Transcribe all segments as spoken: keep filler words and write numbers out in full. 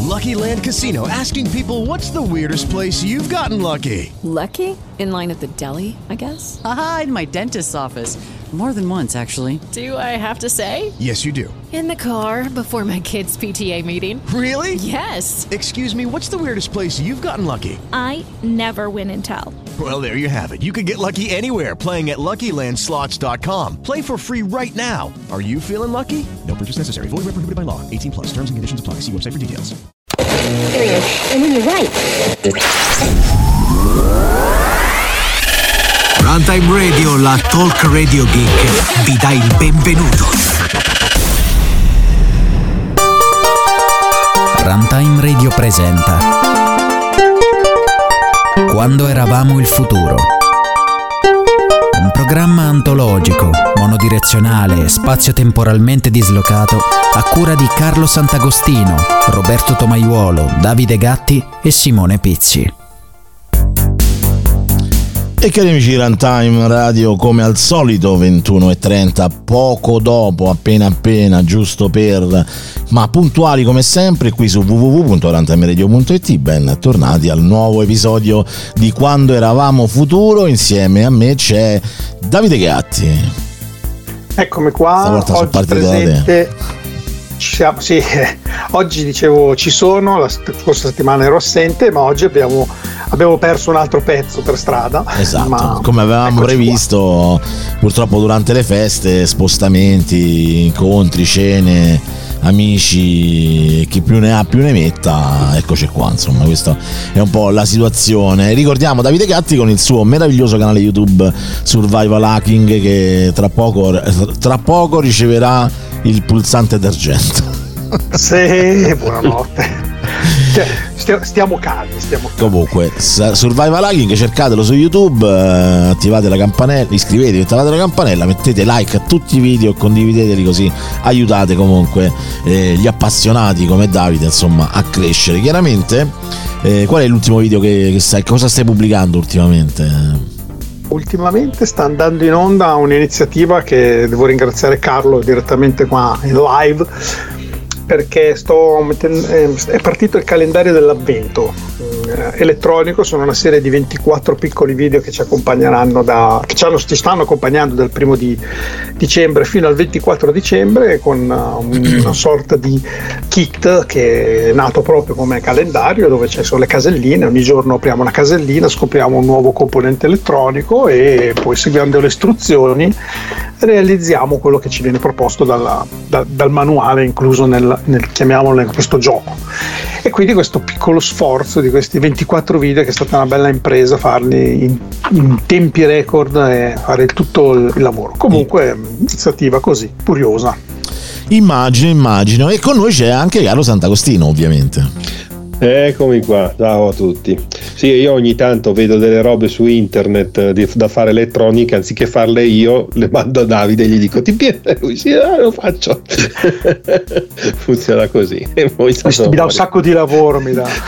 Lucky Land Casino, asking people, what's the weirdest place you've gotten lucky? Lucky? In line at the deli, I guess? Aha, in my dentist's office. More than once, actually. Do I have to say? Yes, you do. In the car before my kids' P T A meeting. Really? Yes. Excuse me, what's the weirdest place you've gotten lucky? I never win and tell. Well, there you have it. You can get lucky anywhere, playing at Lucky Land Slots dot com. Play for free right now. Are you feeling lucky? No purchase necessary. Void where prohibited by law. eighteen plus. Terms and conditions apply. See website for details. Period. And when you're right. Runtime Radio, la talk radio geek, vi dà il benvenuto. Runtime Radio presenta Quando eravamo il futuro. Un programma antologico, monodirezionale, spazio-temporalmente dislocato, a cura di Carlo Sant'Agostino, Roberto Tomaiuolo, Davide Gatti e Simone Pizzi. E cari amici di Runtime Radio, come al solito ventuno e trenta, poco dopo, appena appena, giusto per, ma puntuali come sempre, qui su w w w punto runtime radio punto i t. Bentornati al nuovo episodio di Quando eravamo futuro. Insieme a me c'è Davide Gatti. Eccomi qua, Stavolta sono oggi partito da presente. Ci siamo, sì, oggi dicevo ci sono, la scorsa settimana ero assente, ma oggi abbiamo, abbiamo perso un altro pezzo per strada. Esatto, ma come avevamo previsto, qua. Purtroppo durante le feste, spostamenti, incontri, cene, amici, chi più ne ha più ne metta, eccoci qua, insomma questa è un po' la situazione. Ricordiamo Davide Gatti con il suo meraviglioso canale YouTube Survival Hacking, che tra poco, tra poco riceverà il pulsante d'argento. Sì, buonanotte. Cioè, stiamo calmi, stiamo calmi. Comunque, Survival Hacking, cercatelo su YouTube, eh, attivate la campanella, iscrivetevi, attivate la campanella, mettete like a tutti i video, condivideteli, così aiutate comunque eh, gli appassionati come Davide, insomma, a crescere. Chiaramente, eh, qual è l'ultimo video che, che stai, cosa stai pubblicando ultimamente? Ultimamente sta andando in onda un'iniziativa che devo ringraziare Carlo direttamente qua in live, perché sto mettendo, è partito il calendario dell'avvento eh, elettronico. Sono una serie di ventiquattro piccoli video che ci accompagneranno da, che ci, hanno, ci stanno accompagnando dal primo di dicembre fino al ventiquattro dicembre, con uh, una sorta di kit che è nato proprio come calendario, dove ci sono le caselline. Ogni giorno apriamo una casellina, scopriamo un nuovo componente elettronico e poi, seguendo le istruzioni, realizziamo quello che ci viene proposto dalla, da, dal manuale incluso nel, nel, chiamiamolo, in questo gioco. E quindi questo piccolo sforzo di questi ventiquattro video, che è stata una bella impresa farli in, in tempi record e fare tutto il, il lavoro. Comunque iniziativa così curiosa. Immagino, immagino. E con noi c'è anche Carlo Sant'Agostino, ovviamente. Eccomi qua, ciao a tutti. Sì, io ogni tanto vedo delle robe su internet di, da fare elettronica, anziché farle io le mando a Davide e gli dico ti piace? Lui sì, ah, lo faccio. Funziona così. E poi mi dà un sacco di lavoro, mi dà.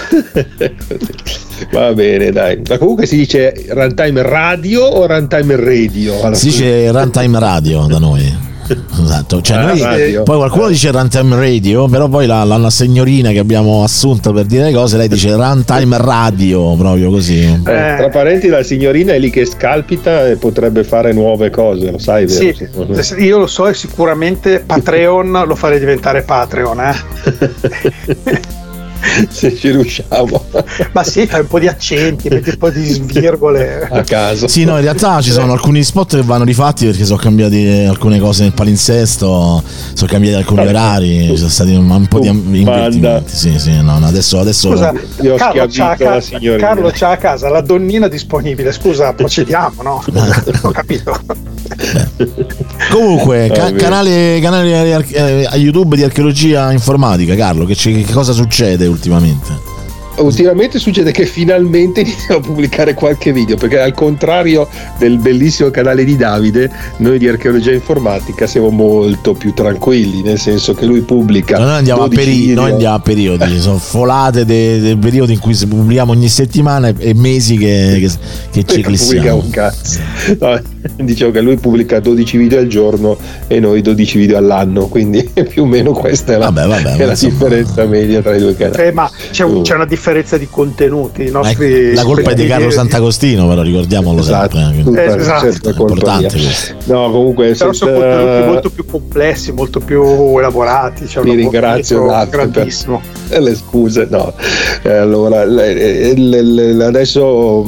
Va bene, dai. Ma comunque si dice Runtime Radio o Runtime Radio? Si dice Runtime Radio da noi. Esatto, cioè ah, noi, radio. Poi qualcuno eh. dice Runtime Radio, però poi la, la, la signorina che abbiamo assunto per dire le cose, lei dice Runtime Radio, proprio così. Eh, tra parenti, la signorina è lì che scalpita e potrebbe fare nuove cose, lo sai, vero? Sì, io lo so, e sicuramente Patreon lo farei diventare Patreon, eh. Se ci riusciamo. Ma sì, fai un po' di accenti, metti un po' di svirgole a caso. Sì, no, in realtà ci sono alcuni spot che vanno rifatti perché sono cambiati alcune cose nel palinsesto, sono cambiati alcuni orari, ci sono stati un, un po' di invertimenti. Sì, sì, no, adesso adesso scusa, Carlo c'ha, ca- Carlo c'ha a casa la donnina disponibile, scusa, procediamo, no? Ho capito. Beh. Comunque, ca- canale, canale a YouTube di archeologia informatica, Carlo, che, c- che cosa succede ultimamente? ultimamente succede che finalmente iniziamo a pubblicare qualche video, perché al contrario del bellissimo canale di Davide, noi di Archeologia Informatica siamo molto più tranquilli, nel senso che lui pubblica. Noi andiamo, a, peri- noi andiamo a periodi, sono folate del de periodo in cui pubblichiamo ogni settimana e mesi che, che, che ci eclissiamo. Un cazzo. No, dicevo che lui pubblica dodici video al giorno e noi dodici video all'anno, quindi più o meno questa è la, vabbè, vabbè, è la differenza media tra i due canali. Eh, ma c'è, un, c'è una differenza di contenuti. I nostri la colpa è di Carlo Sant'Agostino, però ricordiamolo esatto, sempre. Eh, esatto. È importante questo. No, comunque però sono contenuti molto più complessi, molto più elaborati. C'è mi ringrazio grandissimo per le scuse. No, eh, allora le, le, le, adesso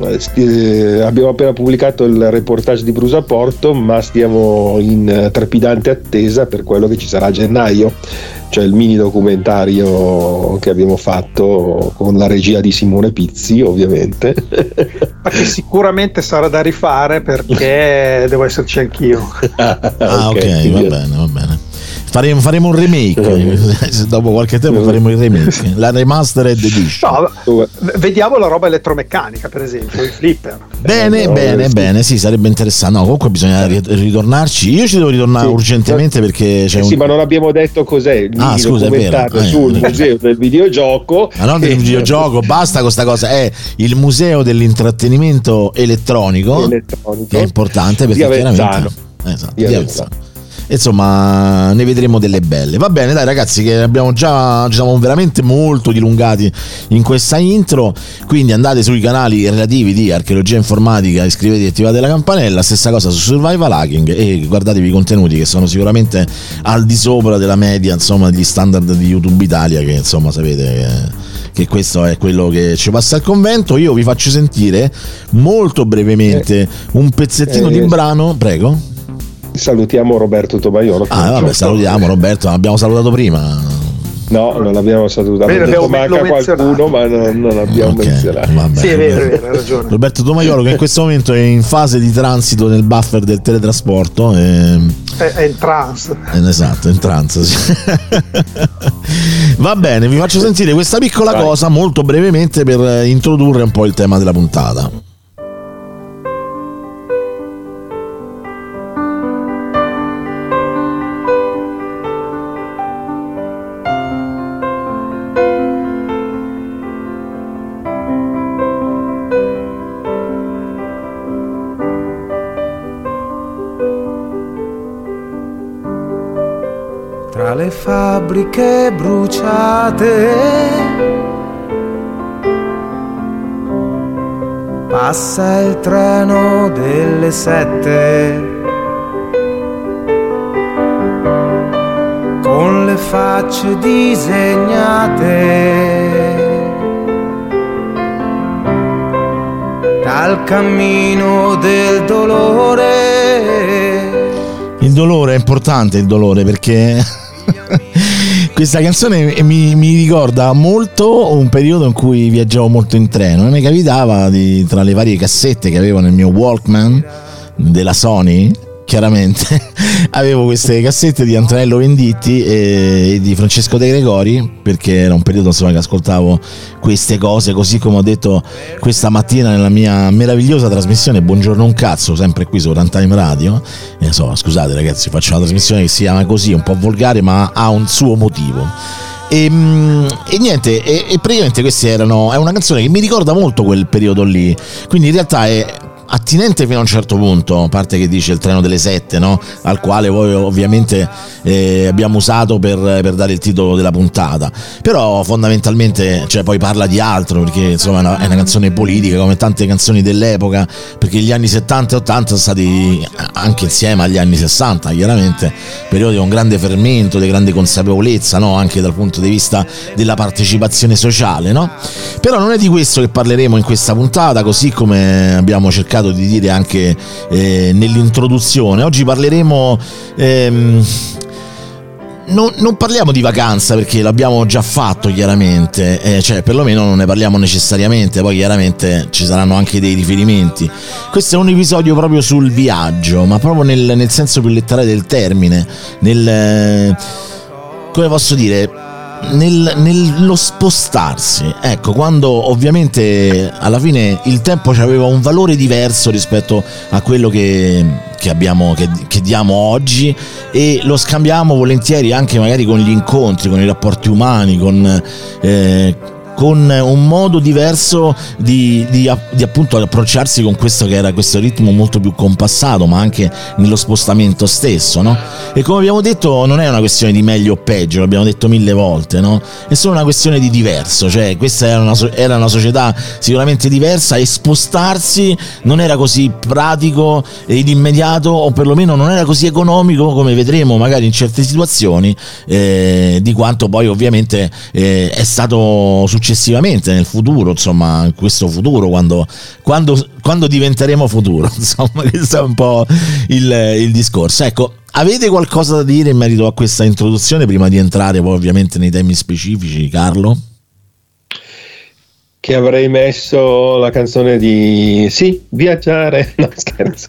mh, abbiamo appena pubblicato il reportage di Brusaporto, ma stiamo in trepidante attesa per quello che ci sarà a gennaio, cioè il mini documentario che abbiamo fatto con la regia di Simone Pizzi, ovviamente. Ma che sicuramente sarà da rifare, perché devo esserci anch'io. Ah, ok, okay, va bene, va bene. Faremo, faremo un remake. Dopo qualche tempo faremo il remake, la remastered edition. No, vediamo la roba elettromeccanica, per esempio, i flipper. Bene, no, bene, sì. bene, sì, sarebbe interessante. No, comunque bisogna ritornarci. Io ci devo ritornare sì. urgentemente, perché c'è eh un... Sì, ma non abbiamo detto cos'è il ah, scusa, documentario è sul eh, museo del videogioco. Ma non del videogioco, basta con sta cosa. È il museo dell'intrattenimento elettronico, elettronico. Che è importante, perché chiaramente esatto, di Avezzano. Insomma, ne vedremo delle belle. Va bene, dai ragazzi, che abbiamo già, ci siamo veramente molto dilungati in questa intro, quindi andate sui canali relativi di Archeologia Informatica, iscrivetevi e attivate la campanella, stessa cosa su Survival Hacking, e guardatevi i contenuti che sono sicuramente al di sopra della media, insomma, degli standard di YouTube Italia, che insomma sapete che, che questo è quello che ci passa al convento. Io vi faccio sentire molto brevemente un pezzettino eh, di brano, prego. Salutiamo Roberto Tomaiolo. Ah, vabbè, salutiamo Roberto, l'abbiamo salutato prima. No, non l'abbiamo salutato. Bene, detto, manca qualcuno, ma non, non abbiamo okay, menzionato. Vabbè, sì, è vero, è vero, hai ragione. Roberto Tomaiolo, che in questo momento è in fase di transito nel buffer del teletrasporto. E... È, è in trance. Esatto, in trance. Sì. Va bene, vi faccio sentire questa piccola Vai. cosa molto brevemente per introdurre un po' il tema della puntata. Tra le fabbriche bruciate passa il treno delle sette, con le facce disegnate dal cammino del dolore. Il dolore è importante, il dolore, perché questa canzone mi, mi ricorda molto un periodo in cui viaggiavo molto in treno e mi capitava di, tra le varie cassette che avevo nel mio Walkman della Sony, chiaramente avevo queste cassette di Antonello Venditti e di Francesco De Gregori, perché era un periodo insomma che ascoltavo queste cose, così come ho detto questa mattina nella mia meravigliosa trasmissione Buongiorno un cazzo, sempre qui su Runtime Radio. E so, scusate ragazzi, faccio una trasmissione che si chiama così, un po' volgare, ma ha un suo motivo. E, e niente, e, e praticamente queste erano, è una canzone che mi ricorda molto quel periodo lì, quindi in realtà è attinente fino a un certo punto, a parte che dice il treno delle sette, no? Al quale poi ovviamente eh, abbiamo usato per, per dare il titolo della puntata, però fondamentalmente cioè, poi parla di altro, perché insomma è una, è una canzone politica come tante canzoni dell'epoca, perché gli anni settanta e ottanta sono stati anche insieme agli anni sessanta chiaramente periodi con grande fermento, di grande consapevolezza, no? Anche dal punto di vista della partecipazione sociale, no? Però non è di questo che parleremo in questa puntata, così come abbiamo cercato di dire anche eh, nell'introduzione. Oggi parleremo ehm, non, non parliamo di vacanza, perché l'abbiamo già fatto chiaramente, eh, cioè perlomeno non ne parliamo necessariamente, poi chiaramente ci saranno anche dei riferimenti. Questo è un episodio proprio sul viaggio, ma proprio nel, nel senso più letterale del termine, nel eh, come posso dire, nel, nello spostarsi, ecco, quando ovviamente alla fine il tempo aveva un valore diverso rispetto a quello che, che abbiamo che, che diamo oggi, e lo scambiamo volentieri anche magari con gli incontri, con i rapporti umani, con eh, con un modo diverso di, di, di appunto approcciarsi con questo che era questo ritmo molto più compassato, ma anche nello spostamento stesso, no? E come abbiamo detto non è una questione di meglio o peggio, l'abbiamo detto mille volte, no? È solo una questione di diverso, cioè questa era una, era una società sicuramente diversa, e spostarsi non era così pratico ed immediato, o perlomeno non era così economico, come vedremo magari in certe situazioni, eh, di quanto poi ovviamente eh, è stato successivamente nel futuro, insomma, in questo futuro, quando, quando, quando diventeremo futuro, insomma, questo è un po' il, il discorso. Ecco, avete qualcosa da dire in merito a questa introduzione prima di entrare poi ovviamente nei temi specifici, Carlo? Che avrei messo la canzone di sì, viaggiare, no scherzo.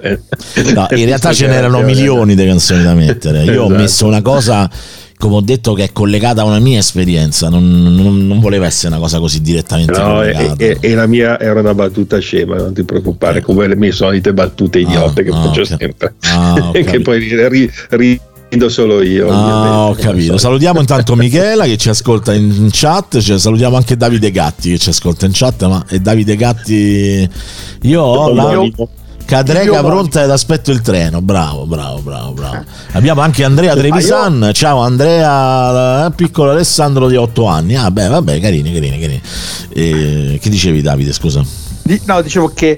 No, in realtà ce n'erano milioni di canzoni da mettere. Io esatto. ho messo una cosa, come ho detto, che è collegata a una mia esperienza, non, non, non voleva essere una cosa così direttamente no, collegata. E, e, e la mia era una battuta scema, non ti preoccupare, come le mie solite battute idiote ah, che ah, faccio okay. sempre, ah, e che poi ri, ri, rido solo io. Ah, ho capito. Salutiamo intanto Michela che ci ascolta in chat, cioè, salutiamo anche Davide Gatti che ci ascolta in chat, ma è Davide Gatti, io ho la... Cadrega pronta ed aspetto il treno. Bravo, bravo, bravo, bravo. Abbiamo anche Andrea Trevisan. Ciao Andrea, piccolo Alessandro di otto anni. Ah, beh, vabbè, carini, carini, carini. Eh, che dicevi, Davide? Scusa. No, dicevo che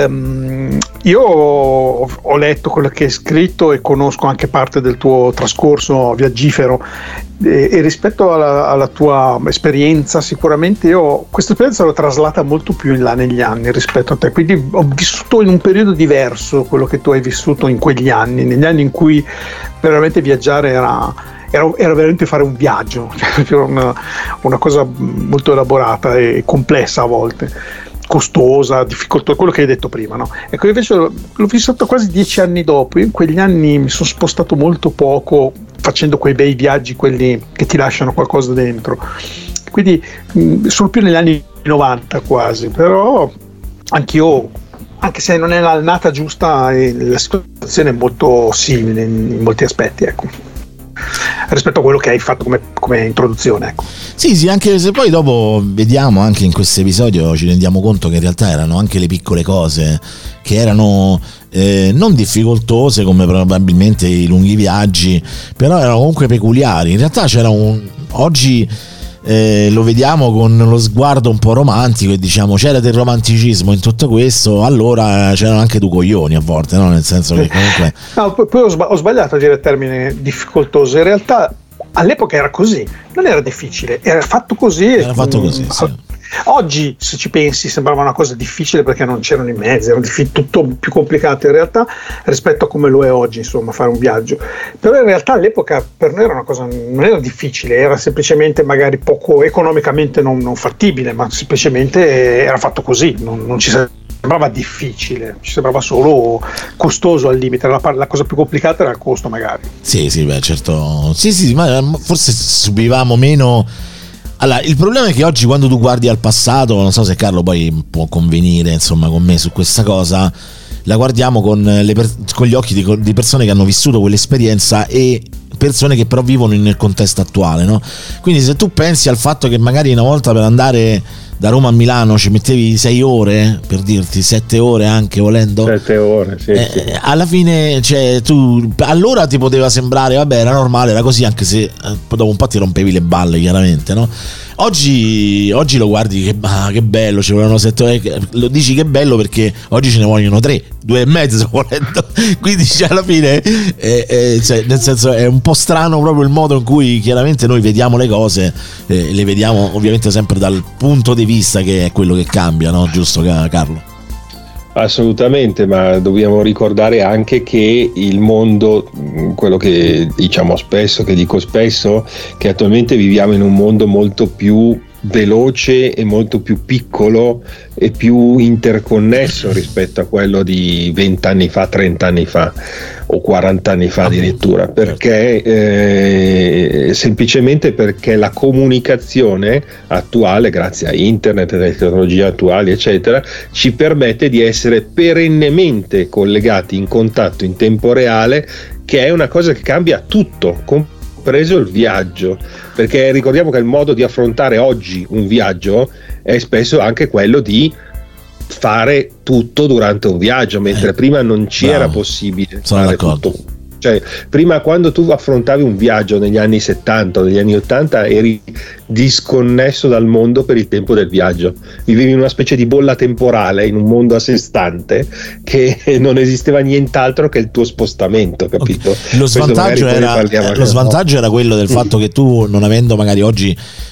um, io ho, ho letto quello che hai scritto e conosco anche parte del tuo trascorso viaggifero, e, e rispetto alla, alla tua esperienza, sicuramente io questa esperienza l'ho traslata molto più in là negli anni rispetto a te, quindi ho vissuto in un periodo diverso quello che tu hai vissuto in quegli anni, negli anni in cui veramente viaggiare era Era, era veramente fare un viaggio, una, una cosa molto elaborata e complessa a volte, costosa, difficoltosa, quello che hai detto prima, no? Ecco, invece l'ho, l'ho vissuto quasi dieci anni dopo. Io in quegli anni mi sono spostato molto poco, facendo quei bei viaggi, quelli che ti lasciano qualcosa dentro, quindi mh, sono più negli anni novanta quasi, però anch'io, anche se non è l'annata giusta, eh, la situazione è molto simile in, in molti aspetti, ecco, rispetto a quello che hai fatto come, come introduzione, ecco. Sì, sì, anche se poi dopo vediamo anche in questo episodio, ci rendiamo conto che in realtà erano anche le piccole cose che erano eh, non difficoltose come probabilmente i lunghi viaggi, però erano comunque peculiari. In realtà c'era un oggi eh, lo vediamo con lo sguardo un po' romantico e diciamo c'era del romanticismo in tutto questo, allora c'erano anche due coglioni a volte, no? Nel senso che comunque no, poi, poi ho, sba- ho sbagliato a dire il termine difficoltoso, in realtà all'epoca era così, non era difficile, era fatto così. Era fatto così, sì. Oggi, se ci pensi, sembrava una cosa difficile perché non c'erano i mezzi, era tutto più complicato in realtà rispetto a come lo è oggi, insomma, fare un viaggio. Però in realtà all'epoca per noi era una cosa, non era difficile, era semplicemente magari poco economicamente non, non fattibile, ma semplicemente era fatto così, non, non ci sembrava difficile, ci sembrava solo costoso al limite. La, la cosa più complicata era il costo, magari. Sì, sì, beh, certo. Sì, sì, ma forse subivamo meno. Allora, il problema è che oggi quando tu guardi al passato, non so se Carlo poi può convenire insomma con me su questa cosa, la guardiamo con, le per- con gli occhi di, di persone che hanno vissuto quell'esperienza e persone che però vivono nel contesto attuale, no? Quindi se tu pensi al fatto che magari una volta per andare da Roma a Milano ci mettevi sei ore, per dirti sette ore anche volendo, sette ore, sì, eh, sì. Alla fine, cioè, tu allora ti poteva sembrare vabbè, era normale, era così, anche se eh, dopo un po' ti rompevi le balle, chiaramente, no? Oggi, oggi lo guardi che, ah, che bello, ci volevano sette ore, lo dici che bello perché oggi ce ne vogliono tre, due e mezzo volendo, quindi cioè, alla fine eh, eh, cioè, nel senso è un po' strano proprio il modo in cui chiaramente noi vediamo le cose, eh, le vediamo ovviamente sempre dal punto di vista che è quello che cambia, no? Giusto, Carlo? Assolutamente, ma dobbiamo ricordare anche che il mondo, quello che diciamo spesso, che dico spesso, che attualmente viviamo in un mondo molto più veloce e molto più piccolo e più interconnesso rispetto a quello di vent'anni fa, trent'anni fa o quaranta anni fa addirittura, perché eh, semplicemente perché la comunicazione attuale, grazie a internet, alle tecnologie attuali eccetera, ci permette di essere perennemente collegati in contatto in tempo reale, che è una cosa che cambia tutto, compreso il viaggio, perché ricordiamo che il modo di affrontare oggi un viaggio è spesso anche quello di fare tutto durante un viaggio, mentre eh, prima non ci bravo. era possibile Sono fare d'accordo. tutto. Cioè, prima, quando tu affrontavi un viaggio negli anni settanta o negli anni ottanta, eri disconnesso dal mondo per il tempo del viaggio, vivevi in una specie di bolla temporale, in un mondo a sé stante, che non esisteva nient'altro che il tuo spostamento, capito? Okay. Lo svantaggio, era, lo svantaggio no. era quello del fatto che tu, non avendo magari oggi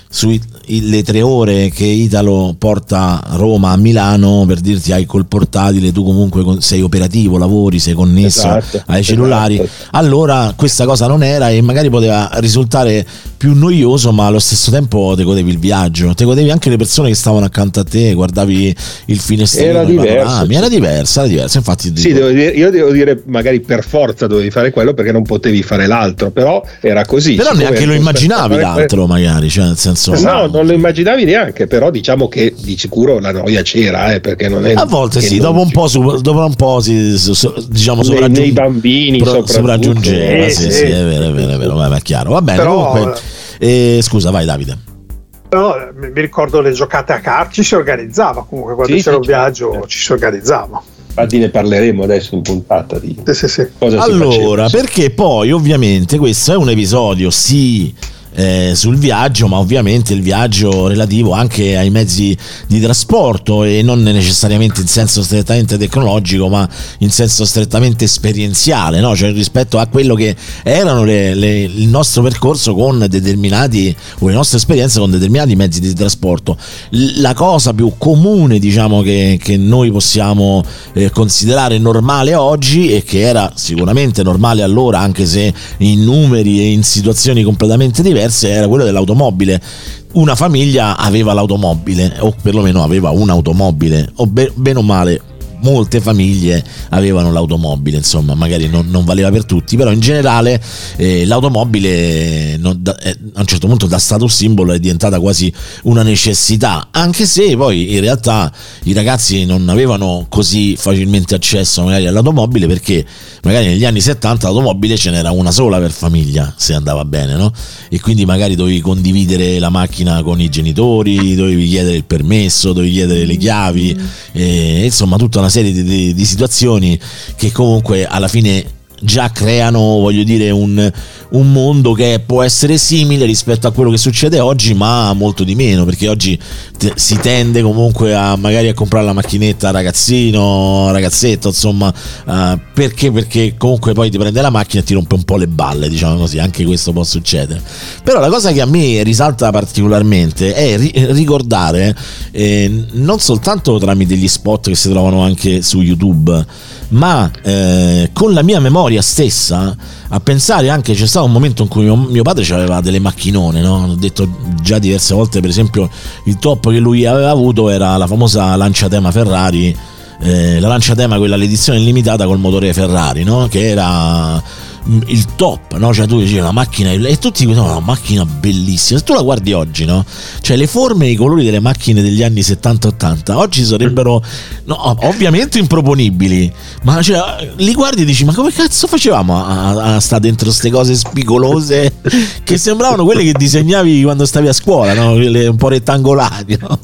sulle tre ore che Italo porta Roma a Milano, per dirti, hai col portatile, tu comunque sei operativo, lavori, sei connesso esatto, ai cellulari, esatto. Allora questa cosa non era, e magari poteva risultare più noioso, ma allo stesso tempo te godevi il viaggio, te godevi anche le persone che stavano accanto a te, guardavi il finestrino, era diverso, era diversa, era diversa. Infatti sì, devo dire, io devo dire, magari per forza dovevi fare quello perché non potevi fare l'altro, però era così. Però neanche lo immaginavi l'altro, magari, cioè nel senso no, non lo immaginavi neanche, però diciamo che di sicuro la noia c'era, eh, perché non è a volte sì, dopo un, po su, dopo un po' si, so, diciamo nei, sopraggiung- nei bambini pro, sopraggiungeva, eh, sì, sì, sì, è vero, è vero, è vero, ma è chiaro. Va bene, però, comunque eh, scusa, vai Davide. Però mi ricordo le giocate a carte, ci si organizzava comunque quando sì, c'era sì, un viaggio, certo. ci si organizzava. Infatti ne parleremo adesso in puntata di sì, sì, sì. cosa allora, si perché poi ovviamente questo è un episodio sì Eh, sul viaggio, ma ovviamente il viaggio relativo anche ai mezzi di trasporto, e non necessariamente in senso strettamente tecnologico, ma in senso strettamente esperienziale, no? Cioè rispetto a quello che erano le, le, il nostro percorso con determinati, o le nostre esperienze con determinati mezzi di trasporto. La cosa più comune, diciamo, che, che noi possiamo eh, considerare normale oggi, e che era sicuramente normale allora, anche se in numeri e in situazioni completamente diverse, era quello dell'automobile. Una famiglia aveva l'automobile, o perlomeno aveva un'automobile, o be- bene o male molte famiglie avevano l'automobile, insomma, magari non, non valeva per tutti, però in generale eh, l'automobile non, da, eh, a un certo punto da status symbol è diventata quasi una necessità, anche se poi in realtà i ragazzi non avevano così facilmente accesso magari all'automobile, perché magari negli anni settanta l'automobile ce n'era una sola per famiglia, se andava bene, no? E quindi magari dovevi condividere la macchina con i genitori, dovevi chiedere il permesso, dovevi chiedere le chiavi, e, insomma tutta una serie di, di, di situazioni che comunque alla fine già creano, voglio dire, un, un mondo che può essere simile rispetto a quello che succede oggi, ma molto di meno, perché oggi te, si tende comunque a magari a comprare la macchinetta ragazzino, ragazzetto, insomma, uh, perché perché comunque poi ti prende la macchina e ti rompe un po' le balle, diciamo così, anche questo può succedere. Però la cosa che a me risalta particolarmente è ri- ricordare eh, non soltanto tramite gli spot che si trovano anche su YouTube, ma eh, con la mia memoria stessa, a pensare anche, c'è stato un momento in cui mio, mio padre aveva delle macchinone, no? Ho detto già diverse volte, per esempio il top che lui aveva avuto era la famosa Lanciatema Ferrari, eh, la Lanciatema, quella l'edizione limitata col motore Ferrari, no? Che era il top, no? Cioè tu dicevi una macchina, e tutti dicono una macchina bellissima. Se tu la guardi oggi, no? Cioè le forme e i colori delle macchine degli anni settanta ottanta oggi sarebbero, no, ovviamente improponibili, ma cioè, li guardi e dici: ma come cazzo facevamo a, a stare dentro ste cose spigolose che sembravano quelle che disegnavi quando stavi a scuola, no? Quelle un po' rettangolari, no?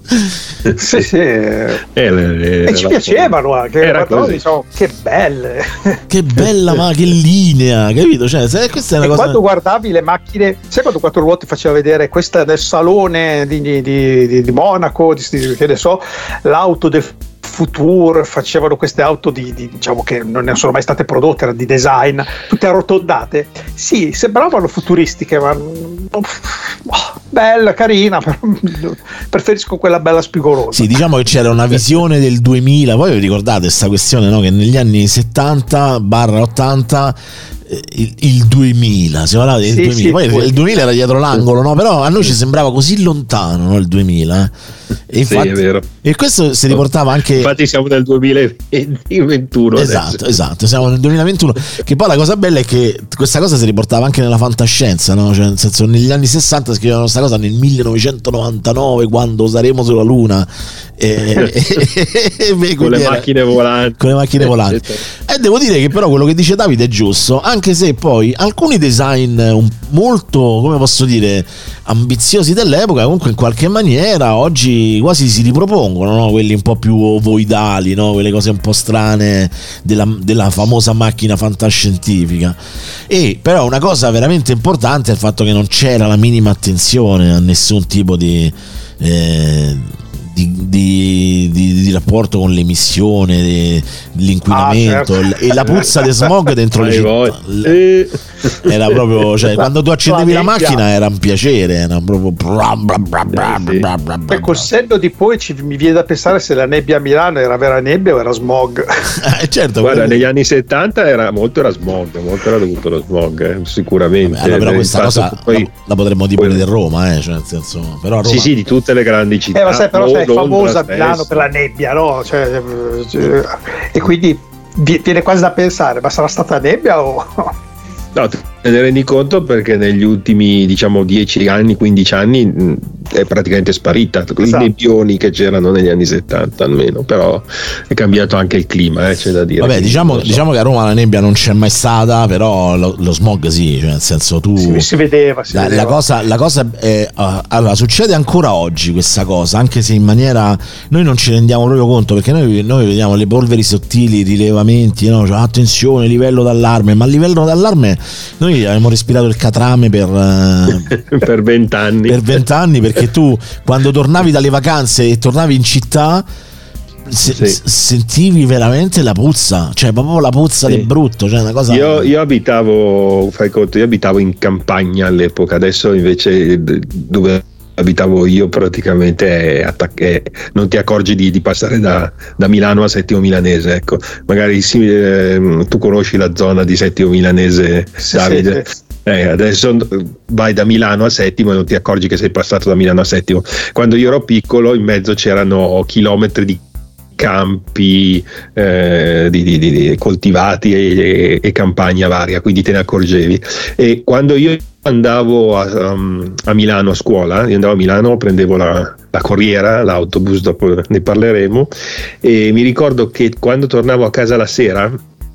Sì, sì. Eh, le, e ci piacevano anche, era così. Diciamo, che belle, che bella, ma che linea, capito? Cioè, questa è una e cosa. Quando guardavi le macchine, sai, quando quattro ruote faceva vedere questa del salone di, di, di, di Monaco, di, di, che ne so, l'auto del futuro, facevano queste auto di, di diciamo che non ne sono mai state prodotte, erano di design, tutte arrotondate, sì, sembravano futuristiche, ma oh, bella, carina, però preferisco quella bella spigolosa. Sì, diciamo che c'era una visione del duemila, voi vi ricordate questa questione, no? Che negli anni settanta ottanta il, il duemila, si parlava del Sì, duemila, sì, poi poi- il duemila era dietro l'angolo, no? Però a noi ci sembrava così lontano, no? Il duemila, eh? E infatti, sì, è vero. E questo si riportava anche. Infatti siamo nel duemilaventuno. Esatto, adesso. esatto, siamo nel duemilaventuno. Che poi la cosa bella è che questa cosa si riportava anche nella fantascienza, no? Cioè, nel senso, negli anni sessanta scrivevano questa cosa nel millenovecentonovantanove, quando saremo sulla Luna. E, e, e, Con le era, macchine volanti. Con le macchine volanti. E devo dire che però quello che dice Davide è giusto, anche se poi alcuni design un, molto, come posso dire, ambiziosi dell'epoca, comunque in qualche maniera oggi quasi si ripropongono, no? Quelli un po' più ovoidali, no? Quelle cose un po' strane della, della famosa macchina fantascientifica. E però una cosa veramente importante è il fatto che non c'era la minima attenzione a nessun tipo di eh, Di, di, di, di rapporto con l'emissione, di, l'inquinamento, Ah, certo. e la puzza di smog dentro le Hai città. voglia. Eh. Era proprio, cioè, quando tu accendevi la La nebbia. macchina era un piacere, era proprio bra bra bra bra bra bra bra bra. E col senno di poi ci, mi viene da pensare se la nebbia a Milano era vera nebbia o era smog. Eh, certo, Guarda, quello- negli anni settanta era molto era smog, molto era dovuto allo smog, eh, sicuramente. Vabbè, allora, però Il questa fatto cosa che poi- la, la potremmo dire pure poi- di Roma, eh, cioè, nel senso, però a Roma Sì, sì, di tutte le grandi città. Eh, ma sai, però sai, è Londra famosa stessa. Milano per la nebbia, no? Cioè, eh, e quindi vi- viene quasi da pensare, ma sarà stata nebbia o... No, te ne rendi conto perché negli ultimi, diciamo, dieci anni, quindici anni mh, è praticamente sparita. I Esatto. nebbioni che c'erano negli anni settanta almeno, però è cambiato anche il clima, eh, c'è da dire. Vabbè, Quindi diciamo, non lo so. diciamo che a Roma la nebbia non c'è mai stata, però lo, lo smog sì, cioè nel senso tu si, si vedeva, si La, vedeva. la cosa, la cosa è, uh, allora succede ancora oggi questa cosa, anche se in maniera noi non ci rendiamo proprio conto, perché noi, noi vediamo le polveri sottili, i rilevamenti, no? Cioè, attenzione, livello d'allarme, ma a livello d'allarme noi abbiamo respirato il catrame per uh, per vent'anni. per vent'anni, perché tu quando tornavi dalle vacanze e tornavi in città se, Sì. s- sentivi veramente la puzza, cioè proprio la puzza Sì. del brutto, cioè una cosa. Io, io abitavo, fai conto, io abitavo in campagna all'epoca, adesso invece d- dove abitavo io praticamente è attac- è- non ti accorgi di, di passare da, da Milano a Settimo Milanese, ecco. Magari sì, ehm, tu conosci la zona di Settimo Milanese, Sì, Davide. sì, sì. Eh, adesso vai da Milano a Settimo e non ti accorgi che sei passato da Milano a Settimo. Quando io ero piccolo in mezzo c'erano chilometri di campi eh, di, di, di coltivati e, e campagna varia, quindi te ne accorgevi. E quando io andavo a, um, a Milano a scuola, io andavo a Milano, prendevo la, la corriera, l'autobus, dopo ne parleremo, e mi ricordo che quando tornavo a casa la sera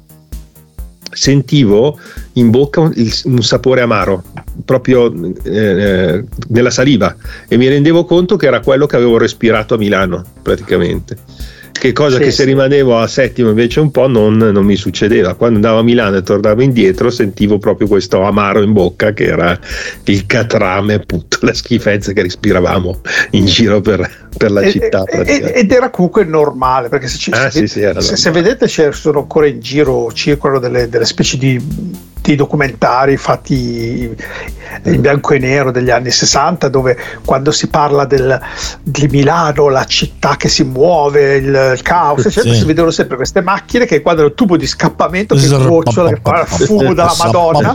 sentivo in bocca un, il- un sapore amaro proprio eh, nella saliva, e mi rendevo conto che era quello che avevo respirato a Milano praticamente. Che cosa Sì, che sì. se rimanevo a Settimo invece un po' non, non mi succedeva. Quando andavo a Milano e tornavo indietro sentivo proprio questo amaro in bocca, che era il catrame, appunto, la schifezza che respiravamo in giro per, per la E- città e- praticamente. ed era comunque normale, perché se, ci, Ah, se, sì, sì, era se, se normale. vedete ci sono ancora in giro, circolano delle, delle specie di, di documentari fatti in bianco e nero degli anni sessanta, dove quando si parla del, di Milano, la città che si muove, il, il caos, eccetera, Sì. si vedono sempre queste macchine che guardano il tubo di scappamento che sgocciola, che fa fumo dalla Madonna.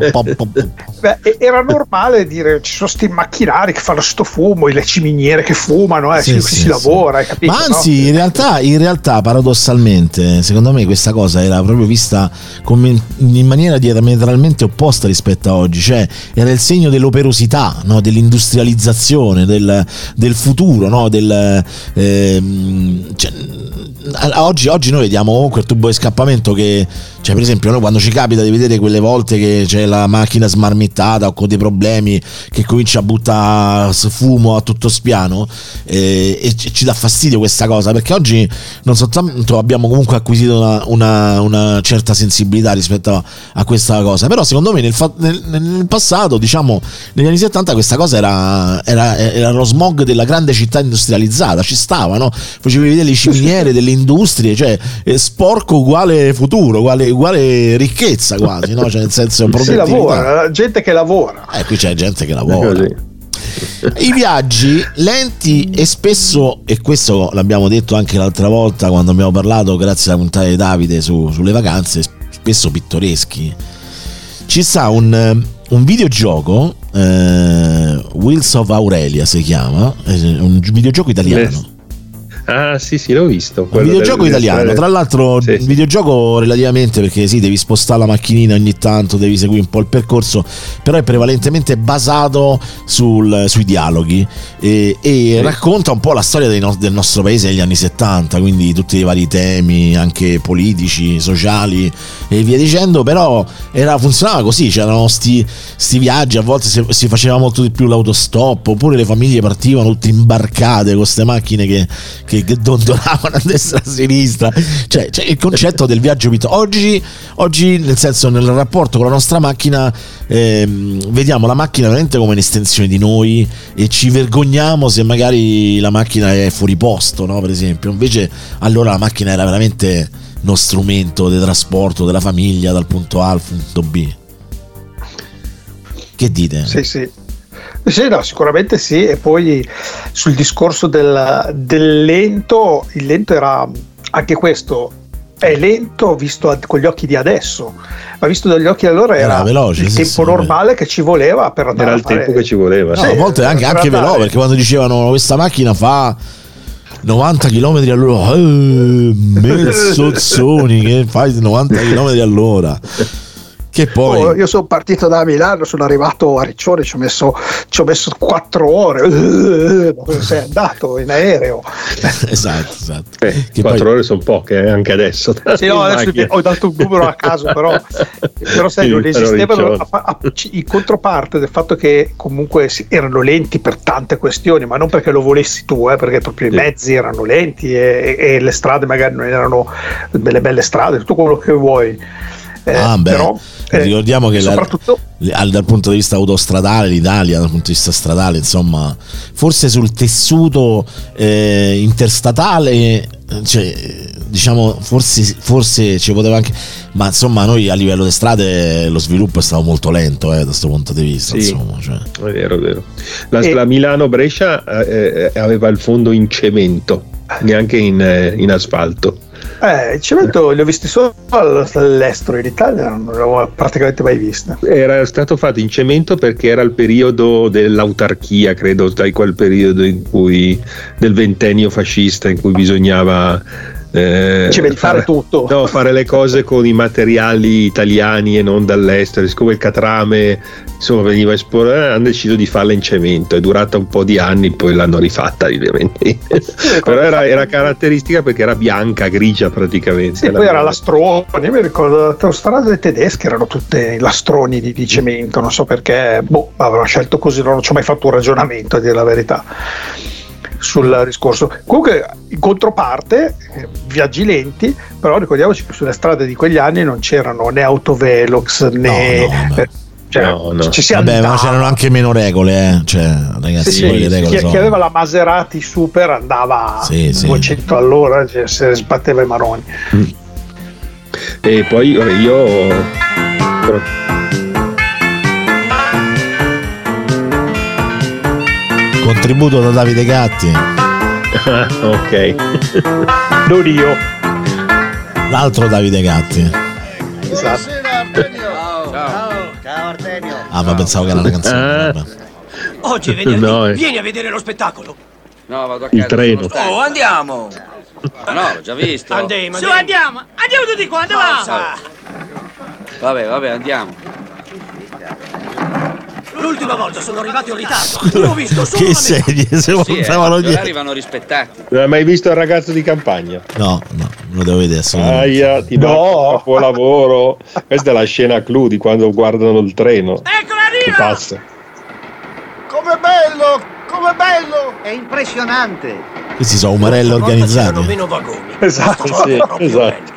Beh, e- era normale dire ci sono sti macchinari che fanno sto fumo, le ciminiere che fumano, eh, Sì, si, sì, si sì. lavora, hai capito? Ma no? anzi, in realtà, in realtà, paradossalmente, secondo me questa cosa era proprio vista come in, in maniera diametralmente opposta rispetto a oggi, cioè era il segno dell'operosità, no? Dell'industrializzazione, del, del futuro, no? Del, ehm, cioè, a- oggi, oggi noi vediamo comunque il tubo di scappamento che, cioè per esempio noi quando ci capita di vedere quelle volte che c'è la macchina smarmittata o con dei problemi che comincia a buttare fumo a tutto spiano, eh, e ci, ci dà fastidio questa cosa, perché oggi non soltanto abbiamo comunque acquisito una, una, una certa sensibilità rispetto a, a questa cosa, però secondo me nel, fa- nel, nel passato, diciamo negli anni settanta, questa cosa era, era, era lo smog della grande città industrializzata, ci stava, no? Facevi vedere le ciminiere delle industrie, cioè eh, sporco uguale futuro, uguale, uguale ricchezza quasi, no? Cioè nel senso si produttività. lavora, la gente che lavora. Eh, qui c'è gente che È lavora. così. I viaggi lenti e spesso, e questo l'abbiamo detto anche l'altra volta quando abbiamo parlato, grazie alla puntata di Davide su- sulle vacanze, spesso pittoreschi. ci sta un, un videogioco, eh, Wheels of Aurelia si chiama, un videogioco italiano. Ah sì sì, l'ho visto. Un videogioco del, italiano, del... tra l'altro sì, un sì. videogioco relativamente, perché sì, devi spostare la macchinina ogni tanto, devi seguire un po' il percorso, però è prevalentemente basato sul, sui dialoghi e, e sì. racconta un po' la storia dei no, del nostro paese negli anni settanta, quindi tutti i vari temi anche politici, sociali e via dicendo, però era, funzionava così, c'erano sti, sti viaggi, a volte si, si faceva molto di più l'autostop, oppure le famiglie partivano tutte imbarcate con queste macchine che che dondolavano a destra e a sinistra, cioè, cioè il concetto del viaggio vita. Oggi, oggi nel senso, nel rapporto con la nostra macchina ehm, vediamo la macchina veramente come un'estensione di noi e ci vergogniamo se magari la macchina è fuori posto, no? Per esempio, invece allora la macchina era veramente uno strumento di trasporto della famiglia dal punto A al punto B. Che dite? Sì, sì. Sì, no, sicuramente sì. E poi sul discorso del, del lento, il lento era anche questo, è lento visto ad, con gli occhi di adesso, ma visto dagli occhi di allora era, era veloce, il sì, tempo sì, normale sì. che ci voleva per andare era a il fare... tempo che ci voleva. No, sì, a volte anche, anche veloce, perché quando dicevano questa macchina fa novanta chilometri all'ora, eh, mezzozzoni che fai novanta chilometri all'ora. Che poi oh, io sono partito da Milano, sono arrivato a Riccione, ci ho messo ci ho messo quattro ore. Uh, dove sei andato? In aereo. Esatto, esatto. Eh, che quattro poi... ore sono poche, eh, anche adesso. Sì, no, adesso ti, ho dato un numero a caso, però, però sai, non esistevano a, a, in controparte del fatto che comunque erano lenti per tante questioni, ma non perché lo volessi tu, eh, perché proprio sì. i mezzi erano lenti e, e le strade magari non erano delle belle strade, tutto quello che vuoi. Eh, ah, beh, però, eh, ricordiamo che soprattutto... la, dal punto di vista autostradale l'Italia, dal punto di vista stradale, insomma, forse sul tessuto eh, interstatale, cioè, diciamo, forse, forse ci poteva anche, ma insomma noi a livello di strade lo sviluppo è stato molto lento, eh, da questo punto di vista. Sì, insomma, cioè. È vero, è vero. La, e... la Milano-Brescia eh, aveva il fondo in cemento, neanche in, eh, in asfalto. Eh, il cemento li ho visti solo all'estero, in Italia non l'avevo praticamente mai vista. Era stato fatto in cemento perché era il periodo dell'autarchia, credo, dai quel periodo in cui del ventennio fascista in cui bisognava eh, cementare fare, tutto. No, fare le cose con i materiali italiani e non dall'estero. Siccome il catrame insomma veniva esplorato, hanno deciso di farla in cemento. È durata un po' di anni, poi l'hanno rifatta ovviamente. Però era, era caratteristica perché era bianca, grigia praticamente. Sì, poi era lastrone. Io mi ricordo le strade tedesche erano tutte lastroni di, di cemento, non so perché, boh, avevano scelto così, non ci ho mai fatto un ragionamento a dire la verità sul discorso. Comunque in controparte eh, viaggi lenti, però ricordiamoci che sulle strade di quegli anni non c'erano né autovelox né no, no, eh, cioè, no, no. ci si Vabbè, andava. ma c'erano anche meno regole, eh. Cioè, ragazzi, sì, poi sì, le regole chi, sono... chi aveva la Maserati Super andava sì, a sì. duecento all'ora, cioè, se sbatteva i maroni. Mm. E poi io contributo da Davide Gatti. ah, ok. Non io, L'altro Davide Gatti. esatto. Ciao Artemio. Ah, ma pensavo che era una canzone. Ah. vabbè. Oggi è venerdì, No, eh. vieni a vedere lo spettacolo. No, vado a Il casa. treno. Oh, andiamo. No, l'ho già visto. Andiamo, su, andiamo. Andiamo tutti quanti, va. Vabbè, vabbè, andiamo. L'ultima volta sono arrivato in ritardo. Io ho visto solo Che la serie, se Sì, eh, portavano gli dietro. orari vanno rispettati. Non hai mai visto Il ragazzo di campagna? No, no, lo devo vedere assolutamente. Aia, ti No. no. capolavoro. Questa è la scena clou di quando guardano il treno Eccola, che arriva. passa. Com'è bello, com'è bello. È impressionante. Questi sono umarelli organizzati. C'erano meno vagoni. Esatto, sì, Proprio esatto. bello.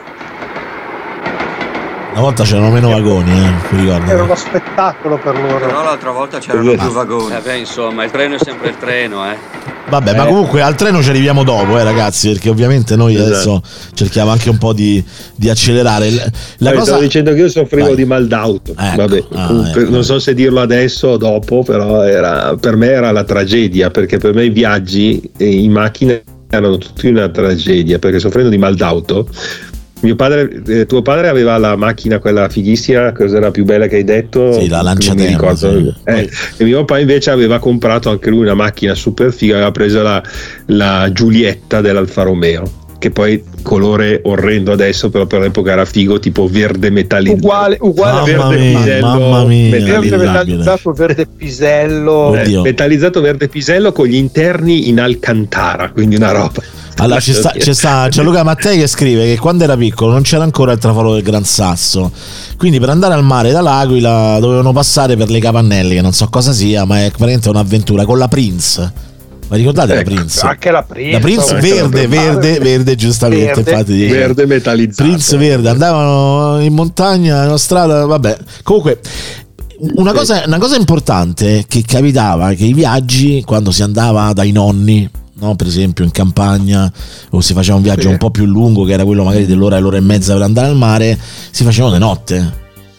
Una volta c'erano meno vagoni, eh, mi ricordo. era uno spettacolo per loro. Però l'altra volta c'erano Sì. più vagoni. Eh beh, insomma, il treno è sempre il treno, eh. Vabbè, Eh. ma comunque al treno ci arriviamo dopo, eh, ragazzi, perché ovviamente noi Esatto. adesso cerchiamo anche un po' di, di accelerare. La La cosa... Stavo dicendo che io soffrivo Vai. di mal d'auto. Ecco. Vabbè, Ah, comunque, ecco. non so se dirlo adesso o dopo, però era, per me era la tragedia, perché per me i viaggi in macchina erano tutti una tragedia, perché soffrendo di mal d'auto Mio padre, eh, tuo padre aveva la macchina quella fighissima, cos'era più bella che hai detto? Sì, la Lanciaterra. Sì. Eh, e mio papà invece aveva comprato anche lui una macchina super figa, aveva preso la, la Giulietta dell'Alfa Romeo, che poi colore orrendo adesso, però per l'epoca era figo, tipo verde metallizzato. Uguale, uguale mamma verde mia, pisello. Mamma mia, verde metallizzato, verde pisello. Eh, metallizzato verde pisello con gli interni in alcantara, quindi una roba. Allora c'è, sta, c'è, sta, c'è Luca Mattei che scrive che quando era piccolo non c'era ancora il traforo del Gran Sasso, quindi per andare al mare dall'Aquila dovevano passare per le Capannelle, che non so cosa sia, ma è praticamente un'avventura con la Prince. Ma ricordate ecco, la Prince? Anche la Prince, la Prince verde, verde, verde, giustamente. Verde, infatti, verde metallizzato. Prince verde, andavano in montagna, in strada, vabbè. Comunque, una cosa, una cosa importante che capitava che i viaggi, quando si andava dai nonni, no, per esempio in campagna, o si faceva un viaggio sì. un po' più lungo, che era quello magari dell'ora e l'ora e mezza per andare al mare, si facevano di notte.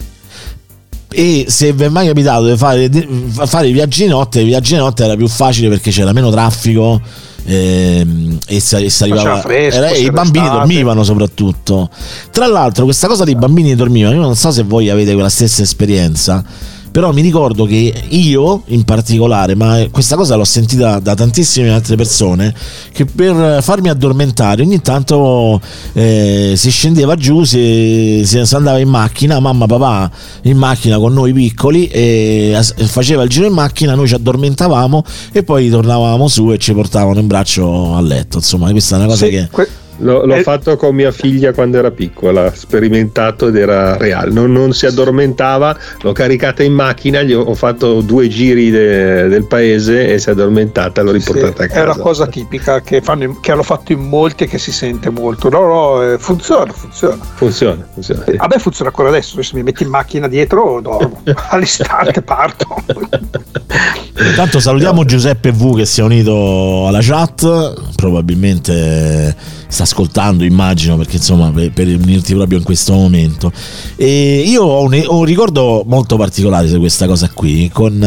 E se vi è mai capitato di fare, di fare i viaggi di notte, i viaggi di notte era più facile perché c'era meno traffico ehm, e si, e si arrivava fresco, era, e i bambini restate. dormivano soprattutto. Tra l'altro questa cosa dei bambini dormivano, io non so se voi avete quella stessa esperienza, però mi ricordo che io in particolare, ma questa cosa l'ho sentita da tantissime altre persone, che per farmi addormentare ogni tanto eh, si scendeva giù, si, si andava in macchina, mamma papà in macchina con noi piccoli, e faceva il giro in macchina, noi ci addormentavamo e poi tornavamo su e ci portavano in braccio a letto. Insomma, questa è una cosa sì, che... Que- L'ho, l'ho fatto con mia figlia quando era piccola, sperimentato ed era reale, non, non si addormentava, l'ho caricata in macchina, gli ho, ho fatto due giri de, del paese e si è addormentata, l'ho riportata sì, a casa. È una cosa tipica che, fanno, che hanno fatto in molti e che si sente molto. No, no, funziona, funziona. Funziona, funziona. Sì. A me funziona ancora adesso, se mi metti in macchina dietro dormo, all'istante parto. Intanto salutiamo Giuseppe V che si è unito alla chat, probabilmente sta ascoltando, immagino, perché insomma per, per unirti proprio in questo momento. E io ho un, ho un ricordo molto particolare su questa cosa qui con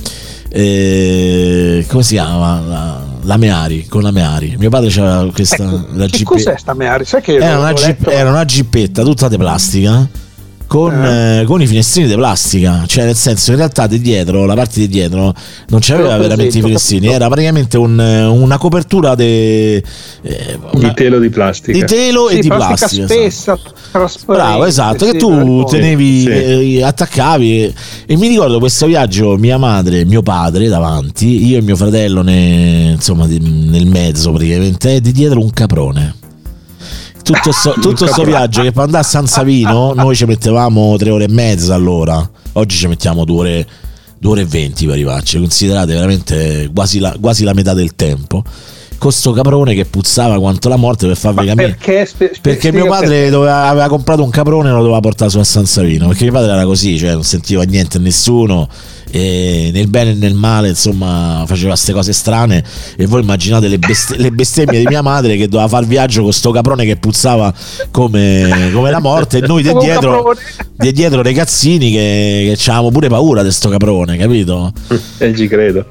eh, come si chiama la, la Meari, con la Meari mio padre c'aveva questa ecco, la che Jeep, cos'è sta Meari? Sai che era una, Jeep, era una jeepetta tutta di plastica con, eh. Eh, con i finestrini di plastica, cioè nel senso in realtà di dietro, la parte di dietro non c'aveva Però veramente presento, i finestrini, capito. Era praticamente un, una copertura de, eh, una, di telo di plastica, di telo sì, e di plastica plastica, spessa, esatto. Bravo, esatto, sì, che tu tenevi, sì. eh, attaccavi e, e mi ricordo questo viaggio, mia madre, mio padre davanti, io e mio fratello ne, insomma di, nel mezzo praticamente, e di dietro un caprone. Tutto sto, tutto sto viaggio che per andare a San Savino noi ci mettevamo tre ore e mezza all'ora, oggi ci mettiamo due ore, due ore e venti per arrivarci, considerate veramente quasi la, quasi la metà del tempo, con sto caprone che puzzava quanto la morte per farvi capire perché, spe- perché mio padre perché. Doveva, aveva comprato un caprone e lo doveva portare su a San Savino, perché mio padre era così, cioè non sentiva niente a nessuno, e nel bene e nel male insomma faceva queste cose strane, e voi immaginate le, best- le bestemmie di mia madre che doveva fare il viaggio con sto caprone che puzzava come, come la morte, e noi di dietro, di dietro ragazzini che, che avevamo pure paura di sto caprone, capito? E ci credo.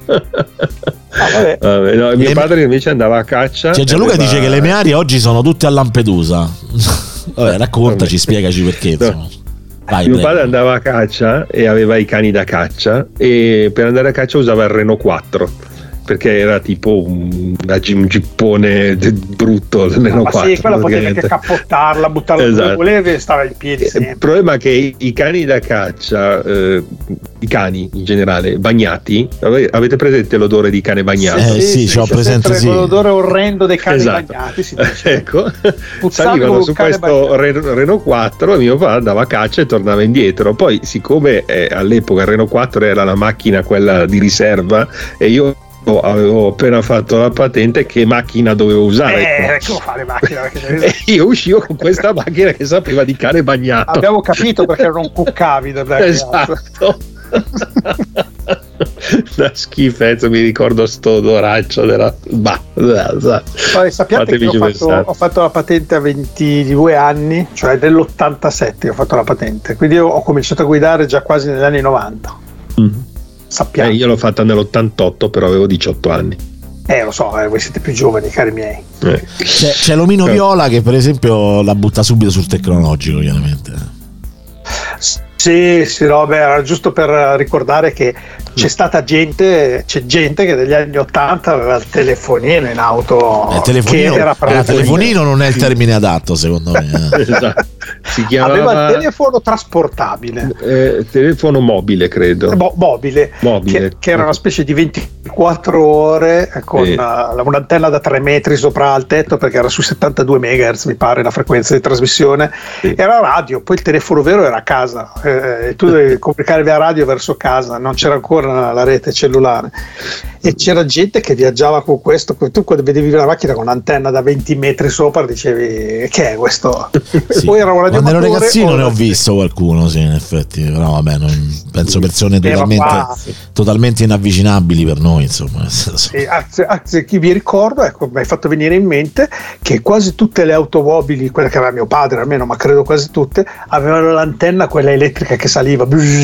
Ah, vabbè. Vabbè, no, mio le padre invece andava a caccia. Cioè, Gianluca aveva... dice che le Meari oggi sono tutte a Lampedusa. Vabbè, raccontaci, vabbè. Spiegaci perché. Insomma. No. Vai, mio prego. padre andava a caccia e aveva i cani da caccia, e per andare a caccia usava il Renault quattro, perché era tipo un, un gippone brutto, il Renault ma quattro, sì, quella potevi anche cappottarla, buttarla esatto. dove volevi e stava in piedi sempre. Il problema è che i cani da caccia, eh, i cani in generale bagnati, avete presente l'odore di cane bagnato? Eh, sì, sì, sì, ho presente, sì. L'odore orrendo dei cani esatto. bagnati, si dice. Ecco, salivano su questo bagnato. Renault quattro e mio padre andava a caccia e tornava indietro. Poi, siccome eh, all'epoca il Renault quattro era la macchina quella di riserva e io avevo appena fatto la patente, che macchina dovevo usare? Eh, come fare macchina? E io uscivo con questa macchina che sapeva di cane bagnato. Abbiamo capito perché non cuccavi da esatto. Da schifezza, mi ricordo sto odoraccio della bah, poi sappiate che ho fatto, ho fatto la patente a ventidue anni, cioè dell'ottantasette ho fatto la patente, quindi io ho cominciato a guidare già quasi negli anni novanta. Mm. Sappiamo. Eh, io l'ho fatta nell'ottantotto, però avevo diciotto anni. Eh, lo so, eh, voi siete più giovani, cari miei. Eh. C'è, c'è l'omino viola che per esempio la butta subito sul tecnologico, chiaramente. Sì, sì, no, beh, era giusto per ricordare che c'è stata gente, c'è gente che negli anni ottanta aveva il telefonino in auto. Il telefonino, che era eh, telefonino non è il termine adatto, secondo me. Eh. Esatto. Si chiamava, aveva il telefono trasportabile, eh, telefono mobile, credo. Mo- mobile, mobile. Che, che era una specie di ventiquattro ore con Sì. uh, un'antenna da tre metri sopra al tetto, perché era su settantadue megahertz, mi pare, la frequenza di trasmissione. Sì. Era radio, poi il telefono vero era a casa, eh, e tu dovevi comunicare via radio verso casa, non c'era ancora la rete cellulare, e c'era gente che viaggiava con questo. Tu quando vedevi una macchina con un'antenna da venti metri sopra dicevi che è questo? Sì. Poi era un Quando ero radiomotore, ragazzino o- ne ho visto qualcuno, sì, in effetti, però vabbè, non, penso persone Era totalmente, qua. totalmente inavvicinabili per noi, insomma, nel senso. E anzi, anzi, chi vi ricordo, ecco, mi hai fatto venire in mente che quasi tutte le automobili, quelle che aveva mio padre almeno, ma credo quasi tutte, avevano l'antenna, quella elettrica che saliva,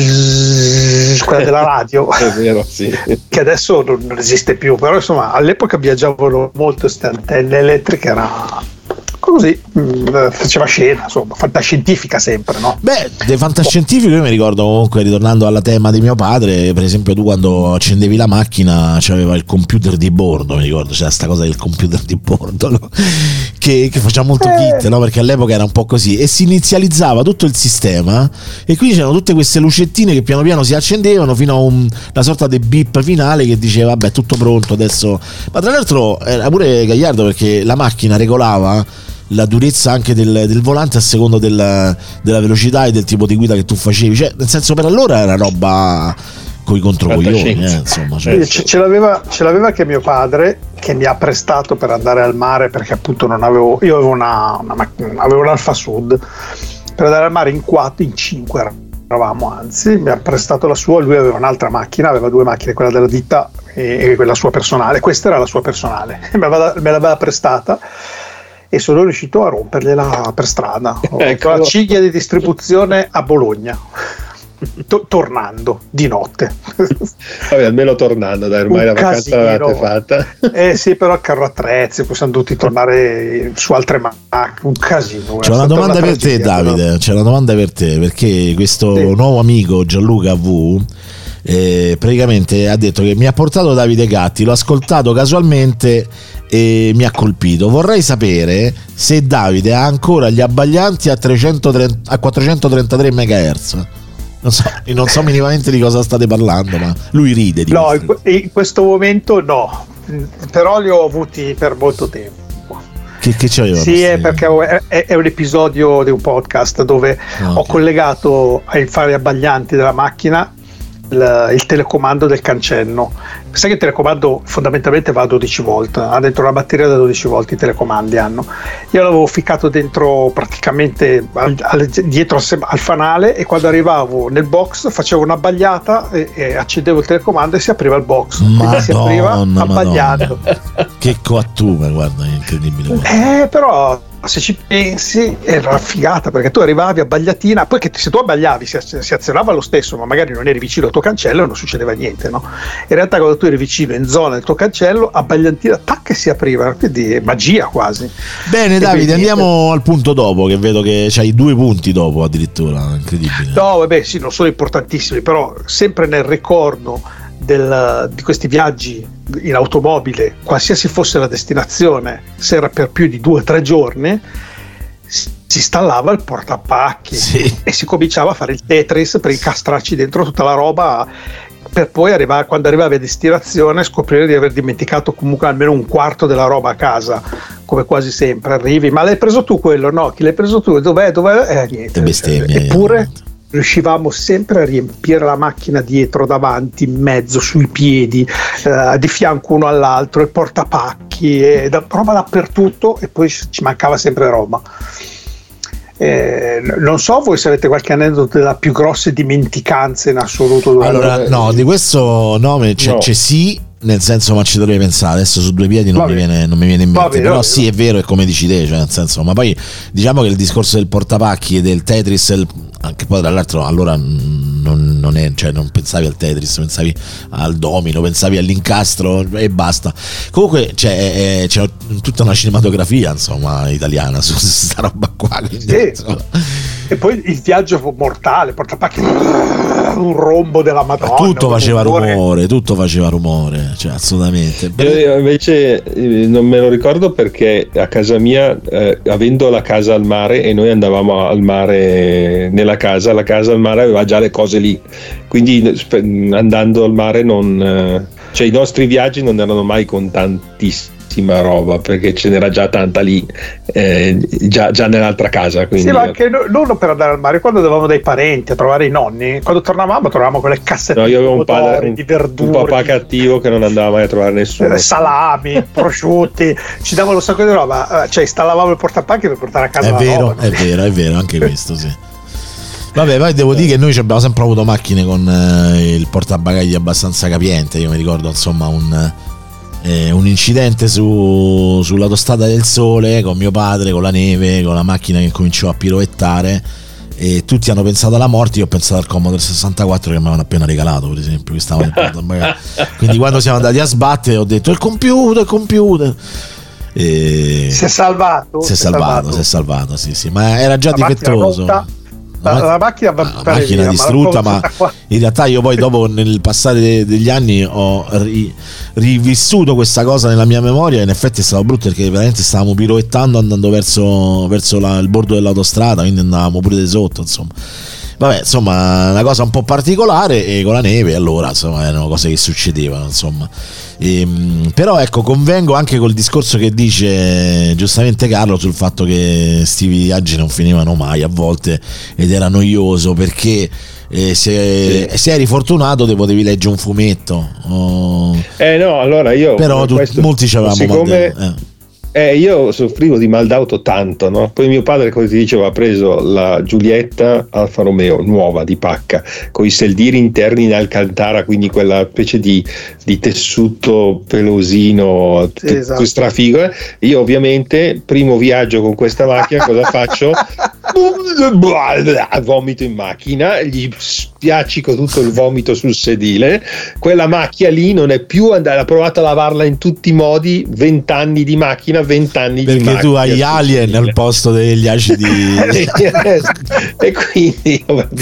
bzzz, quella della radio, È vero, sì. che adesso non, non esiste più, però insomma all'epoca viaggiavano molto queste antenne elettriche, era così, mh, faceva scena, insomma, fantascientifica sempre, no? Beh, del fantascientifico io mi ricordo comunque, ritornando al tema di mio padre, per esempio tu quando accendevi la macchina c'aveva il computer di bordo, mi ricordo, c'era sta cosa del computer di bordo, no? che, che faceva molto Eh. kit, no? Perché all'epoca era un po' così, e si inizializzava tutto il sistema e quindi c'erano tutte queste lucettine che piano piano si accendevano fino a un- una sorta di beep finale che diceva vabbè, tutto pronto adesso. Ma tra l'altro era pure gagliardo, perché la macchina regolava la durezza anche del, del volante a secondo del- della velocità e del tipo di guida che tu facevi, cioè nel senso, per allora era roba coi controcoglioni, eh, Fantascienza. insomma, cioè, Quindi ce, ce l'aveva, ce l'aveva anche mio padre, che mi ha prestato per andare al mare, perché appunto non avevo, io avevo una, una macchina, avevo l'Alfa Sud per andare al mare in quattro, in cinque eravamo, anzi mi ha prestato la sua, lui aveva un'altra macchina, aveva due macchine, quella della ditta e, e quella sua personale, questa era la sua personale, me l'aveva, me l'aveva prestata e sono riuscito a rompergliela per strada. Ho Ecco. fatto la ciglia di distribuzione a Bologna, to- tornando di notte. Vabbè, almeno tornando, dai, ormai Un la vacanza l'avete casino. fatta. Eh sì, però il carro attrezzi, poi siamo dovuti tornare su altre macchine, un casino. c'è una domanda per te, Davide, c'è una domanda per te, perché questo Sì. nuovo amico Gianluca V eh, praticamente ha detto che mi ha portato Davide Gatti, l'ho ascoltato casualmente e mi ha colpito. Vorrei sapere se Davide ha ancora gli abbaglianti a, trecentotrenta a quattrocentotrentatré megahertz. Non so, io non so minimamente di cosa state parlando, ma lui ride di No, questo. in, que- in questo momento no, però li ho avuti per molto tempo. Che, che c'aveva? Sì, è perché è, è un episodio di un podcast dove Ah, ho ok. collegato ai fari abbaglianti della macchina il, il telecomando del cancello. Sai che il telecomando fondamentalmente va a dodici volt, ha dentro una batteria da dodici volt, i telecomandi hanno. Io l'avevo ficcato dentro praticamente al, al, dietro al fanale, e quando arrivavo nel box facevo una bagliata e, e accendevo il telecomando e si apriva il box. Quindi si apriva Madonna, abbagliando. Che coattume, guarda, è incredibile. Eh, però se ci pensi era una figata, perché tu arrivavi abbagliatina, poi che se tu abbagliavi si, si azionava lo stesso, ma magari non eri vicino al tuo cancello e non succedeva niente, no? In realtà quando tu eri vicino in zona del tuo cancello, abbagliatina, tac, e si apriva, quindi è magia quasi. Bene, E Davide, quindi- andiamo al punto dopo, che vedo che c'hai due punti dopo addirittura, incredibile. No, vabbè, sì, non sono importantissimi, però sempre nel ricordo del, di questi viaggi in automobile, qualsiasi fosse la destinazione, se era per più di due o tre giorni, si si installava il portapacchi Sì. e si cominciava a fare il Tetris per incastrarci dentro tutta la roba, per poi arrivare, quando arrivavi a destinazione, scoprire di aver dimenticato comunque almeno un quarto della roba a casa, come quasi sempre arrivi, ma l'hai preso tu quello? No, chi l'hai preso tu? Dov'è? Dov'è? Eh, niente. Te bestemmie, Eppure riuscivamo sempre a riempire la macchina dietro, davanti, in mezzo, sui piedi, eh, di fianco uno all'altro, e portapacchi, e da, roba dappertutto, e poi ci mancava sempre roba. Eh, non so voi se avete qualche aneddoto della più grosse dimenticanze in assoluto durante- Allora, no, di questo nome c'è, No. c'è sì, nel senso, ma ci dovrei pensare adesso su due piedi, non, Va mi bene. viene, non mi viene in Va mente, bene, però va sì, bene. è vero, è come dici te, cioè nel senso, ma poi diciamo che il discorso del portapacchi e del Tetris, il- anche poi tra l'altro allora mh, non, non, è, cioè, non pensavi al Tetris, pensavi al domino, pensavi all'incastro e basta. Comunque c'è, è, c'è tutta una cinematografia, insomma, italiana su questa roba qua, quindi, sì. insomma. E poi il viaggio fu mortale, portapacchi, un rombo della Madonna, tutto faceva rumore. rumore, tutto faceva rumore, cioè assolutamente. Io invece eh, non me lo ricordo perché a casa mia, eh, avendo la casa al mare, e noi andavamo al mare nella casa, la casa al mare aveva già le cose lì, quindi andando al mare non, eh, cioè i nostri viaggi non erano mai con tantissimi roba, perché ce n'era già tanta lì, eh, già, già nell'altra casa, quindi... Sì, ma anche no, non per andare al mare, quando andavamo dai parenti a trovare i nonni, quando tornavamo trovavamo quelle cassette no, io avevo di un, padre, di verdure, un papà cattivo che non andava mai a trovare nessuno, salami, prosciutti, ci davano un sacco di roba, cioè installavamo il portapacchi per portare a casa è la vero, roba. è vero, è vero, anche questo sì. Vabbè, poi devo dire che noi abbiamo sempre avuto macchine con eh, il portabagagli abbastanza capiente. Io mi ricordo insomma un Eh, un incidente su, sull'autostrada del Sole con mio padre, con la neve, con la macchina che cominciò a piroettare e tutti hanno pensato alla morte. Io ho pensato al Commodore sessantaquattro che mi avevano appena regalato, per esempio, che stava nel quindi quando siamo andati a sbattere ho detto il computer, il computer e si è salvato si è salvato, si è salvato, sì sì, ma era già la difettoso. La, la macchina va la macchina via, distrutta, ma, ma in realtà io poi dopo nel passare de, degli anni ho ri, rivissuto questa cosa nella mia memoria e in effetti è stato brutto perché veramente stavamo piroettando andando verso, verso la, il bordo dell'autostrada, quindi andavamo pure di sotto, insomma. Vabbè, insomma, una cosa un po' particolare e con la neve, allora insomma erano cose che succedevano, insomma. E, però ecco, convengo anche col discorso che dice giustamente Carlo sul fatto che sti viaggi non finivano mai a volte ed era noioso perché eh, se, se eri fortunato te potevi leggere un fumetto oh. eh no allora io però tu, questo, molti ci avevamo siccome mal de- eh. Eh, io soffrivo di mal d'auto tanto, no? Poi mio padre, come ti dicevo, ha preso la Giulietta Alfa Romeo nuova di pacca con i sedili interni in alcantara, quindi quella specie di, di tessuto pelosino, sì, esatto. strafigo. Io ovviamente primo viaggio con questa macchina cosa faccio? Vomito in macchina, gli spiaccico tutto il vomito sul sedile. Quella macchia lì non è più andata, ha provato a lavarla in tutti i modi, vent'anni di macchina, vent'anni di macchina. Perché tu hai alien al posto degli acidi e quindi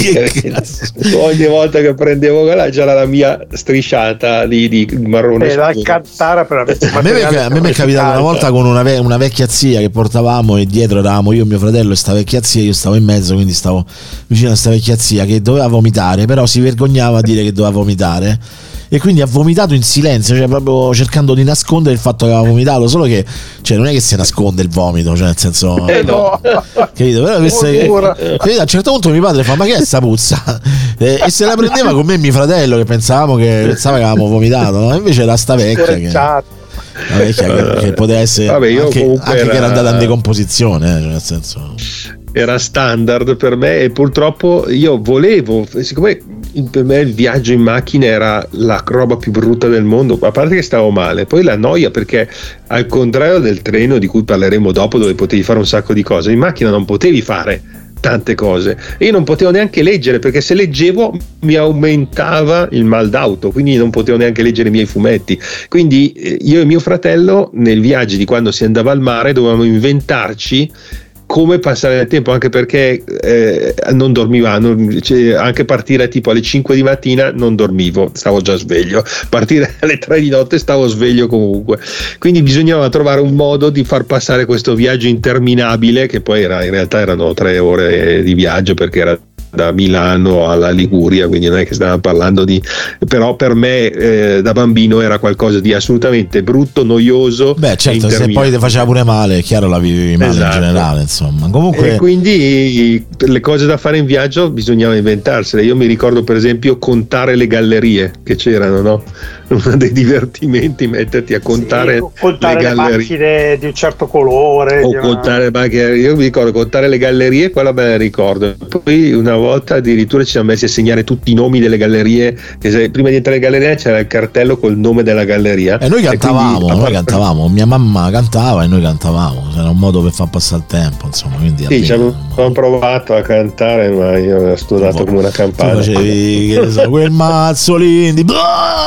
ogni volta che prendevo quella c'era la mia strisciata di, di marrone e la cantara per a me, a me mi è capitato una volta con una, ve- una vecchia zia che portavamo e dietro eravamo io e mio fratello e sta vecchia zia, io stavo in mezzo, quindi stavo vicino a sta vecchia zia che doveva vomitare, però si vergognava a dire che doveva vomitare e quindi ha vomitato in silenzio, cioè proprio cercando di nascondere il fatto che aveva vomitato, solo che cioè non è che si nasconde il vomito, cioè nel senso eh no. capito? Però che, capito? A un certo punto mio padre fa ma che è sta puzza e, e se la prendeva con me e mio fratello che pensavamo che pensava che avevamo vomitato, no? Invece era sta vecchia che, la vecchia che, che poteva essere Vabbè, io anche, anche era... che era andata in decomposizione, eh, cioè nel senso era standard per me e purtroppo io volevo, siccome per me il viaggio in macchina era la roba più brutta del mondo, a parte che stavo male, poi la noia, perché al contrario del treno di cui parleremo dopo dove potevi fare un sacco di cose, in macchina non potevi fare tante cose e io non potevo neanche leggere perché se leggevo mi aumentava il mal d'auto, quindi non potevo neanche leggere i miei fumetti, quindi io e mio fratello nel viaggio di quando si andava al mare dovevamo inventarci come passare il tempo, anche perché eh, non dormivamo, cioè, anche partire tipo alle cinque di mattina non dormivo, stavo già sveglio, partire alle tre di notte stavo sveglio comunque, quindi bisognava trovare un modo di far passare questo viaggio interminabile che poi era, in realtà erano tre ore di viaggio perché era da Milano alla Liguria, quindi non è che stavamo parlando di, però per me eh, da bambino era qualcosa di assolutamente brutto, noioso. Beh certo, se poi ti faceva pure male, è chiaro, la vivevi male, esatto, in generale, insomma. Comunque... E quindi le cose da fare in viaggio bisognava inventarsele. Io mi ricordo per esempio contare le gallerie che c'erano, no? uno dei divertimenti metterti a contare, sì, contare le le gallerie macchine di un certo colore o di una... contare le macchine. Io mi ricordo contare le gallerie, quella me la ricordo. Poi una volta addirittura ci siamo messi a segnare tutti i nomi delle gallerie, che se, prima di entrare in galleria c'era il cartello col nome della galleria e noi cantavamo, e quindi, noi cantavamo, mia mamma cantava e noi cantavamo, era un modo per far passare il tempo, insomma, quindi sì, avevo provato a cantare ma io ero studiato come una campana. Tu facevi, che ne so, quel mazzolino di...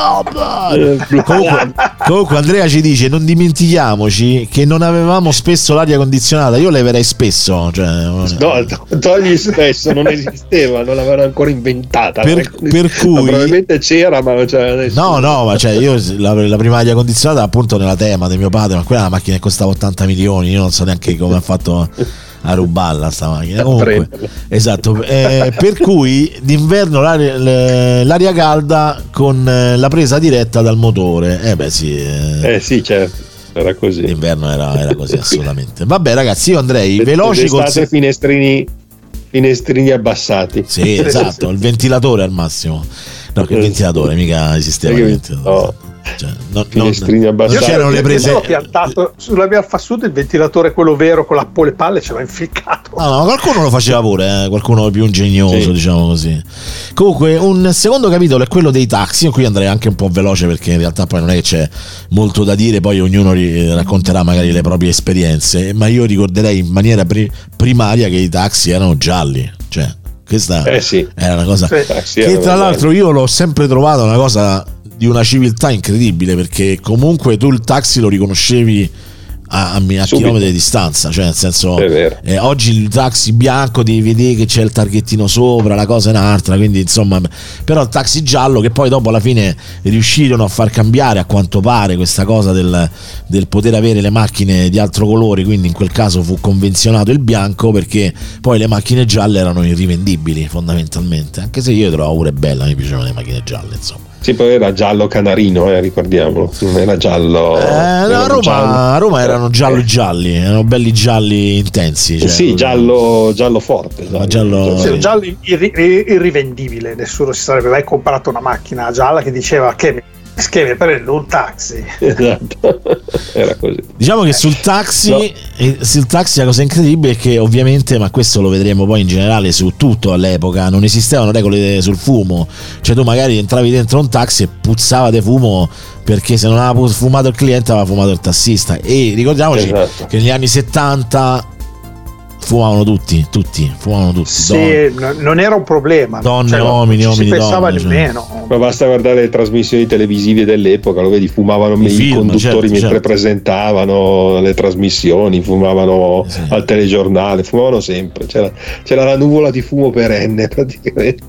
comunque, comunque Andrea ci dice non dimentichiamoci che non avevamo spesso l'aria condizionata, io leverei spesso, cioè... no, togli spesso, non esisteva, non l'avevano ancora inventata, per, per cui no, probabilmente c'era ma non c'era nessuno. no no ma cioè io la, la prima aria condizionata appunto nella tema di mio padre, ma quella è una macchina che costava ottanta milioni, io non so neanche come ha fatto a rubarla sta macchina, comunque esatto, eh, per cui d'inverno l'aria, l'aria calda con la presa diretta dal motore, eh beh sì eh, eh sì certo, era così, l'inverno era, era così assolutamente. Vabbè ragazzi, io andrei veloci con se... finestrini finestrini abbassati, sì esatto, il ventilatore al massimo, no che il ventilatore mica esisteva il ventilatore. No. Cioè, non, finestrini non, abbassati. non c'erano le prese. Io ho piantato sulla mia Alfasud il ventilatore, quello vero con la, le palle, ce l'ho inficcato. No, no, ma qualcuno lo faceva pure, eh? Qualcuno più ingegnoso, sì. Diciamo così. Comunque, un secondo capitolo è quello dei taxi. Io qui andrei anche un po' veloce perché in realtà poi non è che c'è molto da dire, poi ognuno racconterà magari le proprie esperienze. Ma io ricorderei in maniera pri- primaria che i taxi erano gialli, cioè questa eh sì. era una cosa sì. che tra l'altro io l'ho sempre trovata una cosa di una civiltà incredibile, perché comunque tu il taxi lo riconoscevi a, a, a chilometri di distanza, cioè nel senso eh, oggi il taxi bianco devi vedere che c'è il targhettino sopra, la cosa è un'altra, quindi insomma, però il taxi giallo, che poi dopo alla fine riuscirono a far cambiare a quanto pare questa cosa del, del poter avere le macchine di altro colore, quindi in quel caso fu convenzionato il bianco perché poi le macchine gialle erano irrivendibili fondamentalmente, anche se io trovo pure bella, mi piacevano le macchine gialle insomma. Sì, poi era giallo canarino, eh, ricordiamolo, non era giallo. Eh, no, a, Roma, giallo. A Roma erano giallo gialli, erano belli gialli intensi. Cioè, sì, giallo, giallo forte. Giallo, giallo, sì, giallo irri- irrivendibile, nessuno si sarebbe mai comprato una macchina gialla che diceva che che mi prendo un taxi. Esatto, era così. Diciamo che sul taxi, no. sul taxi la cosa incredibile è che ovviamente, ma questo lo vedremo poi in generale su tutto all'epoca, non esistevano regole sul fumo, cioè tu magari entravi dentro un taxi e puzzava di fumo perché se non aveva fumato il cliente aveva fumato il tassista, e ricordiamoci esatto. che negli anni settanta fumavano tutti, tutti, fumavano tutti. Sì, donne, non era un problema. Donne, cioè, uomini, non uomini, si pensava donne, nemmeno. Cioè. Ma basta guardare le trasmissioni televisive dell'epoca, lo vedi, fumavano i, i film, conduttori certo, mentre certo. presentavano le trasmissioni, fumavano sì. al telegiornale, fumavano sempre. C'era, c'era la nuvola di fumo perenne praticamente.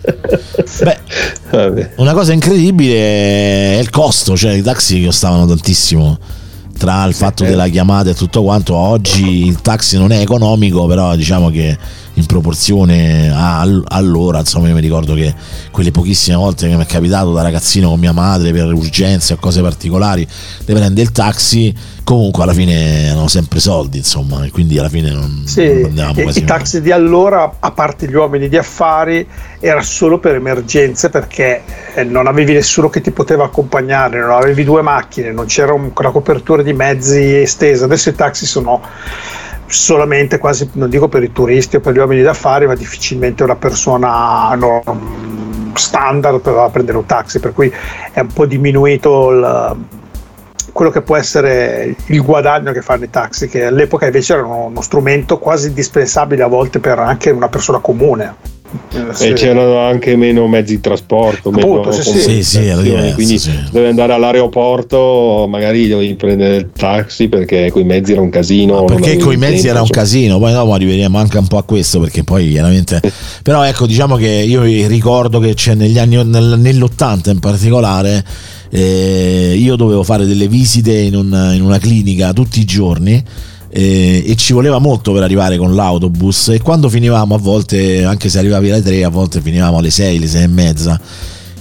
Beh, Vabbè. Una cosa incredibile è il costo, cioè i taxi costavano tantissimo. Tra il fatto eh. della chiamata e tutto quanto, oggi il taxi non è economico, però diciamo che in proporzione a allora, insomma, io mi ricordo che quelle pochissime volte che mi è capitato da ragazzino con mia madre per urgenze o cose particolari di prendere il taxi, comunque alla fine erano sempre soldi, insomma, e quindi alla fine non, sì, non prendevamo quasi i taxi di allora, a parte gli uomini di affari, era solo per emergenze, perché non avevi nessuno che ti poteva accompagnare, non avevi due macchine, non c'era una copertura di mezzi estesa. Adesso i taxi sono solamente, quasi, non dico per i turisti o per gli uomini d'affari, ma difficilmente una persona no, standard per prendere un taxi, per cui è un po' diminuito il, quello che può essere il guadagno che fanno i taxi, che all'epoca invece erano uno strumento quasi indispensabile a volte per anche una persona comune. E c'erano anche meno mezzi di trasporto, appunto, meno sì, sì, sì, diverso, quindi sì. dovevi andare all'aeroporto, magari dovevi prendere il taxi perché coi mezzi era un casino. Ma perché coi mezzi tempo, era un insomma. casino, poi dopo arriveremo anche un po' a questo, perché poi chiaramente però ecco, diciamo che io ricordo che c'è negli anni nel, nell'ottanta in particolare, eh, io dovevo fare delle visite in, un, in una clinica tutti i giorni. E, e ci voleva molto per arrivare con l'autobus, e quando finivamo, a volte anche se arrivavi alle tre, a volte finivamo alle sei, alle sei e mezza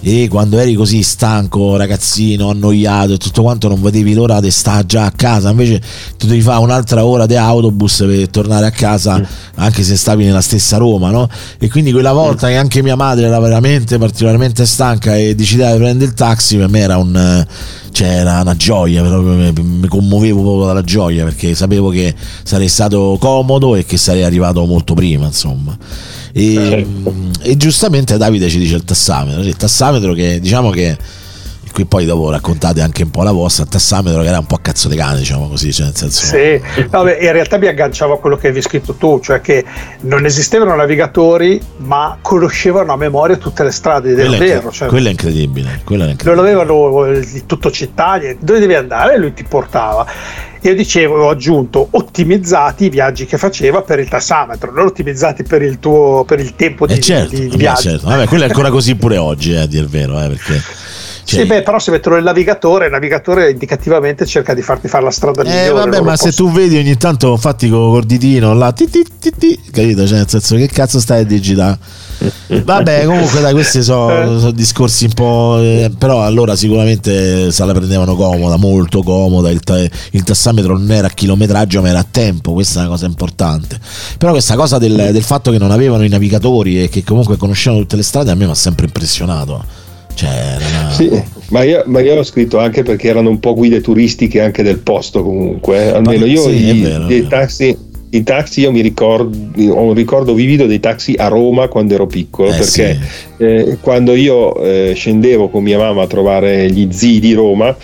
e quando eri così stanco, ragazzino, annoiato e tutto quanto, non vedevi l'ora di stare già a casa, invece tu devi fare un'altra ora di autobus per tornare a casa, mm. anche se stavi nella stessa Roma, no? E quindi quella volta mm. che anche mia madre era veramente particolarmente stanca e decideva di prendere il taxi, per me era un cioè era una gioia, proprio mi commuovevo proprio dalla gioia, perché sapevo che sarei stato comodo e che sarei arrivato molto prima, insomma. E, e giustamente Davide ci dice il tassametro, il tassametro che diciamo che qui poi dopo raccontate anche un po' la vostra, il tassametro che era un po' a cazzo di cane, diciamo così, cioè nel senso. Sì, no, beh, in realtà mi agganciavo a quello che avevi scritto tu, cioè che non esistevano navigatori ma conoscevano a memoria tutte le strade, quello davvero, è, cioè, quello è incredibile, quello è incredibile. Non avevano tutto città, dove devi andare e lui ti portava. Io dicevo, ho aggiunto ottimizzati i viaggi che faceva per il tassametro, non ottimizzati per il tuo per il tempo eh di, certo, di, di eh viaggio. Certo. Vabbè, quello è ancora così pure oggi, eh, a dir il vero, eh, perché cioè, sì, beh, però se mettono il navigatore, il navigatore indicativamente cerca di farti fare la strada eh, migliore. vabbè, ma posso... se tu vedi ogni tanto, infatti con col ditino là, ti, ti, ti, ti, capito? Cioè, nel senso, che cazzo stai a digitare? Vabbè, comunque dai, questi sono so discorsi un po', eh, però allora sicuramente se la prendevano comoda, molto comoda, il, ta- il tassametro non era a chilometraggio ma era a tempo, questa è una cosa importante. Però questa cosa del, del fatto che non avevano i navigatori e che comunque conoscevano tutte le strade a me mi ha sempre impressionato. Cioè, una... sì, ma io, ma io ho scritto anche perché erano un po' guide turistiche anche del posto, comunque, almeno io sì, i, vero, i taxi i taxi io mi ricordo, ho un ricordo vivido dei taxi a Roma quando ero piccolo, eh, perché sì. eh, quando io eh, scendevo con mia mamma a trovare gli zii di Roma,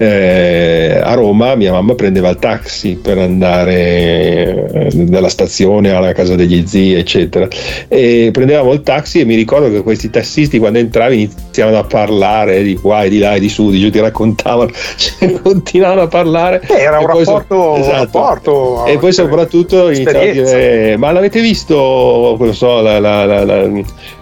eh, a Roma mia mamma prendeva il taxi per andare eh, dalla stazione alla casa degli zii, eccetera, e prendevamo il taxi e mi ricordo che questi tassisti quando entravi iniziavano a parlare di qua e di là e di su, di giù, ti raccontavano, cioè, continuavano a parlare, eh, era un rapporto, so, esatto. un rapporto e poi soprattutto iniziava a dire, ma l'avete visto, non so, la, la, la, la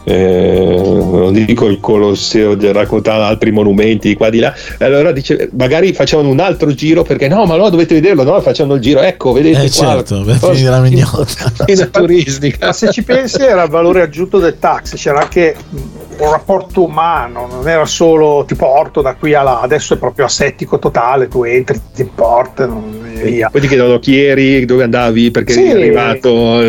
eh, non dico il Colosseo, raccontavano altri monumenti di qua di là, e allora dice, magari facevano un altro giro perché no, ma no, dovete vederlo, no, facevano il giro, ecco, vedete eh, qua, certo, per finire la mignotta turistica. Ma se ci pensi era il valore aggiunto del taxi, c'era anche un rapporto umano, non era solo ti porto da qui a là, adesso è proprio assettico totale, tu entri, ti portano e via. Poi ti chiedono chi eri, dove andavi, perché sì, eri arrivato.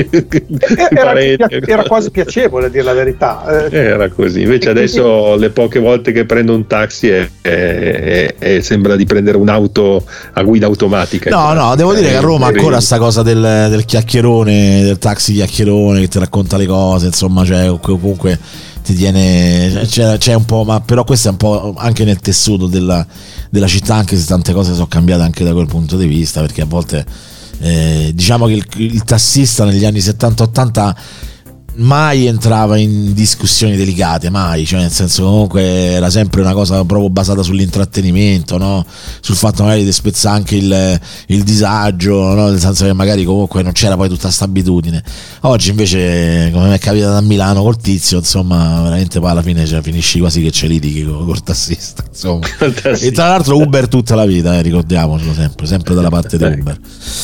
Era, era quasi piacevole, a dire la verità. Era così, invece adesso le poche volte che prendo un taxi è, è, è, sembra di prendere un'auto a guida automatica. No, no, devo dire che a Roma ancora sta cosa del, del chiacchierone, del taxi chiacchierone che ti racconta le cose, insomma, cioè comunque ti tiene, c'è, c'è un po', ma però questo è un po' anche nel tessuto della, della città, anche se tante cose sono cambiate anche da quel punto di vista, perché a volte eh, diciamo che il, il tassista negli anni settanta ottanta mai entrava in discussioni delicate, mai, cioè nel senso comunque era sempre una cosa proprio basata sull'intrattenimento, no? Sul fatto magari di spezzare anche il, il disagio, no? Nel senso che magari comunque non c'era poi tutta sta abitudine. Oggi invece, come mi è capitato a Milano col tizio, insomma veramente poi alla fine cioè, finisci quasi che c'è litighi col, col tassista, insomma. E tra l'altro Uber tutta la vita, eh, ricordiamocelo sempre, sempre dalla parte di Uber.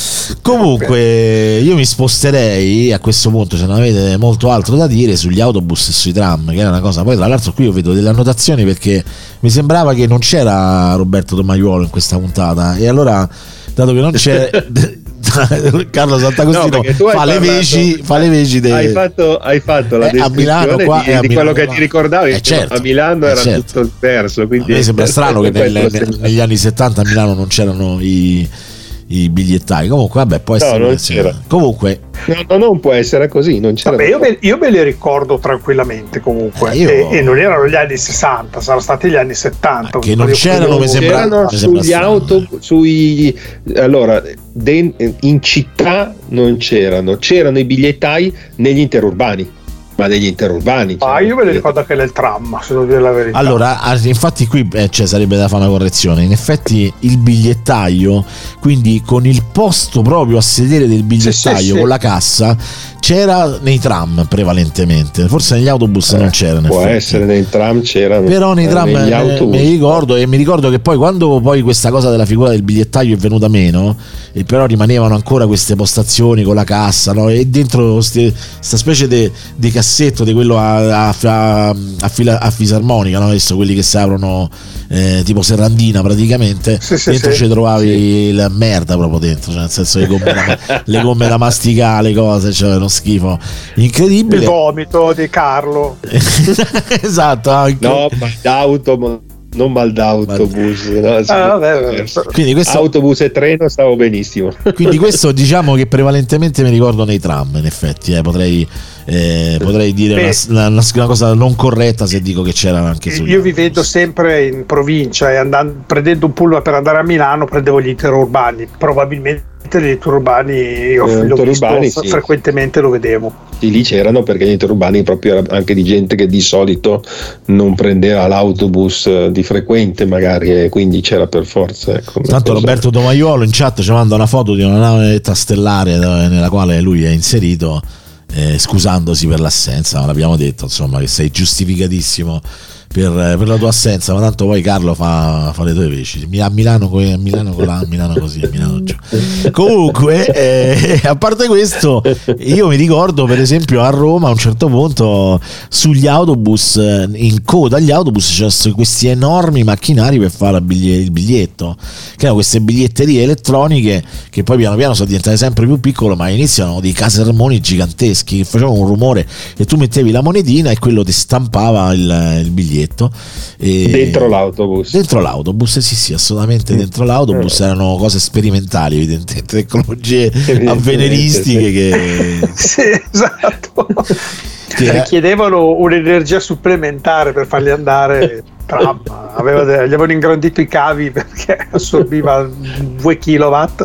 Comunque io mi sposterei a questo punto, se non avete molto altro da dire, sugli autobus e sui tram, che era una cosa. Poi tra l'altro qui io vedo delle annotazioni perché mi sembrava che non c'era Roberto Tomaiuolo in questa puntata, e allora dato che non c'è Carlo Sant'Agostino no, fa, parlato, le veci, fa le veci de... hai, fatto, hai fatto la eh, descrizione a Milano, qua, di, a di Milano, quello che ti ricordavi, eh, certo, a Milano eh, era certo. tutto diverso, quindi a me sembra strano che nel, negli anni settanta a Milano non c'erano i i bigliettai, comunque vabbè, può essere, no, non c'era. Comunque no, no, non può essere così, non c'era. Vabbè, io, me, io me li ricordo tranquillamente comunque, eh, io... e, e non erano gli anni sessanta, saranno stati gli anni settanta, che non c'erano, mi sembra, c'erano mi sugli sembra auto, sui allora de, in città non c'erano, c'erano i bigliettai negli interurbani. Ma degli interurbani, ah, io me li ricordo anche nel tram, se devo dire la verità. Allora, infatti qui eh, cioè, sarebbe da fare una correzione. In effetti il bigliettaio, quindi con il posto proprio a sedere del bigliettaio, sì, sì, sì, con la cassa, c'era nei tram prevalentemente, forse negli autobus eh, non c'era, in può effetti. essere nei tram c'era, però nei tram negli eh, mi ricordo, e mi ricordo che poi quando poi questa cosa della figura del bigliettaio è venuta meno, e però rimanevano ancora queste postazioni con la cassa, no? E dentro sta specie di cassetto di quello a, a, a, a, fila, a fisarmonica, no? Adesso quelli che si aprono eh, tipo serrandina praticamente, sì, sì, dentro sì. ci trovavi sì. la merda proprio dentro, cioè nel senso le gomme, da, le gomme da masticare, le cose, cioè uno schifo incredibile. Il vomito di Carlo. Esatto, anche. No, ma d'auto, non mal d'autobus, no? Ah, vabbè, quindi questo, autobus e treno stavo benissimo. Quindi questo diciamo che prevalentemente mi ricordo nei tram, in effetti eh, potrei, eh, potrei dire una, una, una cosa non corretta se dico che c'erano anche su. Io vi vedo sempre in provincia e andando, prendendo un pullman per andare a Milano prendevo gli interurbani, probabilmente gli interurbani io eh, l'ho interurbani, visto sì. frequentemente, lo vedevo. Sì, lì c'erano perché gli interurbani proprio era anche di gente che di solito non prendeva l'autobus di frequente magari, e quindi c'era per forza, ecco, tanto cosa. Roberto Domaiolo in chat ci manda una foto di una navetta stellare nella quale lui è inserito, eh, scusandosi per l'assenza, ma l'abbiamo detto insomma che sei giustificatissimo per, per la tua assenza, ma tanto poi Carlo fa, fa le tue veci a Milano, a Milano con la a Milano così, a Milano giù. Comunque eh, a parte questo, io mi ricordo per esempio a Roma a un certo punto sugli autobus, in coda agli autobus c'erano questi enormi macchinari per fare il biglietto, che erano queste biglietterie elettroniche che poi piano piano sono diventate sempre più piccole, ma iniziano dei casermoni giganteschi che facevano un rumore e tu mettevi la monetina e quello ti stampava il, il biglietto. E dentro l'autobus dentro l'autobus sì sì assolutamente dentro l'autobus erano cose sperimentali, evidentemente tecnologie avveniristiche che sì, esatto, che richiedevano un'energia supplementare per farli andare tram. Aveva, gli avevano ingrandito i cavi perché assorbiva due chilowatt.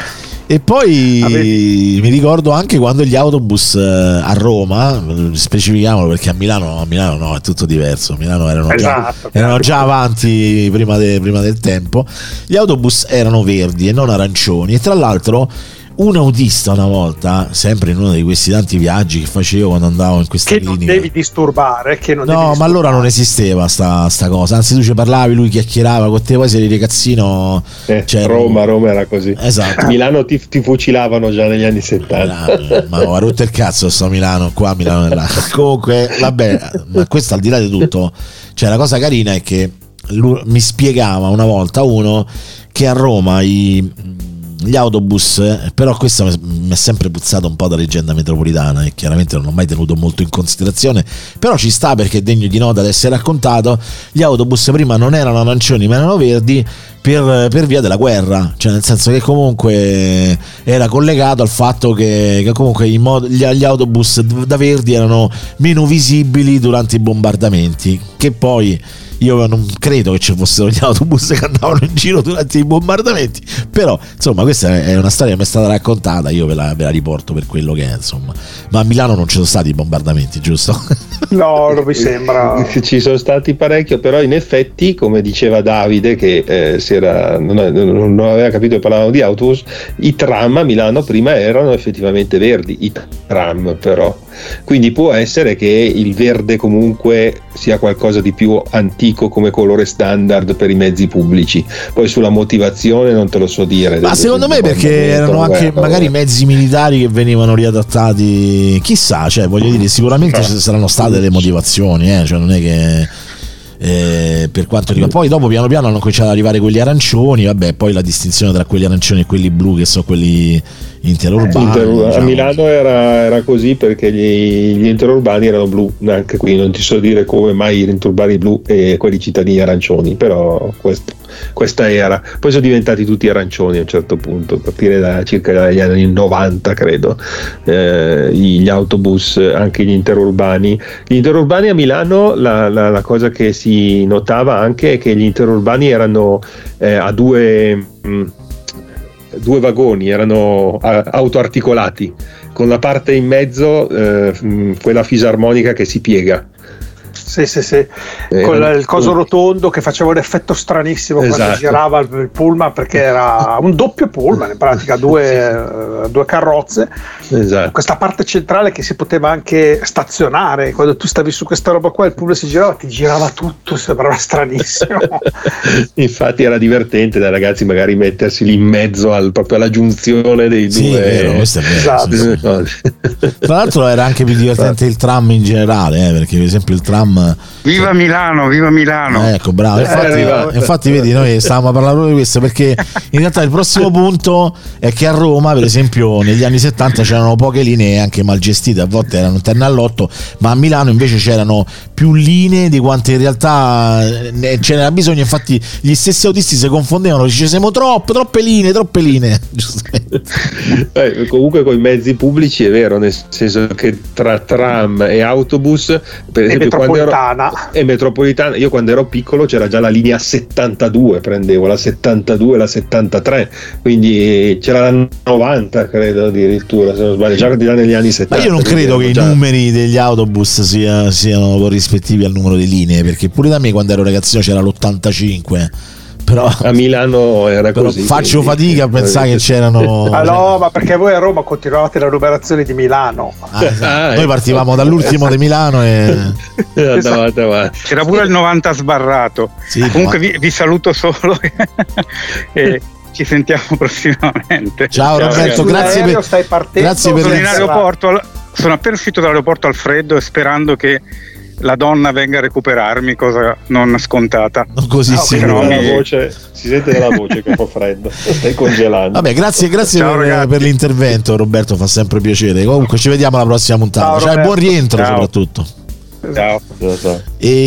E poi Ave... mi ricordo anche quando gli autobus a Roma, specifichiamolo perché a Milano, a Milano no, è tutto diverso. A Milano erano, esatto, già, erano già avanti prima, de, prima del tempo. Gli autobus erano verdi e non arancioni. E tra l'altro un autista una volta, sempre in uno di questi tanti viaggi che facevo quando andavo in questa che clinica, non devi disturbare, che non no, devi ma disturbare. allora non esisteva sta, sta cosa, anzi tu ci parlavi, lui chiacchierava con te, poi se eri ragazzino eh, cioè, Roma, Roma era così, esatto. Milano ti, ti fucilavano già negli anni settanta. Ah, ma ho rotto il cazzo sto a Milano, qua a Milano e là. Comunque vabbè, ma questo al di là di tutto, cioè la cosa carina è che lui, mi spiegava una volta uno che a Roma i gli autobus, però questo mi è sempre puzzato un po' da leggenda metropolitana e chiaramente non ho mai tenuto molto in considerazione, però ci sta perché è degno di nota ad essere raccontato. Gli autobus prima non erano arancioni ma erano verdi per, per via della guerra, cioè nel senso che comunque era collegato al fatto che, che comunque i mod, gli, gli autobus da verdi erano meno visibili durante i bombardamenti, che poi io non credo che ci fossero gli autobus che andavano in giro durante i bombardamenti, però insomma questa è una storia che mi è stata raccontata, io ve la, ve la riporto per quello che è, insomma. Ma a Milano non ci sono stati i bombardamenti, giusto? No, non mi sembra. Ci sono stati parecchio, però in effetti, come diceva Davide che eh, si era, non, non aveva capito che parlavano di autobus, i tram a Milano prima erano effettivamente verdi, i tram però, quindi può essere che il verde comunque sia qualcosa di più antico come colore standard per i mezzi pubblici, poi sulla motivazione non te lo so dire. Ma secondo me perché erano anche guerra, magari mezzi militari che venivano riadattati, chissà, cioè voglio dire sicuramente ci saranno state le motivazioni, eh? Cioè non è che eh, per quanto riguarda, poi dopo piano piano hanno cominciato ad arrivare quelli arancioni, vabbè, poi la distinzione tra quelli arancioni e quelli blu che sono quelli interurbani, Interurbani. Diciamo. A Milano era, era così perché gli, gli interurbani erano blu, anche qui non ti so dire come mai gli interurbani blu e quelli cittadini arancioni, però questo, questa era, poi sono diventati tutti arancioni a un certo punto, a partire da circa dagli anni novanta credo, eh, gli autobus, anche gli interurbani. Gli interurbani a Milano, la, la, la cosa che si notava anche è che gli interurbani erano eh, a due mh, due vagoni, erano autoarticolati con la parte in mezzo, eh, quella fisarmonica che si piega, Sì, sì, sì, eh, con il coso rotondo che faceva un effetto stranissimo, esatto, quando girava il pullman, perché era un doppio pullman in pratica, due, sì, due carrozze, esatto, questa parte centrale che si poteva anche stazionare. Quando tu stavi su questa roba qua, il pullman si girava, ti girava tutto, sembrava stranissimo. Infatti era divertente da ragazzi magari mettersi lì in mezzo al, proprio alla giunzione dei sì, due, vero, questo è vero, esatto, sì, sì. Tra l'altro era anche più divertente il tram in generale, eh, perché per esempio il tram, viva cioè, Milano, viva Milano, eh, ecco, bravo, infatti, eh, infatti vedi, noi stavamo a parlare proprio di questo, perché in realtà il prossimo punto è che a Roma, per esempio, negli anni settanta c'erano poche linee anche mal gestite, a volte erano interne all'otto, ma a Milano invece c'erano più linee di quante in realtà ce n'era bisogno. Infatti gli stessi autisti si confondevano, dice siamo troppo, troppe linee, troppe linee. eh, comunque con i mezzi pubblici è vero, nel senso che tra tram e autobus, per esempio, e metropolitana, quando ero, e metropolitana, io quando ero piccolo c'era già la linea settantadue, prendevo la settantadue e la settantatré, quindi c'era la novanta credo addirittura, se non sbaglio, già negli anni settanta. Ma io non credo che già... i numeri degli autobus sia, siano corrispettivi al numero di linee, perché pure da me quando ero ragazzino c'era l'ottantacinque, però a Milano era però così, faccio quindi, fatica a pensare che c'erano. Ah no, ma perché voi a Roma continuavate la numerazione di Milano. Ah, esatto. Noi partivamo dall'ultimo di Milano e andavate avanti. C'era pure il novanta sbarrato. Sì, comunque ma... vi, vi saluto solo e ci sentiamo prossimamente. Ciao, ciao Roberto, grazie per, stai partendo, grazie per sono in aeroporto, sono appena uscito dall'aeroporto al freddo e sperando che la donna venga a recuperarmi, cosa non scontata. Non così, no, sì, no, mi... la voce, si sente dalla voce che è un po' freddo, stai congelando. Vabbè, grazie, grazie ciao, per, per l'intervento, Roberto, fa sempre piacere. Comunque ci vediamo alla prossima puntata. Ciao, ciao, buon rientro, ciao, soprattutto. Ciao. Ciao.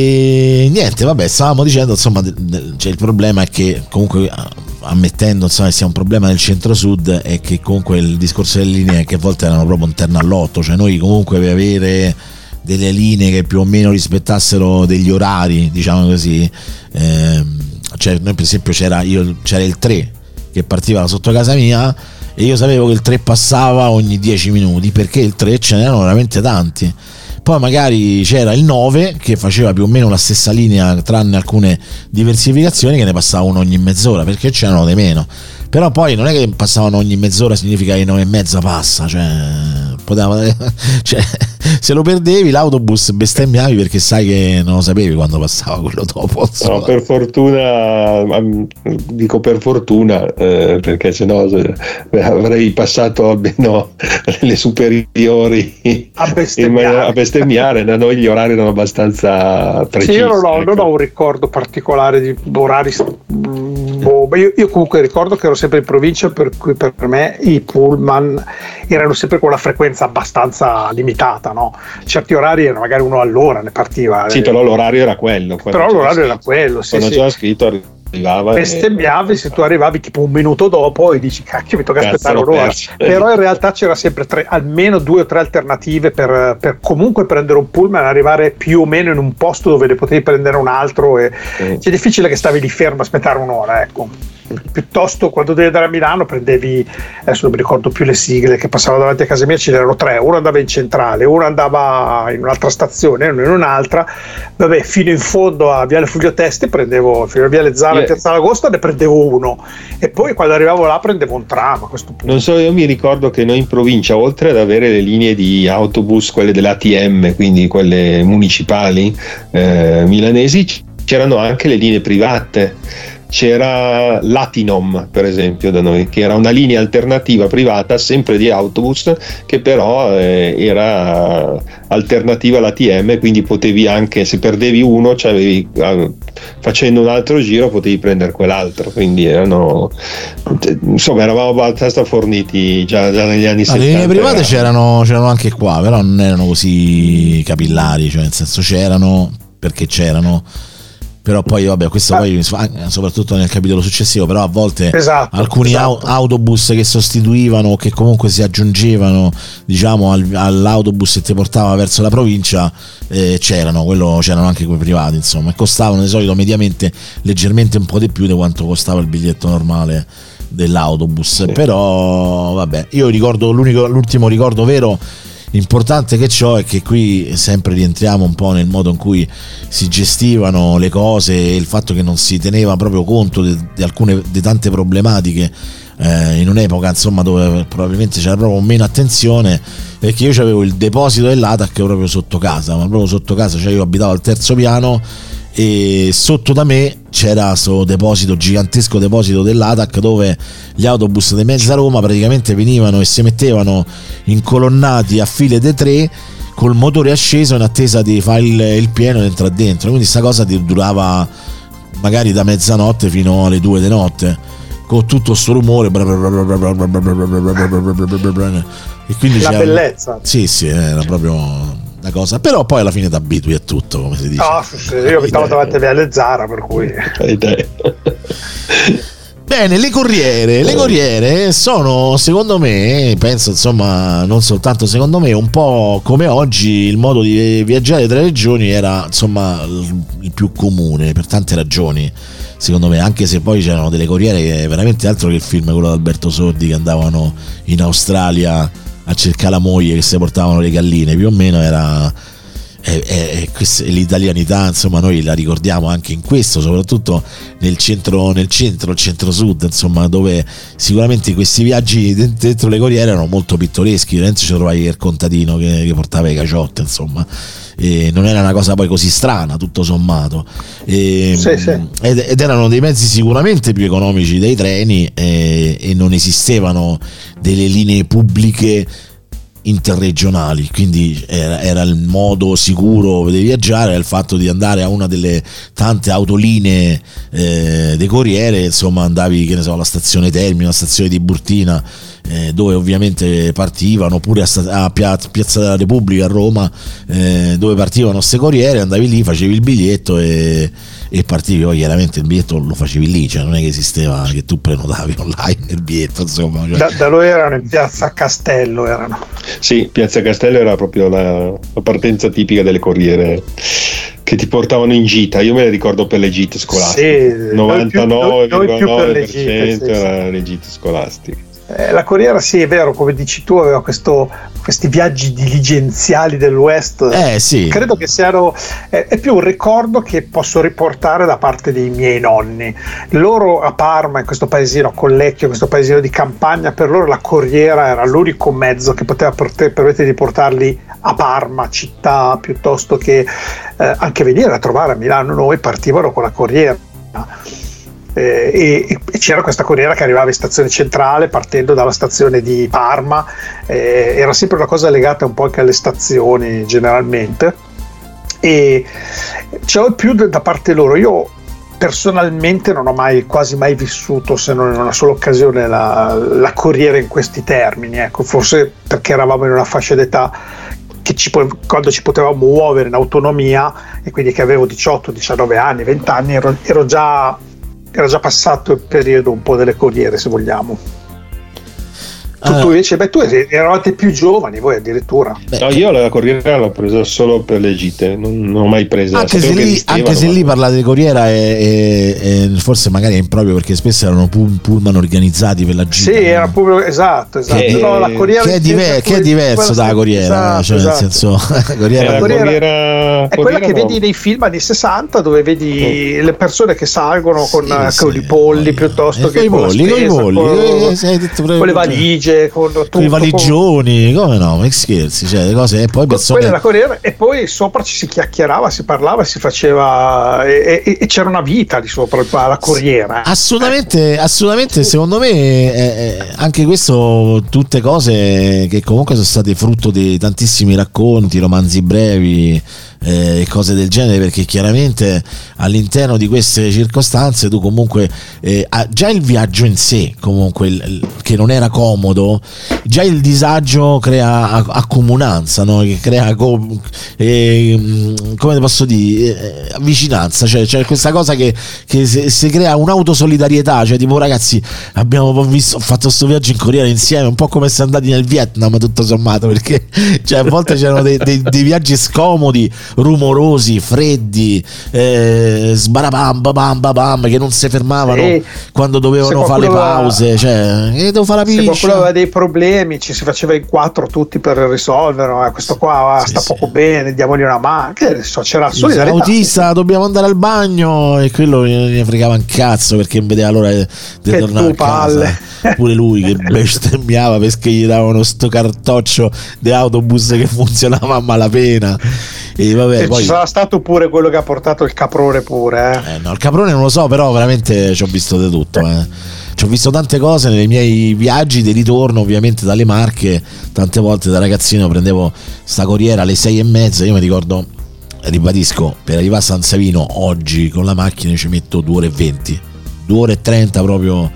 E niente, vabbè, stavamo dicendo, insomma, cioè, il problema è che comunque, ammettendo insomma che sia un problema del centro-sud, è che comunque il discorso delle linee è che a volte erano proprio interne all'otto, cioè noi comunque per avere delle linee che più o meno rispettassero degli orari, diciamo così, ehm, cioè noi per esempio c'era, io, c'era il tre che partiva sotto casa mia e io sapevo che il tre passava ogni dieci minuti, perché il tre ce n'erano veramente tanti. Poi magari c'era il nove che faceva più o meno la stessa linea, tranne alcune diversificazioni, che ne passava uno ogni mezz'ora, perché c'erano di meno. Però poi non è che passavano ogni mezz'ora significa che nove e mezza passa, cioè, poteva, cioè se lo perdevi l'autobus bestemmiavi perché sai che non lo sapevi quando passava quello dopo. No, per fortuna, dico per fortuna, eh, perché sennò avrei passato almeno le superiori a bestemmiare, a bestemmiare. Da noi gli orari erano abbastanza precisi. Sì, io non ho, ecco. non ho un ricordo particolare di orari. Boh, io, io comunque ricordo che ero sempre in provincia, per cui per me i pullman erano sempre con una frequenza abbastanza limitata, no? Certi orari erano magari uno all'ora, ne partiva. Sì, però l'orario era quello. Però l'orario era quello, sì, quando sì. c'era scritto arrivava bestemmiavi e... se tu arrivavi tipo un minuto dopo e dici cacchio mi tocca Cazzo aspettare un'ora, però in realtà c'era sempre tre, almeno due o tre alternative per, per comunque prendere un pullman e arrivare più o meno in un posto dove ne potevi prendere un altro e mm. C'è difficile che stavi lì fermo a aspettare un'ora, ecco. Piuttosto quando devi andare a Milano prendevi, adesso non mi ricordo più le sigle che passavano davanti a casa mia, ce n'erano tre, uno andava in centrale, uno andava in un'altra stazione, uno in un'altra, vabbè, fino in fondo a Viale Fulvio Testi prendevo, fino a Viale Zara, yeah. Piazza L'Agosto ne prendevo uno e poi quando arrivavo là prendevo un tram a questo punto. Non so, io mi ricordo che noi in provincia, oltre ad avere le linee di autobus, quelle dell'A T M, quindi quelle municipali eh, milanesi, c'erano anche le linee private. C'era l'Atinom per esempio da noi, che era una linea alternativa privata sempre di autobus, che però eh, era alternativa all'A T M, quindi potevi anche, se perdevi uno, cioè avevi, eh, facendo un altro giro potevi prendere quell'altro, quindi erano, insomma eravamo abbastanza forniti già, già negli anni settanta. Le linee private era... c'erano, c'erano anche qua, però non erano così capillari, cioè nel senso c'erano perché c'erano. Però poi vabbè, questo ah. poi soprattutto nel capitolo successivo, però a volte esatto, alcuni esatto. autobus che sostituivano o che comunque si aggiungevano, diciamo, al, all'autobus che ti portava verso la provincia, eh, c'erano, quello, c'erano anche quei privati, insomma, e costavano di solito mediamente leggermente un po' di più di quanto costava il biglietto normale dell'autobus. Sì. Però vabbè, io ricordo l'unico, l'ultimo ricordo vero importante che ciò è che qui sempre rientriamo un po' nel modo in cui si gestivano le cose e il fatto che non si teneva proprio conto di alcune di tante problematiche eh, in un'epoca insomma dove probabilmente c'era proprio meno attenzione, perché io avevo il deposito dell'A T A C proprio sotto casa, ma proprio sotto casa, cioè io abitavo al terzo piano e sotto da me c'era questo deposito, gigantesco deposito dell'A T A C, dove gli autobus di mezza Roma praticamente venivano e si mettevano incolonnati a file di tre col motore acceso in attesa di fare il, il pieno e entrare dentro, quindi sta cosa durava magari da mezzanotte fino alle due di notte con tutto sto rumore e quindi la bellezza. Sì, sì, era proprio una cosa, però poi alla fine t'abitui a tutto, come si dice. No, sì, sì, io abitavo davanti a Viale Zara, per cui bene, le corriere, le corriere sono, secondo me, penso insomma, non soltanto secondo me, un po' come oggi il modo di viaggiare tra regioni era insomma il più comune per tante ragioni, secondo me, anche se poi c'erano delle corriere che veramente altro che il film quello di Alberto Sordi, che andavano in Australia a cercare la moglie che si portavano le galline, più o meno era e, e, e l'italianità insomma noi la ricordiamo anche in questo, soprattutto nel centro nel centro centro-sud insomma, dove sicuramente questi viaggi dentro le corriere erano molto pittoreschi. Dentro ci trovavi il contadino che, che portava le caciotte insomma, e non era una cosa poi così strana tutto sommato, e, sì, sì. Ed, ed erano dei mezzi sicuramente più economici dei treni, e, e non esistevano delle linee pubbliche interregionali, quindi era, era il modo sicuro di viaggiare, il fatto di andare a una delle tante autolinee eh, dei corriere, insomma andavi, che ne so, alla stazione Termini, alla stazione di Burtina, eh, dove ovviamente partivano, oppure a, a Piazza della Repubblica a Roma, eh, dove partivano queste corriere, andavi lì, facevi il biglietto e, e partivi. Poi chiaramente il biglietto lo facevi lì, cioè non è che esisteva che tu prenotavi online il biglietto insomma, cioè. da, da noi erano in Piazza Castello, erano sì, Piazza Castello era proprio la, la partenza tipica delle corriere che ti portavano in gita. Io me le ricordo per le gite scolastiche, sì, novantanove virgola nove per cento sì, sì. erano le gite scolastiche. Eh, la corriera, sì, è vero, come dici tu, aveva questo, questi viaggi diligenziali del West. Eh sì. Credo che siano eh, è più un ricordo che posso riportare da parte dei miei nonni. Loro a Parma, in questo paesino, a Collecchio, questo paesino di campagna, per loro la corriera era l'unico mezzo che poteva permettere di portarli a Parma, città, piuttosto che eh, anche venire a trovare a Milano noi. Partivano con la corriera. E, e c'era questa corriera che arrivava in stazione centrale partendo dalla stazione di Parma, eh, era sempre una cosa legata un po' anche alle stazioni generalmente, e c'è più da parte loro. Io personalmente non ho mai quasi mai vissuto, se non in una sola occasione, la, la corriera in questi termini, ecco, forse perché eravamo in una fascia d'età che ci, quando ci potevamo muovere in autonomia, e quindi che avevo diciotto diciannove anni, venti anni, ero, ero già era già passato il periodo un po' delle corriere, se vogliamo. Tu, Uh, tu invece, beh, tu eravate più giovani, voi addirittura. No, io la corriera l'ho presa solo per le gite, non, non ho mai presa. Anche se, lì, anche se lì parlare di corriera è, è, è forse magari è improprio, perché spesso erano pullman organizzati per la gita. Sì, no? Era pubblico, esatto, esatto. Che, no, la corriera che, è, diver- che è diverso dalla corriera, esatto, cioè esatto. nel senso, la corriera, la corriera, corriera è quella che no. vedi nei film anni sessanta, dove vedi oh. le persone che salgono con, sì, con sì, i polli, piuttosto che con polli, la spesa, con, con, eh, con le valigie, con tutto, i valigioni, come no, che scherzi, cioè le cose, e poi persone... quella è la corriera, e poi sopra ci si chiacchierava, si parlava, si faceva, e, e, e c'era una vita di sopra la corriera. Assolutamente, ecco. assolutamente, secondo me eh, anche questo, tutte cose che comunque sono state frutto di tantissimi racconti, romanzi brevi e eh, cose del genere, perché chiaramente all'interno di queste circostanze tu comunque eh, già il viaggio in sé comunque il, il, che non era comodo, già il disagio crea accomunanza, no? Che crea co- eh, come posso dire, eh, vicinanza, cioè c'è questa cosa che, che si, si crea un'autosolidarietà, cioè tipo ragazzi abbiamo visto, ho fatto questo viaggio in Corea insieme, un po' come se andati nel Vietnam tutto sommato, perché cioè, a volte c'erano dei, dei, dei viaggi scomodi rumorosi, freddi, eh, sbarabam bam bam bam, che non si fermavano sì. quando dovevano fare le pause, aveva, cioè che devo fare la se piscia. qualcuno aveva dei problemi ci si faceva in quattro tutti per risolverlo, eh, questo qua sì, sta sì. poco bene, diamogli una mano, che so, c'era solidarietà. Autista, dobbiamo andare al bagno, e quello ne fregava un cazzo perché non vedeva l'ora di tornare a casa. Pure lui che bestemmiava perché gli davano sto cartoccio di autobus che funzionava a malapena. E vabbè, e poi... ci sarà stato pure quello che ha portato il caprone pure eh. Eh, no, il caprone non lo so, però veramente ci ho visto di tutto, eh. Ci ho visto tante cose nei miei viaggi di ritorno, ovviamente dalle Marche. Tante volte da ragazzino prendevo sta corriera alle sei e mezza. Io mi ricordo, ribadisco, per arrivare a San Savino oggi con la macchina ci metto due ore e venti, due ore e trenta proprio.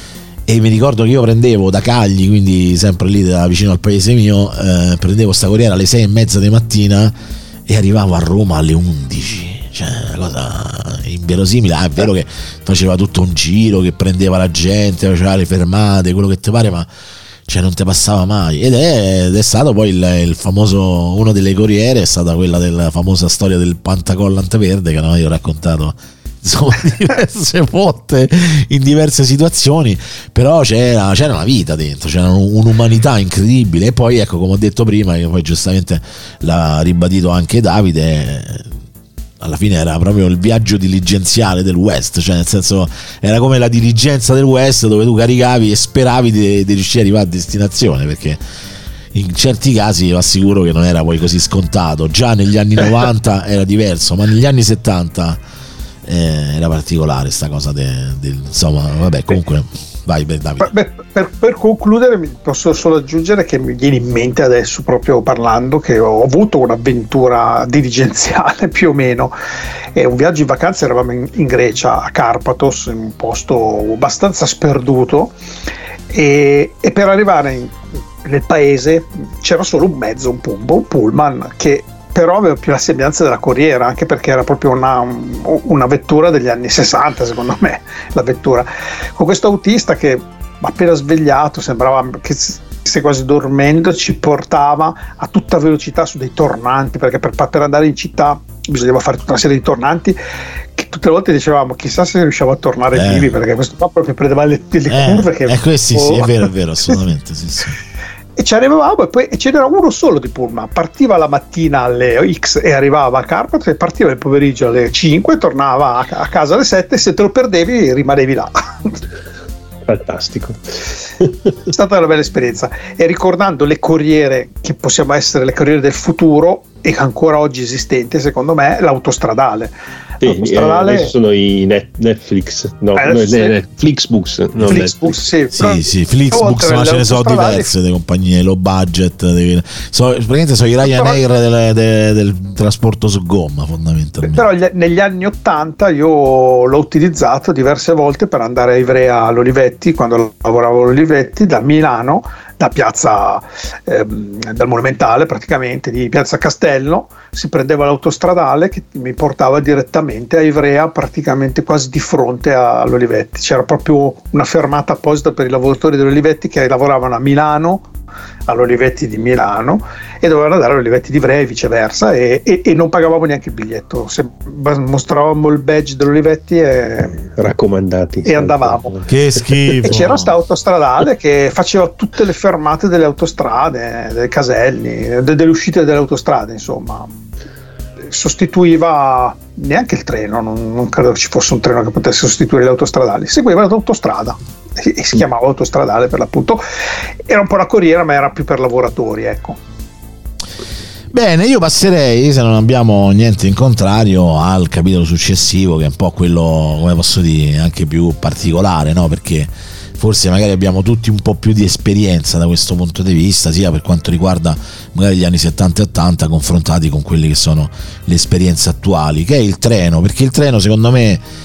E mi ricordo che io prendevo da Cagli, quindi sempre lì da vicino al paese mio, eh, prendevo sta corriera alle sei e mezza di mattina e arrivavo a Roma alle undici. Cioè, una cosa inverosimile. Ah, è vero che faceva tutto un giro, che prendeva la gente, faceva le fermate, quello che ti pare, ma cioè non ti passava mai. Ed è, ed è stato poi il, il famoso, una delle corriere è stata quella della famosa storia del Pantacollant verde, che non io ho raccontato insomma diverse volte in diverse situazioni, però c'era, c'era una vita dentro, c'era un'umanità incredibile. E poi ecco, come ho detto prima, che poi giustamente l'ha ribadito anche Davide, alla fine era proprio il viaggio diligenziale del West, cioè nel senso era come la diligenza del West, dove tu caricavi e speravi di, di riuscire ad arrivare a destinazione, perché in certi casi vi assicuro che non era poi così scontato. Già negli anni novanta era diverso, ma negli anni settanta eh, era particolare sta cosa de, de, insomma vabbè, comunque vai Davide. Beh, per, per concludere posso solo aggiungere che mi viene in mente adesso, proprio parlando, che ho avuto un'avventura dirigenziale più o meno. È un viaggio in vacanza, eravamo in, in Grecia, a Carpathos, in un posto abbastanza sperduto, e, e per arrivare in, nel paese c'era solo un mezzo, un, pumbo, un pullman, che però aveva più la sembianza della corriera, anche perché era proprio una, una vettura degli anni sessanta, secondo me, la vettura, con questo autista che appena svegliato sembrava che stesse quasi dormendo, ci portava a tutta velocità su dei tornanti, perché per, per andare in città bisognava fare tutta una serie di tornanti che tutte le volte dicevamo chissà se riusciamo a tornare eh. vivi, perché questo qua proprio prendeva le, le eh, curve che eh, sì, oh. sì, è vero, è vero, assolutamente sì, sì. E ci arrivavamo, e poi e ce n'era uno solo di pullman, partiva la mattina alle X e arrivava a Carpathos, e partiva il pomeriggio alle cinque, tornava a, a casa alle sette, e se te lo perdevi rimanevi là. Fantastico. È stata una bella esperienza. E ricordando le corriere che possiamo essere le corriere del futuro e ancora oggi esistenti, secondo me l'autostradale. Sì, eh, sono i net, Netflix, no, eh, no sì. Netflixbooks, no, Flixbooks, sì, sì, sì, Flixbooks, ma ce ne sono diverse di compagnie low budget, dei, so, praticamente sono i Ryanair del, del, del trasporto su gomma, fondamentalmente. Però gli, negli anni ottanta io l'ho utilizzato diverse volte per andare a Ivrea all'Olivetti, quando lavoravo all'Olivetti, da Milano, da piazza ehm, dal Monumentale, praticamente di piazza Castello, si prendeva l'autostradale che mi portava direttamente a Ivrea, praticamente quasi di fronte all'Olivetti. C'era proprio una fermata apposita per i lavoratori dell'Olivetti che lavoravano a Milano, all'Olivetti di Milano, e dovevano andare all'Olivetti di Ivrea e viceversa, e, e, e non pagavamo neanche il biglietto, se mostravamo il badge dell'Olivetti e raccomandati e andavamo. Che schifo. E c'era sta autostradale che faceva tutte le fermate delle autostrade, dei caselli, delle uscite delle autostrade, insomma sostituiva neanche il treno, non, non credo ci fosse un treno che potesse sostituire le autostradali, seguiva l'autostrada e si chiamava autostradale per l'appunto. Era un po' una corriera, ma era più per lavoratori, ecco. Bene, io passerei, se non abbiamo niente in contrario, al capitolo successivo, che è un po' quello, come posso dire, anche più particolare, no? Perché forse magari abbiamo tutti un po' più di esperienza da questo punto di vista, sia per quanto riguarda magari gli anni settanta e ottanta confrontati con quelle che sono le esperienze attuali, che è il treno, perché il treno secondo me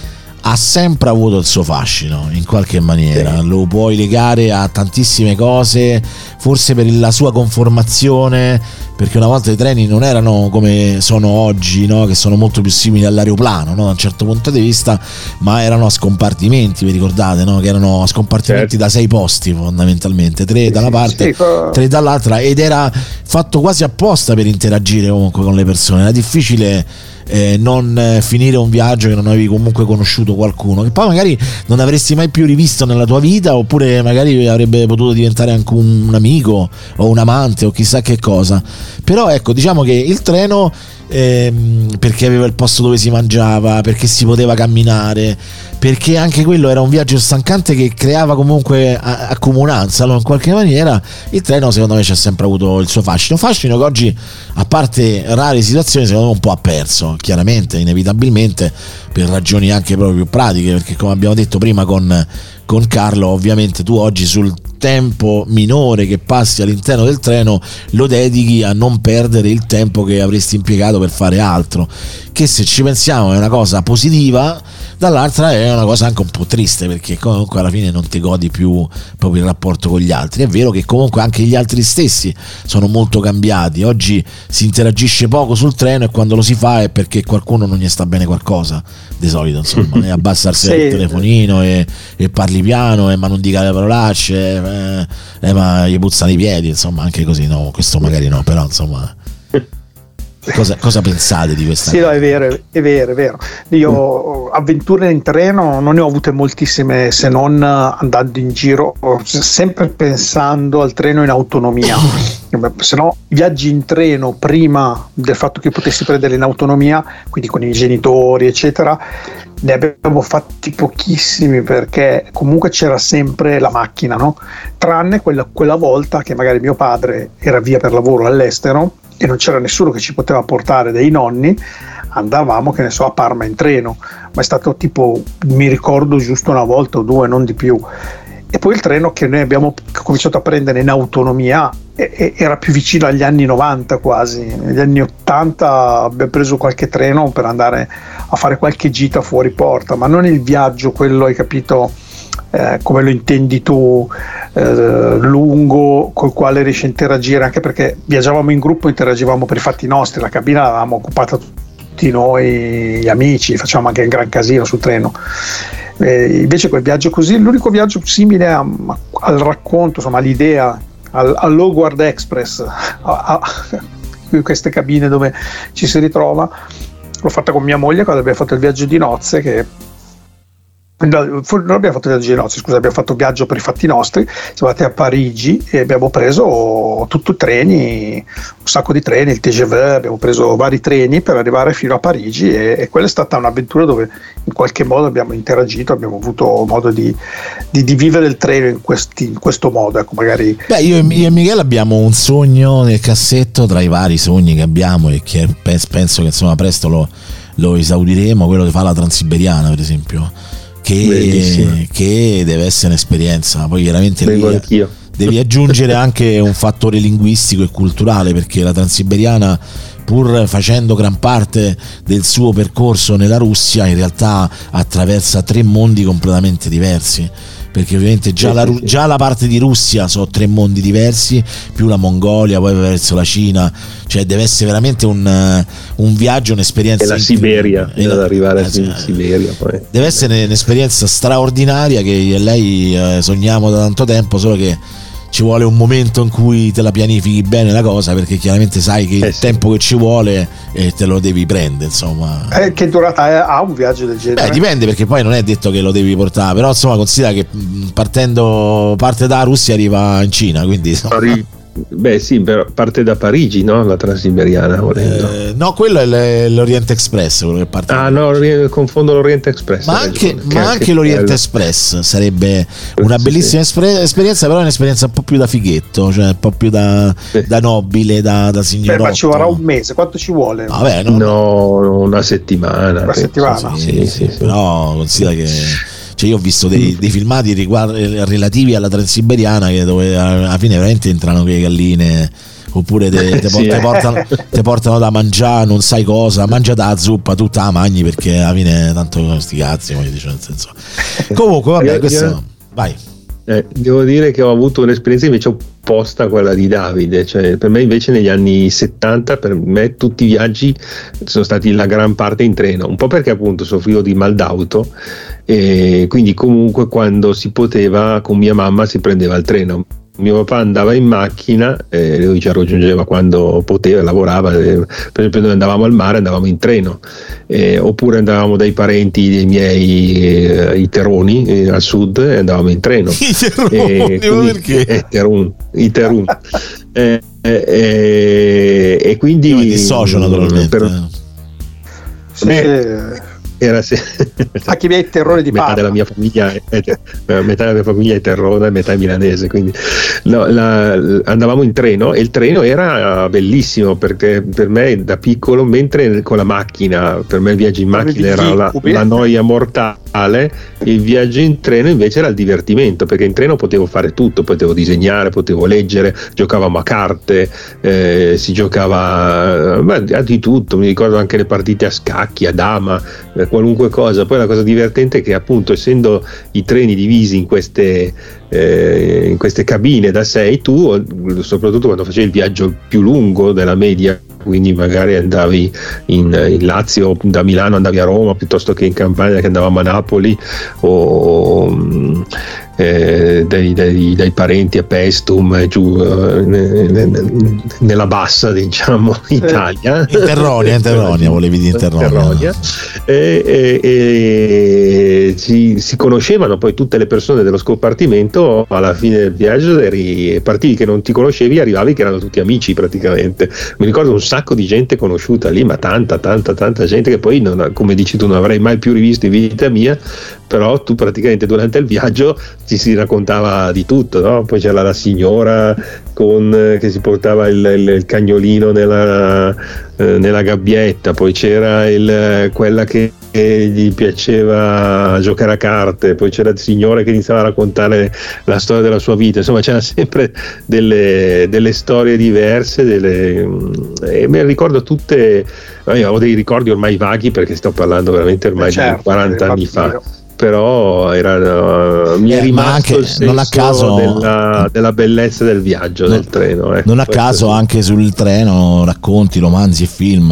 ha sempre avuto il suo fascino in qualche maniera, sì. Lo puoi legare a tantissime cose, forse per la sua conformazione, perché una volta i treni non erano come sono oggi, no? Che sono molto più simili all'aeroplano, no? Da un certo punto di vista, ma erano a scompartimenti, vi ricordate, no? Che erano a scompartimenti certo. Da sei posti fondamentalmente, tre da una parte, sì, sì. tre dall'altra, ed era fatto quasi apposta per interagire comunque con le persone. Era difficile Eh, non eh, finire un viaggio che non avevi comunque conosciuto qualcuno che poi magari non avresti mai più rivisto nella tua vita, oppure magari avrebbe potuto diventare anche un, un amico o un amante o chissà che cosa. Però ecco, diciamo che il treno ehm, perché aveva il posto dove si mangiava, perché si poteva camminare, perché anche quello era un viaggio stancante che creava comunque a- accomunanza, no? In qualche maniera il treno secondo me c'ha sempre avuto il suo fascino fascino che oggi, a parte rare situazioni, secondo me un po' ha perso, chiaramente, inevitabilmente, per ragioni anche proprio più pratiche, perché come abbiamo detto prima con, con Carlo, ovviamente tu oggi sul tempo minore che passi all'interno del treno lo dedichi a non perdere il tempo che avresti impiegato per fare altro, che se ci pensiamo è una cosa positiva, dall'altra è una cosa anche un po' triste, perché comunque alla fine non ti godi più proprio il rapporto con gli altri. È vero che comunque anche gli altri stessi sono molto cambiati, oggi si interagisce poco sul treno e quando lo si fa è perché qualcuno non gli sta bene qualcosa, di solito insomma, è abbassarsi sì. il telefonino e, e parli piano, e ma non dica le parolacce, eh, eh, ma gli puzzano i piedi, insomma, anche così, no, questo magari no, però insomma Cosa, cosa pensate di questa sì, cosa? No, è vero, è vero, è vero. Io avventure in treno non ne ho avute moltissime, se non andando in giro, sempre pensando al treno in autonomia. Se no, viaggi in treno prima del fatto che potessi prendere in autonomia, quindi con i genitori, eccetera, ne abbiamo fatti pochissimi, perché comunque c'era sempre la macchina, no? Tranne quella, quella volta che magari mio padre era via per lavoro all'estero e non c'era nessuno che ci poteva portare dei nonni, andavamo, che ne so, a Parma in treno, ma è stato tipo, mi ricordo, giusto una volta o due, non di più. E poi il treno che noi abbiamo cominciato a prendere in autonomia era più vicino agli anni novanta quasi. Negli anni ottanta abbiamo preso qualche treno per andare a fare qualche gita fuori porta, ma non il viaggio, quello, hai capito, eh, come lo intendi tu, eh, lungo, col quale riesci a interagire, anche perché viaggiavamo in gruppo, interagivamo per i fatti nostri, la cabina l'avevamo occupata tutti noi, gli amici, facevamo anche un gran casino sul treno. Eh, invece quel viaggio così, l'unico viaggio simile a, a, al racconto, insomma all'idea, al, all'Howard Express, a, a queste cabine dove ci si ritrova, l'ho fatta con mia moglie quando abbiamo fatto il viaggio di nozze, che no, non abbiamo fatto il viaggio di nozze, scusa, abbiamo fatto il viaggio per i fatti nostri, siamo andati a Parigi e abbiamo preso tutti i treni, un sacco di treni, il T G V, abbiamo preso vari treni per arrivare fino a Parigi, e, e quella è stata un'avventura dove in qualche modo abbiamo interagito, abbiamo avuto modo di, di, di vivere il treno in, questi, in questo modo, ecco, magari. Beh, io e Michele abbiamo un sogno nel cassetto tra i vari sogni che abbiamo, e che penso che insomma presto lo, lo esaudiremo, quello che fa la Transiberiana, per esempio, che, che deve essere un'esperienza. Poi chiaramente devi, devi aggiungere anche un fattore linguistico e culturale, perché la Transiberiana, pur facendo gran parte del suo percorso nella Russia, in realtà attraversa tre mondi completamente diversi, perché ovviamente già, sì, la, sì, sì. già la parte di Russia sono tre mondi diversi, più la Mongolia, poi verso la Cina, cioè deve essere veramente un, un viaggio, un'esperienza. E la Siberia, e ad arrivare eh, in Siberia poi. Deve essere un'esperienza straordinaria, che io e lei eh, sogniamo da tanto tempo, solo che ci vuole un momento in cui te la pianifichi bene la cosa, perché chiaramente sai che eh il sì. tempo che ci vuole e eh, te lo devi prendere, insomma. Eh, che durata ha un viaggio del genere? Beh, dipende, perché poi non è detto che lo devi portare, però insomma considera che partendo parte da Russia arriva in Cina, quindi insomma. Beh sì, però parte da Parigi, no? La Transiberiana, volendo. Eh, no, quello è l'Oriente Express, quello che parte. Ah no, confondo l'Oriente Express. Ma anche, ragione, ma anche l'Oriente bello. Express sarebbe una bellissima sì. esperienza, però è un'esperienza un po' più da fighetto, cioè un po' più da, sì. da nobile, da, da signorotto. Beh, ma ci vorrà un mese, quanto ci vuole? Vabbè, no, no, una settimana. Una settimana? Sì, sì, sì, sì. Però considera che... Cioè io ho visto dei, dei filmati riguardo, relativi alla Transiberiana, che dove alla fine veramente entrano le galline oppure te, te, Sì. te portano, te portano da mangiare non sai cosa, mangia da zuppa, tutta la mangi perché alla fine tanto sti cazzi, voglio dire, nel senso. Comunque vabbè, Io- questo io- vai. Eh, devo dire che ho avuto un'esperienza invece opposta a quella di Davide, cioè per me invece negli anni settanta, per me tutti i viaggi sono stati la gran parte in treno, un po' perché appunto soffrivo di mal d'auto e quindi comunque quando si poteva con mia mamma si prendeva il treno. Mio papà andava in macchina e lui ci raggiungeva quando poteva, lavorava, eh, per esempio noi andavamo al mare, andavamo in treno, eh, oppure andavamo dai parenti dei miei eh, i Teroni eh, al sud e andavamo in treno. I Teroni, E quindi- perché? eh, Terun, i Terun. Eh, eh, eh, e quindi Io mi dissocio naturalmente. per- Sì, Eh, sì. era se- A chi vi ha i terrori di metà Parma. della mia famiglia è, è- metà della mia famiglia è terrona e metà è milanese, quindi no, la- andavamo in treno e il treno era bellissimo perché per me da piccolo, mentre con la macchina, per me il viaggio in macchina era la, la noia mortale, il viaggio in treno invece era il divertimento, perché in treno potevo fare tutto, potevo disegnare, potevo leggere, giocavamo a carte, eh, si giocava beh, a di tutto, mi ricordo anche le partite a scacchi, a dama, eh, qualunque cosa. Poi la cosa divertente è che appunto essendo i treni divisi in queste eh, in queste cabine da sei, tu soprattutto quando facevi il viaggio più lungo della media, quindi magari andavi in, in Lazio, da Milano andavi a Roma piuttosto che in Campania che andavamo a Napoli, o eh, dai, dai, dai parenti a Pestum e giù eh, ne- ne- nella bassa, diciamo, Italia, Interronia, Interronia, volevi dire Interronia. Interronia. E, e- e si, si conoscevano poi tutte le persone dello scompartimento. Alla fine del viaggio eri, partivi che non ti conoscevi, arrivavi che erano tutti amici praticamente. Mi ricordo un sacco di gente conosciuta lì, ma tanta tanta tanta gente che poi non, come dici tu, non avrei mai più rivisto in vita mia, però tu praticamente durante il viaggio ci si raccontava di tutto, no? Poi c'era la signora con, eh, che si portava il, il- il cagnolino nella, eh, nella gabbietta, poi c'era il, quella che che gli piaceva giocare a carte, poi c'era il signore che iniziava a raccontare la storia della sua vita, insomma c'erano sempre delle, delle storie diverse, delle, e me le ricordo tutte. Io ho dei ricordi ormai vaghi perché sto parlando veramente ormai Certo, di quaranta anni fa, immagino. però era, mi è Eh, ma rimasto anche, il senso non a caso- della, della bellezza del viaggio, del treno, ecco. Non a Questo caso sì. anche sul treno racconti, romanzi e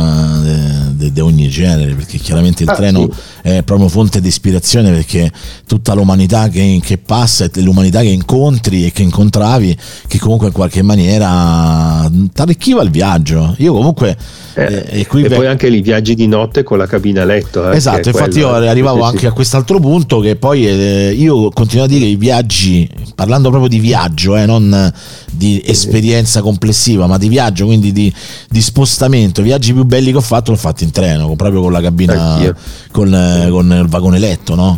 film di ogni genere, perché chiaramente il Ah, treno sì. è proprio fonte di ispirazione, perché tutta l'umanità che, che passa e l'umanità che incontri e che incontravi, che comunque in qualche maniera ti arricchiva il viaggio. Io comunque Eh, e qui e ve- poi anche i viaggi di notte con la cabina letto, eh, esatto, che è infatti quello- io arrivavo sì, anche sì. a quest'altro punto, che poi eh, io continuo a dire i viaggi, parlando proprio di viaggio, eh, non di esperienza complessiva, ma di viaggio, quindi di, di spostamento. I viaggi più belli che ho fatto l'ho fatto in treno, con- proprio con la cabina, Anch'io. con, eh, con il vagone letto, no?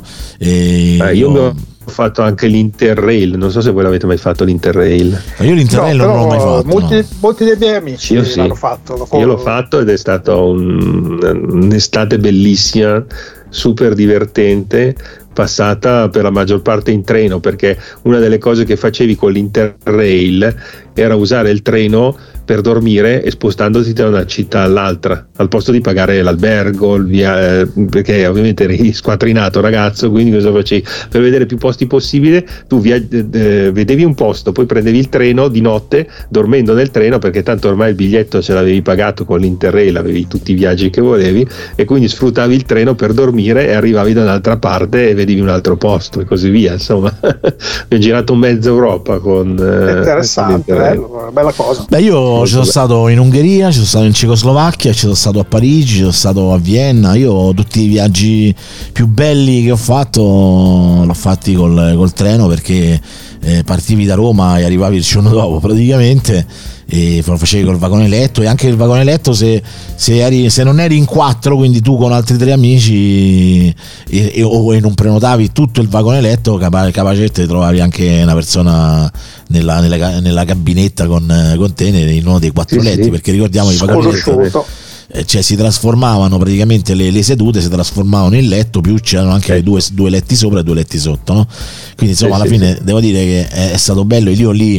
E Eh, io mi ho fatto anche l'Interrail, non so se voi l'avete mai fatto l'Interrail. Ma io l'Interrail No, non l'ho però mai fatto. molti, no. molti dei miei amici Io sì. l'hanno fatto. lo- Io l'ho fatto ed è stata un- un'estate bellissima, super divertente, passata per la maggior parte in treno, perché una delle cose che facevi con l'Interrail era usare il treno per dormire e spostandoti da una città all'altra, al posto di pagare l'albergo, il via, eh, perché ovviamente eri squattrinato ragazzo, quindi cosa facevi? Per vedere più posti possibile tu via, eh, vedevi un posto, poi prendevi il treno di notte dormendo nel treno, perché tanto ormai il biglietto ce l'avevi pagato con l'Interrail, avevi tutti i viaggi che volevi e quindi sfruttavi il treno per dormire e arrivavi da un'altra parte e vedevi un altro posto e così via. Insomma, ho girato mezza Europa con eh, Interessante, con l'Interrail. bello, una bella cosa. Beh, io ci sono stato in Ungheria, ci sono stato in Cecoslovacchia, ci sono stato a Parigi, ci sono stato a Vienna. Io tutti i viaggi più belli che ho fatto l'ho fatti col, col treno, perché eh, partivi da Roma e arrivavi il giorno dopo praticamente, e lo facevi col vagone letto. E anche il vagone letto, se, se, eri, se non eri in quattro, quindi tu con altri tre amici e, e, o e non prenotavi tutto il vagone letto, capa, capacette trovavi anche una persona nella, nella, nella cabinetta con, con te in uno dei quattro Sì, letti, sì. perché ricordiamo i vagoni letto, Sconosciuto. eh, cioè si trasformavano praticamente le, le sedute si trasformavano in letto, più c'erano anche due, due letti sopra e due letti sotto, no? Quindi insomma Sì, alla sì, fine devo dire che è, è stato bello. Io lì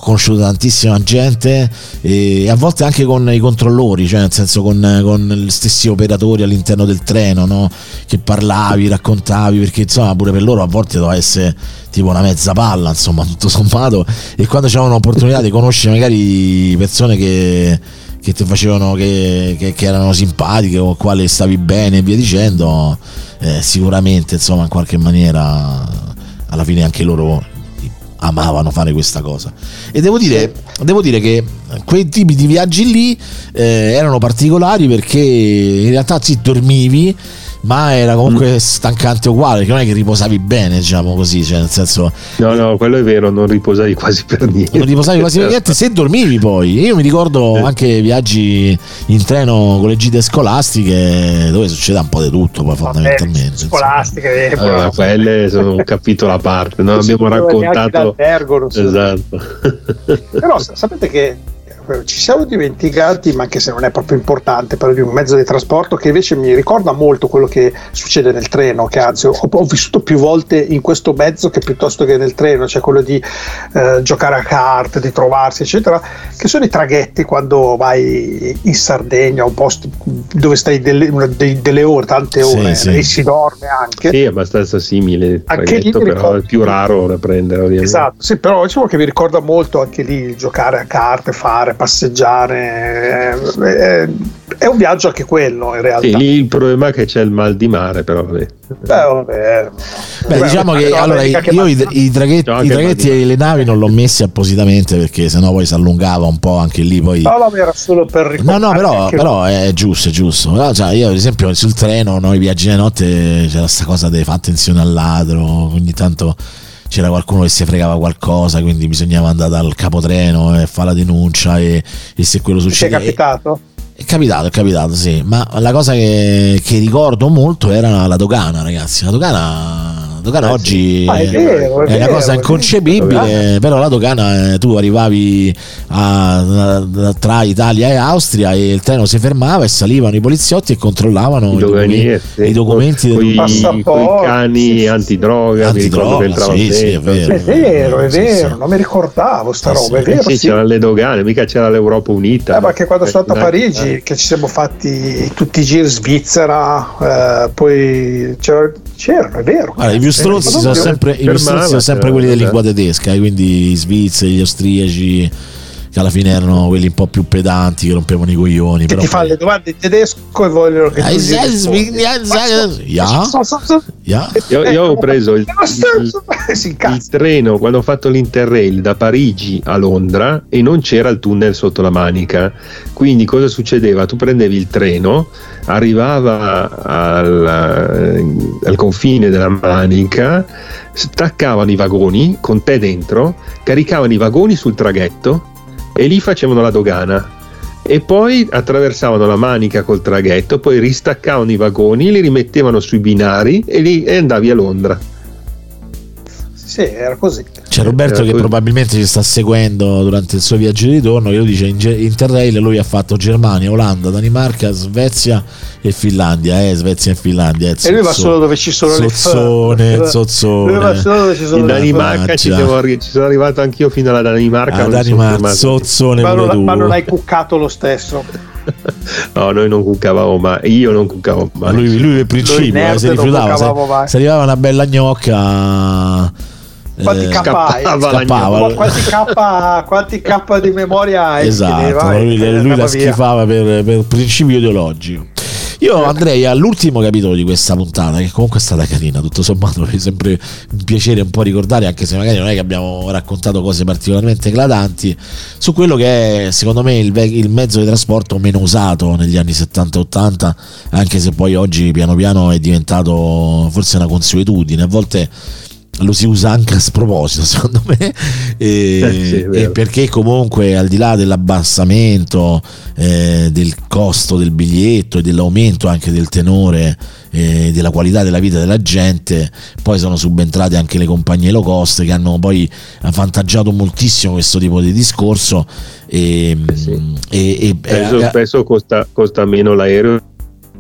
conosciuto tantissima gente e a volte anche con i controllori, cioè nel senso con, con gli stessi operatori all'interno del treno, no? Che parlavi, raccontavi, perché insomma pure per loro a volte doveva essere tipo una mezza palla, insomma, tutto sommato, e quando c'avevano l'opportunità di conoscere magari persone che che ti facevano che, che, che erano simpatiche o quale stavi bene e via dicendo, eh, sicuramente insomma in qualche maniera alla fine anche loro amavano fare questa cosa. E devo dire, devo dire che quei tipi di viaggi lì eh, erano particolari, perché in realtà sì, dormivi, ma era comunque mm. stancante uguale, perché non è che riposavi bene, diciamo così, cioè nel senso, no no quello è vero, non riposavi quasi per niente, non riposavi quasi per niente se dormivi. Poi io mi ricordo eh. anche viaggi in treno con le gite scolastiche dove succede un po' di tutto poi fondamentalmente, scolastiche eh, allora, quelle sono un capitolo a parte, non abbiamo raccontato esatto. Però sapete che ci siamo dimenticati, ma anche se non è proprio importante, però di un mezzo di trasporto che invece mi ricorda molto quello che succede nel treno, che anzi ho, ho vissuto più volte in questo mezzo che piuttosto che nel treno, cioè quello di eh, giocare a carte, di trovarsi eccetera, che sono i traghetti quando vai in Sardegna, un posto dove stai delle, delle ore, tante ore, sì, sì. E si dorme anche. Sì, è abbastanza simile, anche lì però ricordo... è più raro da prendere ovviamente. Esatto, sì, però diciamo che mi ricorda molto anche lì giocare a carte, fare passeggiare, è, è un viaggio anche quello in realtà. Sì, lì il problema è che c'è il mal di mare, però vabbè. Beh, vabbè. Beh, Beh diciamo che allora io i, i traghetti, no, i traghetti e le navi non l'ho messi appositamente, perché sennò poi si allungava un po' anche lì poi. No, no, era solo per ricordare. No, no, però, però è giusto, è giusto. Però, cioè, io ad esempio sul treno, noi viaggi di notte, c'era sta cosa di fa attenzione al ladro, ogni tanto c'era qualcuno che si fregava qualcosa, quindi bisognava andare dal capotreno e fare la denuncia, e, e se quello succede. Ti è capitato? È capitato, è capitato, sì. Ma la cosa che, che ricordo molto era la dogana, ragazzi. La dogana. La dogana eh, oggi ah, è, vero, è, è una vero, cosa inconcepibile, però la dogana, tu arrivavi a, a, tra Italia e Austria e il treno si fermava e salivano i poliziotti e controllavano i documenti, i documenti con i cani sì, antidroga, antidroga mi ricordo che sì, sì, è vero, è vero, è vero, sì, non mi ricordavo sta roba, è vero, sì, sì. C'erano le dogane, mica c'era l'Europa Unita. Eh, ma che quando sono andato a Parigi, che ci siamo fatti tutti i giri Svizzera, eh, poi c'era, c'erano, è vero. Allora, i più strozzi sono sempre, i più strozzi sono sempre quelli di lingua tedesca, quindi i svizzeri, gli austriaci, che alla fine erano quelli un po' più pedanti, che rompevano i coglioni. Che però ti fanno le domande in tedesco e vogliono che tu gli yeah. Yeah. Io, io ho preso il, il, il treno quando ho fatto l'Interrail da Parigi a Londra e non c'era il tunnel sotto la Manica, quindi cosa succedeva? Tu prendevi il treno, arrivava al, al confine della Manica, staccavano i vagoni con te dentro, caricavano i vagoni sul traghetto e lì facevano la dogana e poi attraversavano la Manica col traghetto, poi ristaccavano i vagoni, li rimettevano sui binari e, li, e andavi a Londra. Sì, era così. C'è Roberto era che così. Probabilmente ci sta seguendo durante il suo viaggio di ritorno, che lo dice in Interrail lui ha fatto Germania, Olanda, Danimarca, Svezia e Finlandia, eh, Svezia e Finlandia. Eh, e lui va solo dove ci sono zozzone, le zozzone. Lui va solo dove ci sono in Danimarca ci, devo arri- ci sono arrivato anch'io fino alla Danimarca. A Danimarca, zozzone, ma, non, ma non hai cuccato lo stesso. No, noi non cuccavamo mai, io non cuccavo mai. Lui, lui per principio eh, si rifiutava, se, se arrivava una bella gnocca. Quanti K hai? Scappava. Quanti K, quanti K di memoria hai? Esatto, lui, lui la schifava per, per principio ideologico. Io andrei all'ultimo capitolo di questa puntata, che comunque è stata carina, tutto sommato è sempre un piacere un po' ricordare, anche se magari non è che abbiamo raccontato cose particolarmente eclatanti, su quello che è secondo me il, ve- il mezzo di trasporto meno usato negli anni settanta ottanta, anche se poi oggi piano piano è diventato forse una consuetudine, a volte lo si usa anche a sproposito secondo me, e, eh sì, e perché comunque al di là dell'abbassamento eh, del costo del biglietto e dell'aumento anche del tenore e eh, della qualità della vita della gente, poi sono subentrate anche le compagnie low cost che hanno poi avvantaggiato moltissimo questo tipo di discorso e, sì. e, e spesso, eh, spesso costa, costa meno l'aereo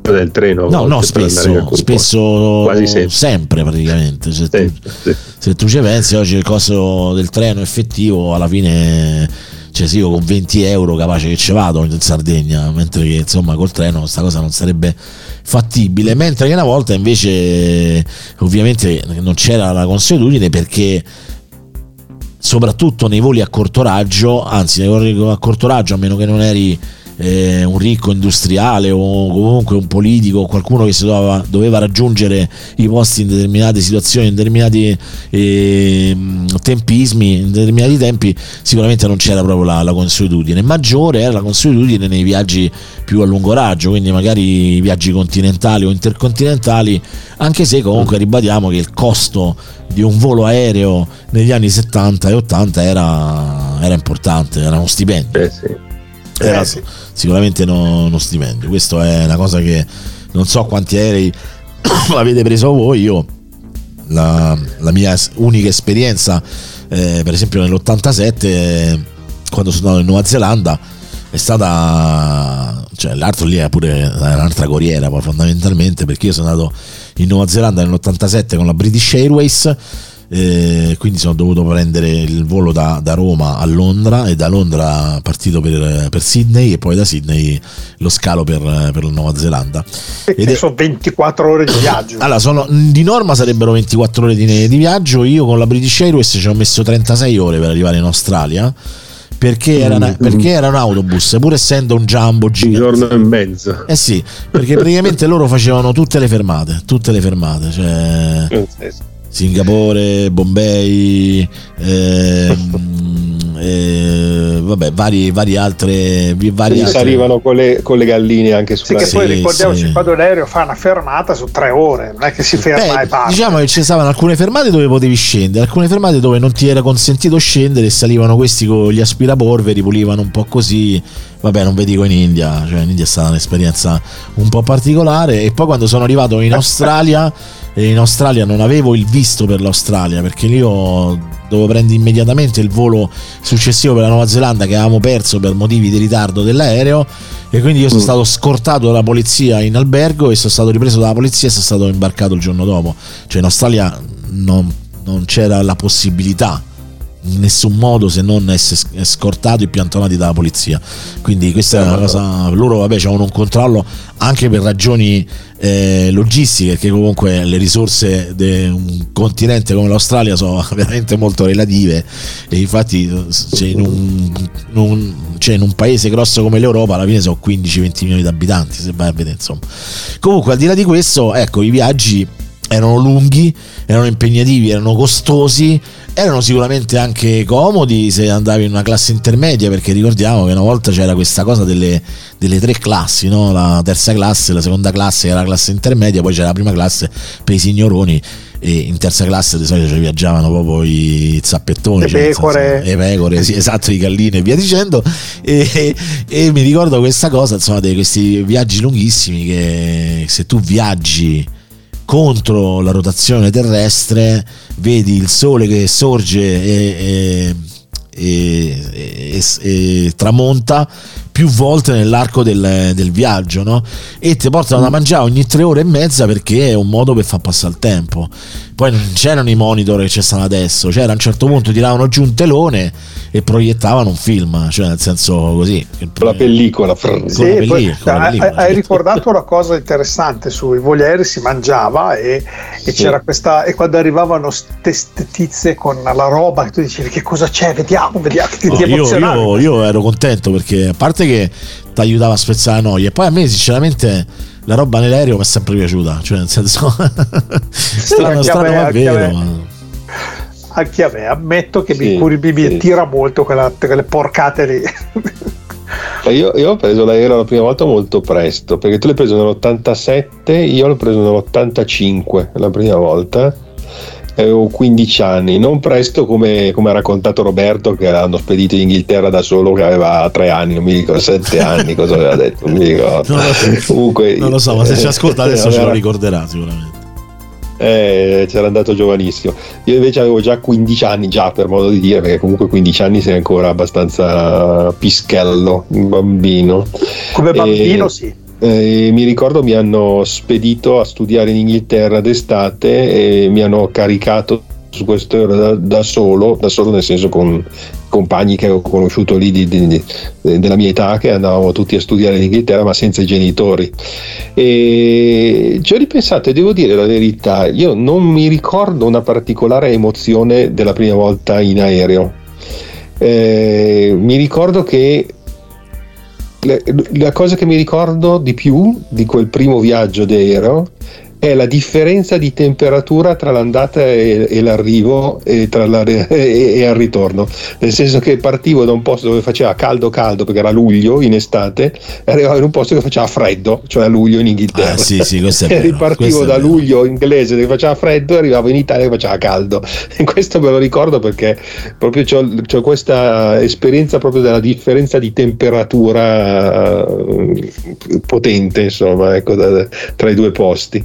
del treno. No, no, spesso, spesso quasi sempre. sempre praticamente. Se, sì, tu, sì. se tu ci pensi, oggi il costo del treno effettivo alla fine, cioè sì, io con venti euro capace che ci vado in Sardegna, mentre che insomma col treno questa cosa non sarebbe fattibile, mentre che una volta invece ovviamente non c'era la consuetudine, perché soprattutto nei voli a corto raggio, anzi nei voli a corto raggio, a meno che non eri eh, un ricco industriale o comunque un politico o qualcuno che si doveva, doveva raggiungere i posti in determinate situazioni, in determinati eh, tempismi, in determinati tempi, sicuramente non c'era proprio la, la consuetudine. Maggiore era la consuetudine nei viaggi più a lungo raggio, quindi magari viaggi continentali o intercontinentali, anche se comunque ribadiamo che il costo di un volo aereo negli anni settanta e ottanta era, era importante, era uno stipendio. Eh sì. Era eh sì. sicuramente no, uno stipendio. Questo è una cosa che non so quanti aerei avete preso voi. Io la, la mia unica esperienza eh, per esempio nell'ottantasette eh, quando sono andato in Nuova Zelanda è stata, cioè l'altro lì è pure un'altra corriera poi fondamentalmente, perché io sono andato in Nuova Zelanda nell'ottantasette con la British Airways, eh, quindi sono dovuto prendere il volo da, da Roma a Londra, e da Londra partito per, per Sydney, e poi da Sydney lo scalo per, per la Nuova Zelanda. Ed è... sono ventiquattro ore di viaggio. Allora, sono, di norma sarebbero ventiquattro ore di, di viaggio. Io con la British Airways ci ho messo trentasei ore per arrivare in Australia, perché era, una, perché era un autobus, pur essendo un jumbo gigante. Un giorno e mezzo. Eh sì, perché praticamente loro facevano tutte le fermate, tutte le fermate, cioè Singapore, Bombay, ehm, eh, vabbè, vari, vari altre. Vari si altre... arrivano con le, con le galline anche su. Sì, che poi ricordiamoci, sì. Quando l'aereo fa una fermata su tre ore, non è che si ferma Beh, e parte. Diciamo che ci stavano alcune fermate dove potevi scendere, alcune fermate dove non ti era consentito scendere, e salivano questi con gli aspirapolveri, pulivano un po' così. Vabbè, non vi dico in India, cioè in India è stata un'esperienza un po' particolare. E poi quando sono arrivato in Australia, e in Australia non avevo il visto per l'Australia, perché lì io dovevo prendere immediatamente il volo successivo per la Nuova Zelanda, che avevamo perso per motivi di ritardo dell'aereo, e quindi io sono mm. stato scortato dalla polizia in albergo e sono stato ripreso dalla polizia e sono stato imbarcato il giorno dopo. Cioè in Australia non, non c'era la possibilità in nessun modo se non essere scortato e piantonati dalla polizia. Quindi questa è una cosa, loro vabbè c'hanno un controllo anche per ragioni eh, logistiche, perché comunque le risorse di un continente come l'Australia sono veramente molto relative, e infatti cioè, in, un, in, un, cioè, in un paese grosso come l'Europa alla fine sono quindici venti milioni di abitanti, se vai a vedere, insomma. Comunque al di là di questo, ecco, i viaggi erano lunghi, erano impegnativi, erano costosi, erano sicuramente anche comodi se andavi in una classe intermedia, perché ricordiamo che una volta c'era questa cosa delle, delle tre classi, no? La terza classe, la seconda classe era la classe intermedia, poi c'era la prima classe per i signoroni, e in terza classe di solito ci viaggiavano proprio i zappettoni, le cioè, pecore, senso, le pecore, sì, esatto, i gallini e via dicendo, e, e, e mi ricordo questa cosa, insomma, di questi viaggi lunghissimi, che se tu viaggi contro la rotazione terrestre vedi il sole che sorge e, e, e, e, e tramonta più volte nell'arco del, del viaggio, no? E ti portano da mangiare ogni tre ore e mezza, perché è un modo per far passare il tempo. Poi non c'erano i monitor che ci stanno adesso, c'era a un certo punto tiravano giù un telone e proiettavano un film, cioè nel senso così, con la pellicola, sì, con la pellicola, poi, con la pellicola, hai ricordato una cosa interessante: sui voli aerei si mangiava e, e sì. c'era questa, e quando arrivavano queste tizie con la roba, tu dicevi che cosa c'è, vediamo, vediamo, ti, no, ti io, emozionavi. io, io ero contento, perché a parte che ti aiutava a spezzare la noia, e poi a me sinceramente la roba nell'aereo mi è sempre piaciuta, cioè nel senso strano, strano ma è vero, ma... anche a me, ammetto che sì, mi, mi, mi sì. tira molto quella, quelle porcate lì. Io, io ho preso l'aereo la prima volta molto presto, perché tu l'hai preso nell'ottantasette, io l'ho preso nell'ottantacinque la prima volta, avevo quindici anni, non presto come, come ha raccontato Roberto, che l'hanno spedito in Inghilterra da solo, che aveva tre anni, non mi ricordo, sette anni, cosa aveva detto, non mi ricordo. Non lo so, Comunque, non lo so, ma se ci ascolta adesso eh, ce lo ricorderà sicuramente. Eh, c'era andato giovanissimo. Io invece avevo già quindici anni, già per modo di dire, perché comunque quindici anni sei ancora abbastanza pischello, un bambino. Come bambino e... sì. eh, mi ricordo mi hanno spedito a studiare in Inghilterra d'estate e mi hanno caricato su questo aereo da, da solo, da solo nel senso con compagni che ho conosciuto lì di, di, di, della mia età, che andavamo tutti a studiare in Inghilterra ma senza i genitori. E ci ho ripensato e devo dire la verità, io non mi ricordo una particolare emozione della prima volta in aereo. Eh, mi ricordo che la, la cosa che mi ricordo di più di quel primo viaggio d'aereo è la differenza di temperatura tra l'andata e, e l'arrivo e, tra la, e, e al ritorno, nel senso che partivo da un posto dove faceva caldo caldo perché era luglio in estate e arrivavo in un posto che faceva freddo, cioè a luglio in Inghilterra. Ah, sì, sì, questo è e vero, ripartivo da luglio inglese che faceva freddo e arrivavo in Italia che faceva caldo, e questo me lo ricordo perché proprio c'ho, c'ho questa esperienza proprio della differenza di temperatura potente, insomma, ecco, da, tra i due posti.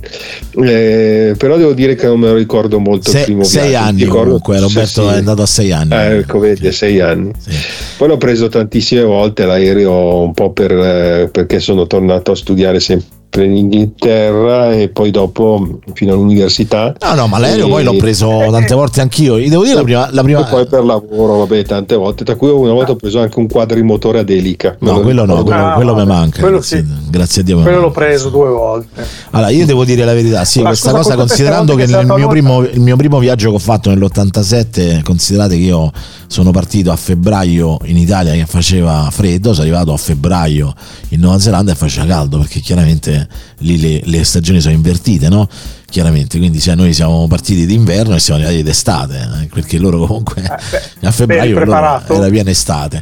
Eh, però devo dire che non me lo ricordo molto. Se, il primo sei viaggio. anni ricordo, comunque Roberto sì, sì. è andato a sei anni, eh, ecco, vedi, sei anni sì. Poi l'ho preso tantissime volte l'aereo, un po' per, eh, perché sono tornato a studiare sempre in Inghilterra e poi dopo fino all'università. No, no, ma l'aereo e... poi l'ho preso tante volte anch'io. Devo dire la prima, la prima... E poi per lavoro, vabbè, tante volte. Tra cui una volta ho preso anche un quadrimotore ad elica. No, quello no, quello, ah, quello mi manca. Quello grazie, sì. grazie a Dio. Quello l'ho preso due volte. Allora, io devo dire la verità, sì, Ma questa scusa, cosa, considerando che nel mio, primo, il mio primo viaggio che ho fatto nell'ottantasette, considerate che io sono partito a febbraio in Italia che faceva freddo, sono arrivato a febbraio in Nuova Zelanda e faceva caldo, perché chiaramente lì le, le stagioni sono invertite, no? Chiaramente, quindi cioè, noi siamo partiti d'inverno e siamo arrivati d'estate, eh, perché loro comunque eh, beh, a febbraio loro era piena estate.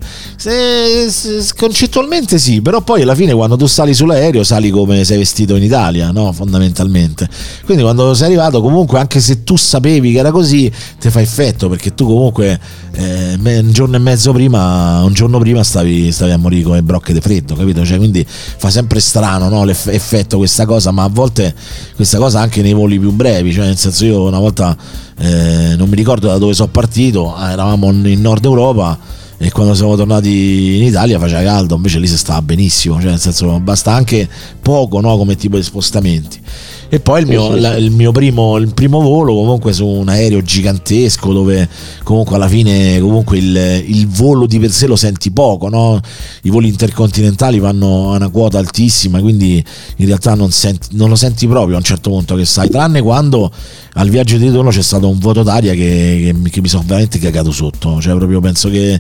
Se, se, concettualmente sì, però poi alla fine quando tu sali sull'aereo sali come sei vestito in Italia, no? Fondamentalmente. Quindi quando sei arrivato, comunque, anche se tu sapevi che era così, ti fa effetto, perché tu comunque eh, un giorno e mezzo prima, un giorno prima stavi, stavi a morire come brocche di freddo, capito? Cioè, quindi fa sempre strano, no? L'effetto questa cosa, ma a volte questa cosa anche nei voli più brevi, cioè nel senso, io una volta eh, non mi ricordo da dove sono partito, eravamo in Nord Europa e quando siamo tornati in Italia faceva caldo, invece lì si stava benissimo, cioè nel senso basta anche poco, no, come tipo di spostamenti. E poi il mio, la, il mio primo, il primo volo comunque su un aereo gigantesco, dove comunque alla fine comunque il, il volo di per sé lo senti poco, no? I voli intercontinentali vanno a una quota altissima, quindi in realtà non, senti, non lo senti proprio a un certo punto che sai, tranne quando al viaggio di ritorno c'è stato un vuoto d'aria che, che, che mi sono veramente cagato sotto, cioè proprio penso che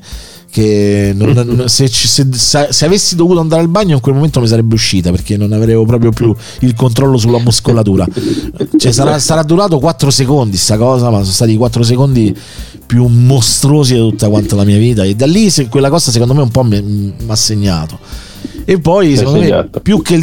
che non, non, se, se, se avessi dovuto andare al bagno in quel momento mi sarebbe uscita, perché non avevo proprio più il controllo sulla muscolatura, cioè sarà, sarà durato quattro secondi sta cosa, ma sono stati i quattro secondi più mostruosi di tutta quanta la mia vita, e da lì se, quella cosa secondo me un po' mi ha segnato. E poi secondo me più che il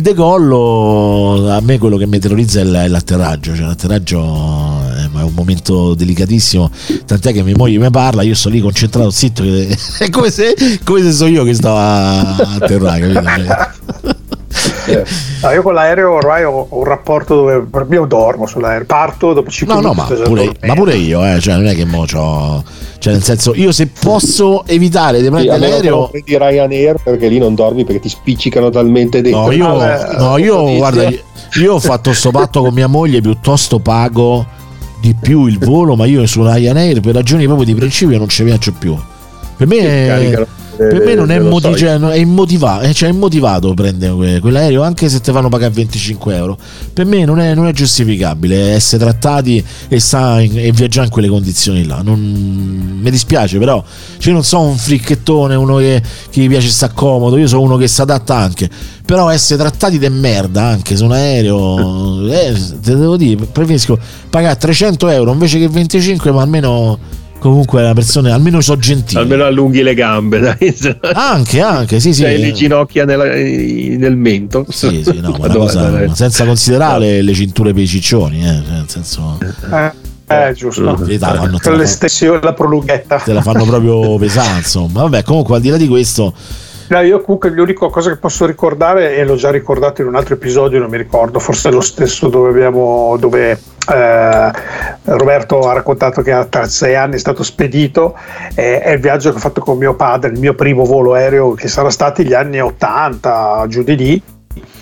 decollo, a me quello che mi terrorizza è l'atterraggio, cioè l'atterraggio è un momento delicatissimo, tant'è che mia moglie mi parla, io sto lì concentrato zitto, che è come se, come se so io che stavo a atterrare, capito? Eh, no, io con l'aereo ormai ho, ho un rapporto dove per me io dormo sull'aereo, parto dopo cinque no, minuti. No, ma pure, ma pure io, eh, cioè non è che mo c'ho, cioè nel senso, io se posso evitare di prendere sì, l'aereo di Ryanair, perché lì non dormi perché ti spiccicano talmente dentro. No, io, ah, no, io guarda, io ho fatto sto patto con mia moglie, piuttosto pago di più il volo, ma io su Ryanair per ragioni proprio di principio non ci viaggio più. Per me è, per me non è, motiv- cioè, è immotivato, cioè è immotivato prendere quell'aereo, anche se ti fanno pagare venticinque euro. Per me non è, non è giustificabile essere trattati e, sta in, e viaggiare in quelle condizioni là. Non, mi dispiace, però cioè, io non sono un fricchettone, uno che, che gli piace sta comodo, io sono uno che si adatta anche. Però essere trattati de merda anche su un aereo, eh, te devo dire, preferisco pagare trecento euro invece che venticinque, ma almeno comunque la persona almeno so gentili, almeno allunghi le gambe, dai. anche anche sì sì, hai le ginocchia nella, nel mento, sì sì, no, ma una cosa, senza considerare le cinture per i ciccioni, eh, nel senso eh. Eh, giusto, te la fanno, con l'estensione, la prolunghetta te la fanno proprio pesare, insomma. Vabbè, comunque al di là di questo, no, io comunque l'unica cosa che posso ricordare, e l'ho già ricordato in un altro episodio, non mi ricordo, forse è lo stesso dove abbiamo dove eh, Roberto ha raccontato che a sei anni è stato spedito, eh, è il viaggio che ho fatto con mio padre, il mio primo volo aereo, che sarà stati gli anni ottanta, giù di lì,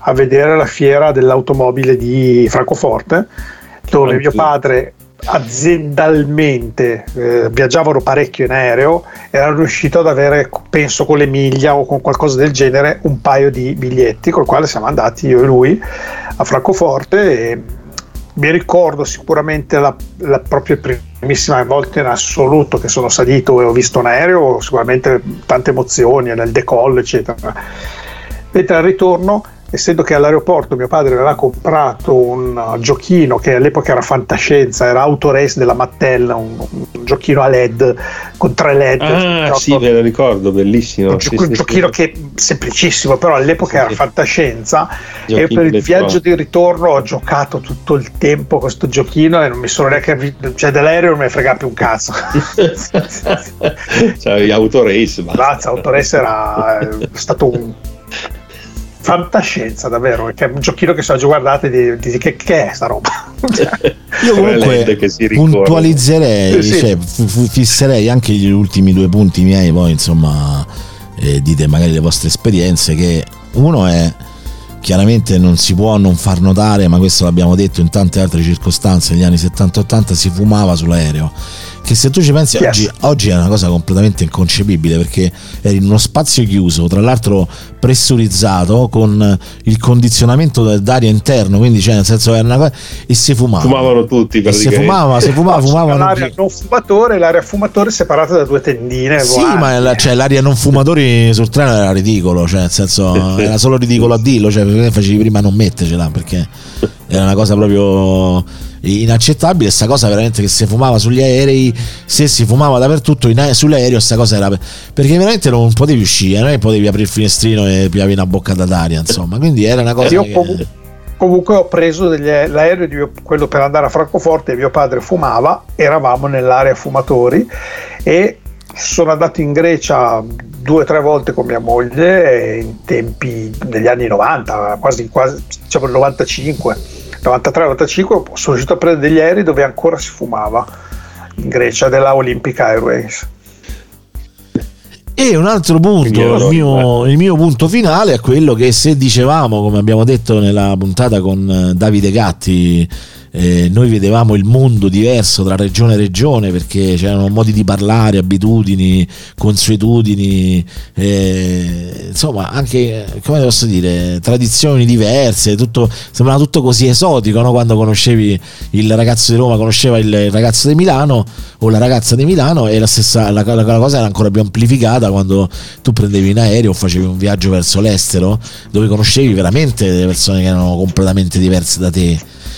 a vedere la fiera dell'automobile di Francoforte, dove Anch'io. mio padre aziendalmente eh, viaggiavano parecchio in aereo, erano riuscito ad avere, penso con le miglia o con qualcosa del genere, un paio di biglietti col quale siamo andati io e lui a Francoforte, e mi ricordo sicuramente la, la proprio primissima volta in assoluto che sono salito e ho visto un aereo, sicuramente tante emozioni nel decollo eccetera. Mentre al ritorno, essendo che all'aeroporto mio padre aveva comprato un giochino che all'epoca era fantascienza, era Autorace della Mattel, un, un giochino a L E D con tre L E D. Ah, un sì, ve lo ricordo, bellissimo. Un, sì, gioco, sì, un giochino sì. che semplicissimo, però all'epoca Sì, era sì. fantascienza. Giochino e per il del viaggio pro. di ritorno ho giocato tutto il tempo questo giochino e non mi sono neanche vi- cioè dell'aereo non mi frega più un cazzo. Cioè, gli Autorace, ma Lazza, Autorace era eh, stato un fantascienza davvero, che è un giochino che se oggi guardate di, di, che, che è sta roba. Io comunque L E D che si ricorda. puntualizzerei, Sì, sì. cioè, f- f- fisserei anche gli ultimi due punti miei, poi insomma eh, dite magari le vostre esperienze, che uno è chiaramente non si può non far notare, ma questo l'abbiamo detto in tante altre circostanze, negli anni settanta ottanta si fumava sull'aereo, che se tu ci pensi Yes. oggi, oggi è una cosa completamente inconcepibile, perché eri in uno spazio chiuso, tra l'altro pressurizzato, con il condizionamento d'aria interno, quindi cioè nel senso era una cosa, e si fumava. fumavano tutti E si praticamente. fumava, si fumava, No, c'era fumavano. l'area non fumatore e l'area fumatore separata da due tendine. Sì, volanti. ma la- cioè, l'aria non fumatori sul treno era ridicolo, cioè nel senso era solo ridicolo a dirlo, cioè perché facevi prima a non mettercela, perché era una cosa proprio inaccettabile. Sta cosa veramente che si fumava sugli aerei, se si fumava dappertutto in ae- sull'aereo, sta cosa era perché veramente non potevi uscire, non è che potevi aprire il finestrino e piavi una boccata d'aria, insomma, quindi era una cosa Io che... comu- comunque ho preso degli, l'aereo di mio, quello per andare a Francoforte, mio padre fumava, eravamo nell'area fumatori e sono andato in Grecia due o tre volte con mia moglie in tempi degli anni novanta, quasi quasi diciamo il novantacinque novantatré novantacinque, sono riuscito a prendere degli aerei dove ancora si fumava in Grecia, della Olympic Airways. E un altro punto, il mio, il mio punto finale è quello che, se dicevamo, come abbiamo detto nella puntata con Davide Gatti, eh, noi vedevamo il mondo diverso tra regione e regione, perché c'erano modi di parlare, abitudini, consuetudini, eh, insomma anche, come posso dire, tradizioni diverse, tutto, sembrava tutto così esotico, no? Quando conoscevi il ragazzo di Roma conosceva il ragazzo di Milano o la ragazza di Milano, e la stessa la, la, la cosa era ancora più amplificata quando tu prendevi in aereo o facevi un viaggio verso l'estero, dove conoscevi veramente delle persone che erano completamente diverse da te.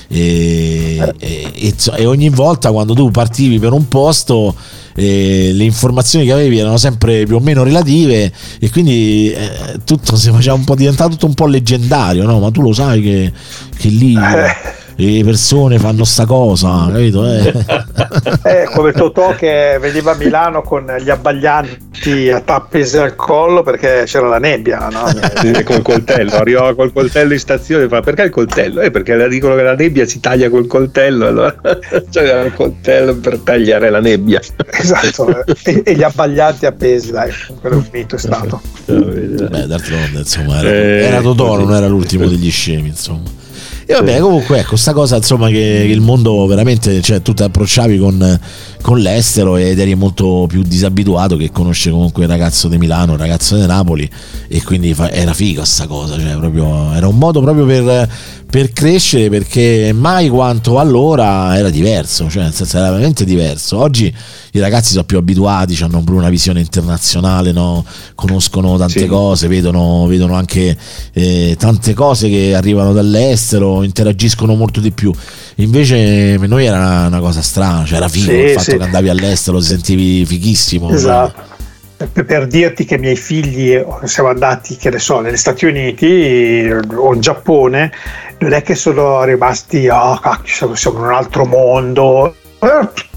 E, e, e, e ogni volta quando tu partivi per un posto, eh, le informazioni che avevi erano sempre più o meno relative, e quindi eh, tutto si faceva un po', diventava tutto un po' leggendario, no? Ma tu lo sai che, che lì Eh. le persone fanno sta cosa, capito? Eh. Eh, come Totò che veniva a Milano con gli abbaglianti appesi al collo perché c'era la nebbia, no? Sì, col coltello, arrivava col coltello in stazione e fa: perché il coltello? Eh, perché le dicono che la nebbia si taglia col coltello, allora c'era il coltello per tagliare la nebbia. Esatto, e, e gli abbaglianti appesi, dai, quello finito è stato. Beh, d'altronde insomma era, Eh, era Totò, così. non era l'ultimo degli scemi, insomma. E vabbè, comunque ecco, sta cosa insomma che, che il mondo veramente, cioè tu ti approcciavi con, con l'estero ed eri molto più disabituato che conosce comunque il ragazzo di Milano, il ragazzo di Napoli, e quindi fa, era figa sta cosa, cioè proprio era un modo proprio per, per crescere, perché mai quanto allora era diverso, cioè nel senso era veramente diverso. Oggi i ragazzi sono più abituati, hanno pure una visione internazionale, no? Conoscono tante Sì. cose, vedono, vedono anche eh, tante cose che arrivano dall'estero, interagiscono molto di più. Invece per noi era una, una cosa strana, cioè era figo Sì, il fatto sì. che andavi all'estero, ti sentivi fighissimo. Esatto. Per, per dirti che i miei figli siamo andati, che ne so, negli Stati Uniti o in Giappone, non è che sono rimasti, oh, cacchio, siamo, siamo in un altro mondo. Eh,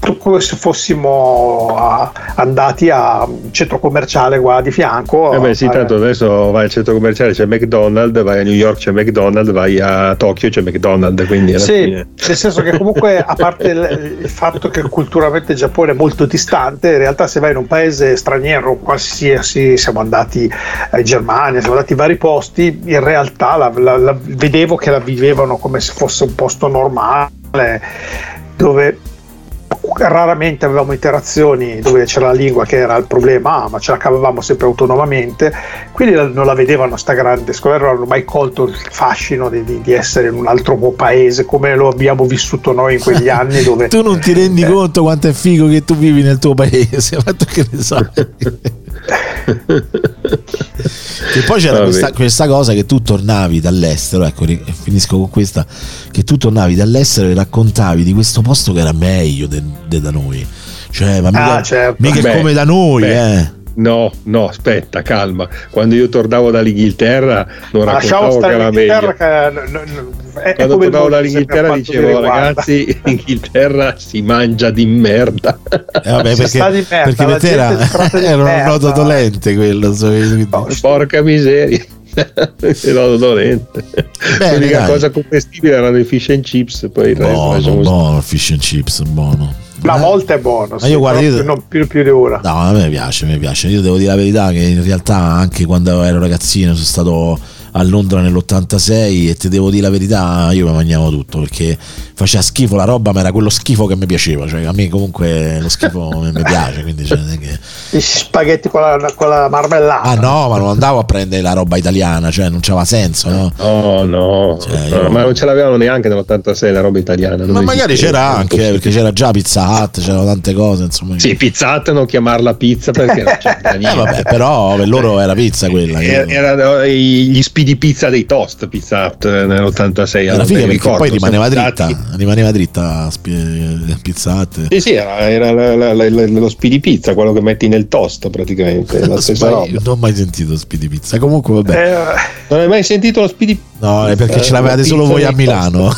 tutto come se fossimo a, andati a un centro commerciale qua di fianco. Eh beh sì, tanto adesso vai al centro commerciale, c'è McDonald's, vai a New York c'è McDonald's, vai a Tokyo c'è McDonald's, quindi alla sì, fine... nel senso che comunque a parte il, il fatto che culturalmente il Giappone è molto distante, in realtà se vai in un paese straniero qualsiasi, siamo andati in Germania, siamo andati in vari posti, in realtà la, la, la, vedevo che la vivevano come se fosse un posto normale, dove raramente avevamo interazioni, dove c'era la lingua che era il problema, ma ce la cavavamo sempre autonomamente, quindi non la vedevano sta grande, secondo me non hanno mai colto il fascino di, di, di essere in un altro paese come lo abbiamo vissuto noi in quegli anni dove tu non ti rendi eh. conto quanto è figo che tu vivi nel tuo paese, ma tu che ne sai? Che poi c'era questa, questa cosa che tu tornavi dall'estero, ecco, finisco con questa, che tu tornavi dall'estero e raccontavi di questo posto che era meglio de, de da noi, cioè ma mica, ah, certo. mica beh, come da noi beh. eh No, no, aspetta, calma. Quando io tornavo dall'Inghilterra non lasciamo raccontavo che era meglio. Che, no, no, è, Quando è tornavo dall'Inghilterra dicevo ragazzi, in Inghilterra si mangia di merda. Eh vabbè, perché, di merda, perché per te era, era un nodo dolente quello. No, porca miseria. Nodo dolente. L'unica cosa commestibile erano i fish and chips. Poi buono, il resto buono, fish and chips, buono. Una volta è buono, ma io sì, guarda, io... non più, più di ora. No, a me piace, mi piace. Io devo dire la verità che in realtà anche quando ero ragazzino sono stato a Londra nell'ottantasei e ti devo dire la verità, io mi mangiavo tutto perché faceva schifo la roba, ma era quello schifo che mi piaceva, cioè a me comunque lo schifo mi piace, quindi cioè, non è che... Gli spaghetti con la, con la marmellata. Ah no, ma non andavo a prendere la roba italiana, cioè non c'aveva senso, no? No, no, cioè, no io... ma non ce l'avevano neanche nell'ottantasei la roba italiana. Ma magari c'era anche, eh, perché c'era già Pizza Hut, c'erano tante cose, insomma. Sì, Pizza Hut non chiamarla pizza perché non c'era niente. Eh vabbè, però per loro era pizza quella. Era, erano gli speedy pizza dei toast, Pizza Hut nell'ottantasei. Alla fine perché ricordo, poi rimaneva dritta, stati... rimaneva dritta Pizza Hut. Sì, sì, era, era la, la, la, lo speedy pizza, quello che metti nel toast praticamente, la stessa Spy, roba. Non ho mai sentito speedy pizza. Comunque vabbè. Eh, non hai mai sentito lo speedy pizza? No, è perché eh, ce l'avevate solo voi a Milano.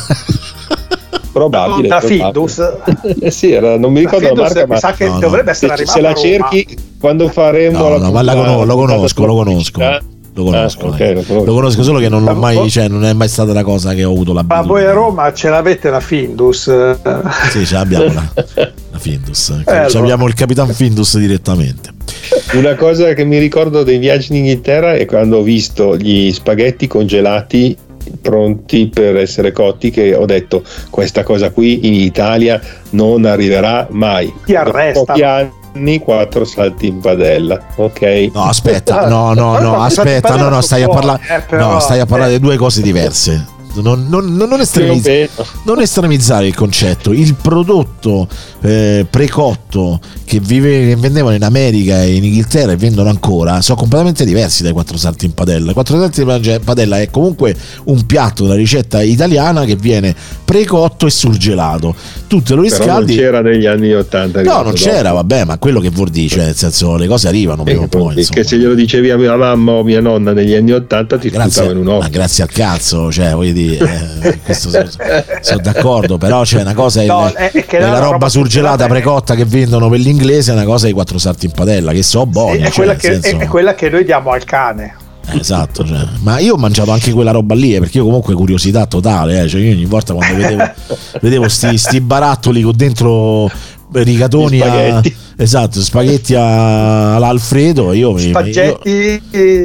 Probabile. La Findus. Eh sì, era, non mi ricordo la, la marca, ma mi sa che no, dovrebbe no. essere se, arrivata se la a Roma. cerchi quando faremo no, la, no, ma la, la, lo conosco, lo conosco. Eh? Lo conosco, ah, okay, lo conosco, lo conosco solo che non l'ho mai, cioè non è mai stata una cosa che ho avuto la. Ma voi a Roma ce l'avete la Findus? Sì, ce l'abbiamo la, la Findus. Eh, cioè, allora. Abbiamo il Capitan Findus direttamente. Una cosa che mi ricordo dei viaggi in Inghilterra è quando ho visto gli spaghetti congelati pronti per essere cotti, che ho detto questa cosa qui in Italia non arriverà mai. Ti arresta. Pochi anni, quattro salti in padella, ok? No, aspetta, no, no, no, aspetta, no, no, stai a parlare, no, stai a parlare di due cose diverse. Non, non, non, estremizz- non estremizzare il concetto. Il prodotto eh, precotto che, vive, che vendevano in America e in Inghilterra e vendono ancora sono completamente diversi dai quattro salti in padella. I quattro salti in padella è comunque un piatto della ricetta italiana che viene precotto e surgelato. Tu te lo riscaldi. Però non c'era negli anni ottanta. No, non c'era, dopo. Vabbè, ma quello che vuol dire, cioè, nel senso, le cose arrivano prima o poi. Perché se glielo dicevi a mia mamma o mia nonna negli anni ottanta ti grazie, in un occhio. Ma grazie al cazzo, cioè, voglio dire. Eh, questo sono, sono d'accordo, però c'è una cosa è, no, il, è, è, è la, la roba, roba surgelata precotta che vendono per l'inglese, è una cosa di quattro salti in padella che so buoni, sì, è, cioè, quella che, senso, è quella che noi diamo al cane. Eh, esatto, cioè. Ma io ho mangiato anche quella roba lì, eh, perché io comunque curiosità totale, eh, cioè io ogni volta quando vedevo vedevo sti, sti barattoli con dentro rigatoni a, esatto, spaghetti a, all'Alfredo, io spaghetti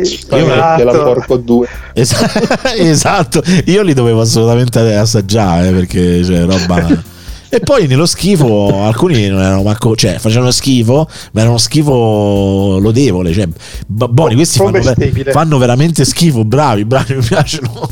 della porco due esatto, io li dovevo assolutamente assaggiare, perché cioè roba. E poi nello schifo alcuni non erano manco, cioè facevano schifo, ma erano schifo lodevole, cioè buoni, questi fanno, fanno veramente schifo, bravi, bravi, mi piacciono.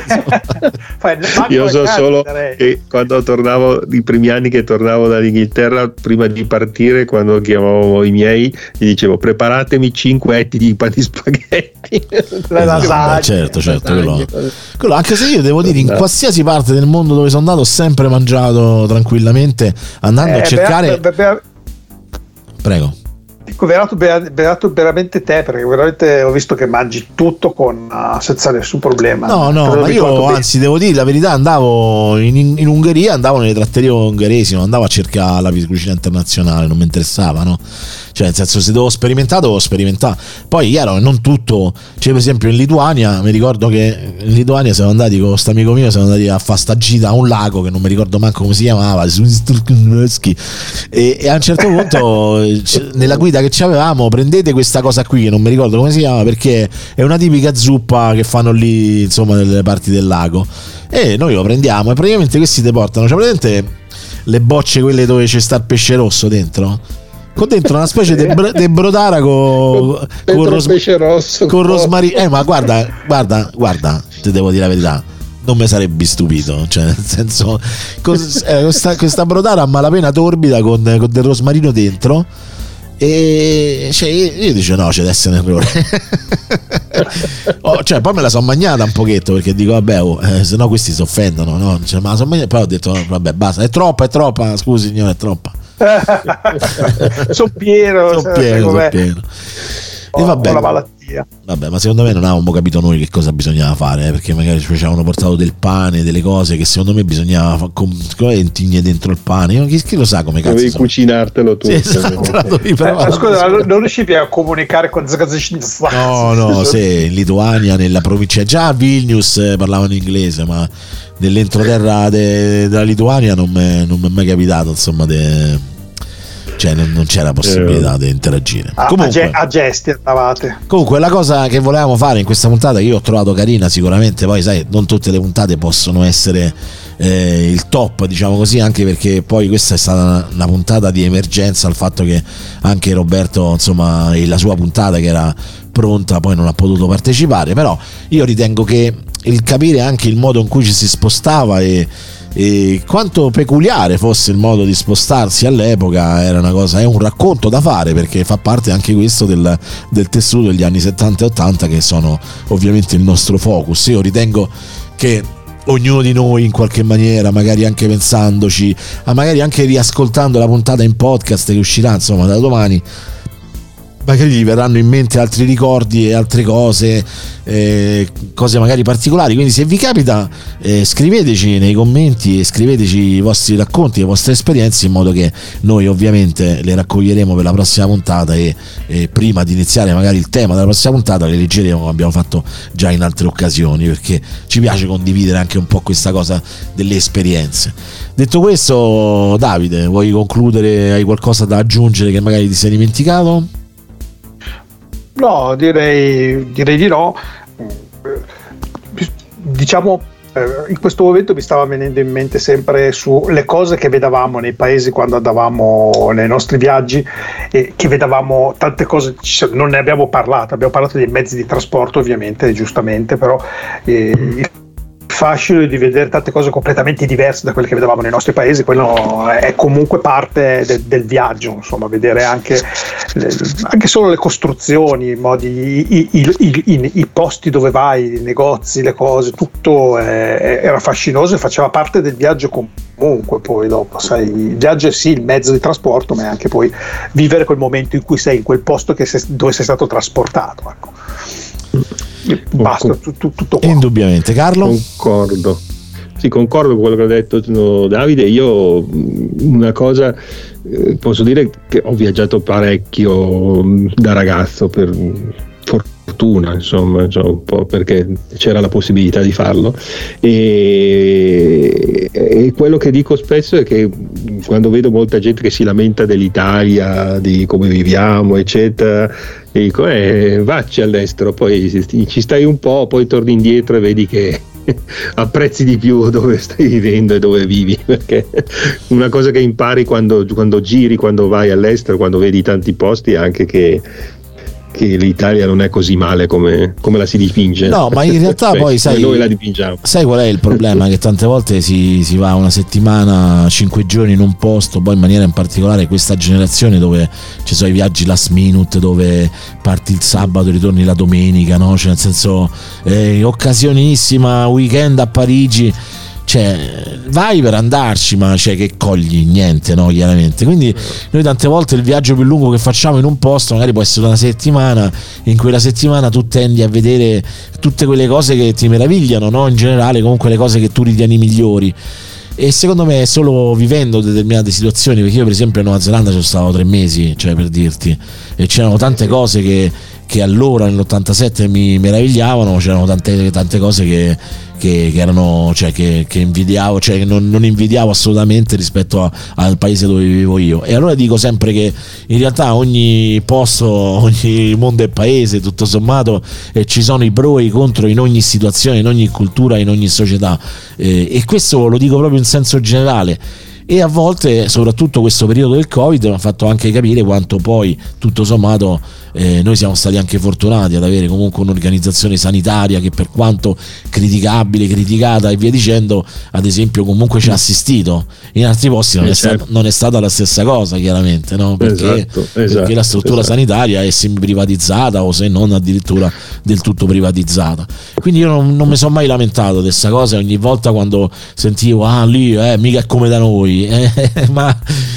Io so solo che quando tornavo, i primi anni che tornavo dall'Inghilterra, prima di partire, quando chiamavo i miei, gli dicevo preparatemi cinque etti di pan di spaghetti. La lasagna. Certo, certo, quello, quello, anche se io devo dire in qualsiasi parte del mondo dove sono andato ho sempre mangiato tranquillamente, andando eh, a cercare beh, beh, beh. prego Beato, beato veramente te, perché veramente ho visto che mangi tutto con, uh, senza nessun problema. No, no, ma io anzi devo dire la verità, andavo in, in Ungheria, andavo nelle trattorie ungheresi, non andavo a cercare la cucina internazionale, non mi interessava, no? Cioè, nel senso, se devo sperimentare, devo sperimentare. Poi chiaro, non tutto. Cioè, per esempio in Lituania, mi ricordo che in Lituania siamo andati con questo amico mio, siamo andati a fare sta gita a un lago che non mi ricordo manco come si chiamava, e, e a un certo punto nella guida che ci avevamo, prendete questa cosa qui che non mi ricordo come si chiama, perché è una tipica zuppa che fanno lì, insomma, nelle parti del lago, e noi lo prendiamo e praticamente questi ti portano, cioè praticamente le bocce quelle dove c'è sta il pesce rosso dentro, con dentro una specie di br- brodara con, con, con, ros- rosso, con rosmarino. Eh, ma guarda, guarda, guarda, ti devo dire la verità, non mi sarebbe stupito, cioè nel senso, cos- eh, questa, questa brodara a malapena torbida con, con del rosmarino dentro, e cioè, io, io dico no, c'è deve essere un errore. Oh, cioè poi me la sono mangiata un pochetto, perché dico vabbè, oh, eh, se no questi si offendono, no? Cioè, ma la son mangiata, poi ho detto no, vabbè basta, è troppa, è troppa, scusi signore, è troppa. Sono pieno, sono pieno, son pieno. E vabbè, la malattia. Vabbè, ma secondo me non avevamo capito noi che cosa bisognava fare, eh, perché magari ci avevano portato del pane, delle cose che secondo me bisognava com- intigne dentro il pane. Io, chi, chi lo sa come cazzo dovevi sono? cucinartelo tu. Sì, esatto, eh, ma scusa, non riuscivi a comunicare con no, no, sì, in Lituania, nella provincia, già a Vilnius eh, parlavano inglese, ma nell'entroterra de- della Lituania non mi è mai capitato, insomma, de- cioè non, non c'era possibilità eh. di interagire. A, comunque, a gesti andavate. Comunque la cosa che volevamo fare in questa puntata, che io ho trovato carina sicuramente, poi sai, non tutte le puntate possono essere eh, il top, diciamo così, anche perché poi questa è stata una, una puntata di emergenza, il fatto che anche Roberto, insomma, la sua puntata che era pronta poi non ha potuto partecipare, però io ritengo che il capire anche il modo in cui ci si spostava e e quanto peculiare fosse il modo di spostarsi all'epoca era una cosa, è un racconto da fare, perché fa parte anche questo del, del tessuto degli anni settanta e ottanta, che sono ovviamente il nostro focus. Io ritengo che ognuno di noi in qualche maniera, magari anche pensandoci, ma magari anche riascoltando la puntata in podcast che uscirà insomma da domani, magari gli verranno in mente altri ricordi e altre cose, eh, cose magari particolari. Quindi se vi capita, eh, scriveteci nei commenti e scriveteci i vostri racconti, le vostre esperienze, in modo che noi ovviamente le raccoglieremo per la prossima puntata e, e prima di iniziare magari il tema della prossima puntata le leggeremo, come abbiamo fatto già in altre occasioni, perché ci piace condividere anche un po' questa cosa delle esperienze. Detto questo, Davide, vuoi concludere? Hai qualcosa da aggiungere che magari ti sei dimenticato? No, direi, direi di no. Diciamo, in questo momento mi stava venendo in mente sempre sulle cose che vedevamo nei paesi quando andavamo nei nostri viaggi, e che vedevamo tante cose, non ne abbiamo parlato, abbiamo parlato dei mezzi di trasporto ovviamente, giustamente, però eh, fascino di vedere tante cose completamente diverse da quelle che vedevamo nei nostri paesi, quello è comunque parte de, del viaggio, insomma, vedere anche, anche solo le costruzioni, i modi, i, i, i, i, i posti dove vai, i negozi, le cose, tutto è, era fascinoso e faceva parte del viaggio comunque. Poi dopo, sai, il viaggio è sì il mezzo di trasporto, ma è anche poi vivere quel momento in cui sei in quel posto che sei, dove sei stato trasportato, ecco. Basta, tutto, tutto qua. Indubbiamente. Carlo? Concordo. Sì, concordo con quello che ha detto no, Davide. Io una cosa eh, posso dire che ho viaggiato parecchio da ragazzo, per fortuna, insomma, cioè un po' perché c'era la possibilità di farlo, e, e quello che dico spesso è che quando vedo molta gente che si lamenta dell'Italia, di come viviamo eccetera, e dico eh, vacci all'estero, poi ci stai un po', poi torni indietro e vedi che apprezzi di più dove stai vivendo e dove vivi, perché una cosa che impari quando, quando giri, quando vai all'estero, quando vedi tanti posti, è anche che che l'Italia non è così male come, come la si dipinge. No, ma in realtà poi sai, noi la dipingiamo. Sai qual è il problema? Che tante volte si, si va una settimana, cinque giorni in un posto, poi in maniera in particolare questa generazione dove ci sono i viaggi last minute, dove parti il sabato e ritorni la domenica, no? Cioè nel senso, eh, occasionissima, weekend a Parigi. Cioè, vai per andarci, ma cioè che cogli niente, no? Chiaramente. Quindi noi tante volte il viaggio più lungo che facciamo in un posto magari può essere una settimana, in quella settimana tu tendi a vedere tutte quelle cose che ti meravigliano, no? In generale, comunque le cose che tu ritieni migliori. E secondo me è solo vivendo determinate situazioni, perché io per esempio in Nuova Zelanda ci sono stato tre mesi, cioè per dirti, e c'erano tante cose che, che allora nell'ottantasette mi meravigliavano, c'erano tante, tante cose che, che, che erano, cioè che, che invidiavo, cioè che non, non invidiavo assolutamente rispetto a, al paese dove vivo io. E allora dico sempre che in realtà ogni posto, ogni mondo è paese, tutto sommato, e ci sono i pro e i contro in ogni situazione, in ogni cultura, in ogni società, eh, e questo lo dico proprio in senso generale. E a volte, soprattutto questo periodo del Covid, mi ha fatto anche capire quanto poi tutto sommato eh, noi siamo stati anche fortunati ad avere comunque un'organizzazione sanitaria che, per quanto criticabile, criticata e via dicendo, ad esempio comunque ci ha assistito. In altri posti non, eh è, certo. stata, non è stata la stessa cosa, chiaramente, no? Perché, esatto, perché esatto, la struttura esatto. sanitaria è semi privatizzata, o se non addirittura del tutto privatizzata. Quindi io non, non mi sono mai lamentato di questa cosa. Ogni volta quando sentivo ah lì eh, mica è come da noi, Eh, ma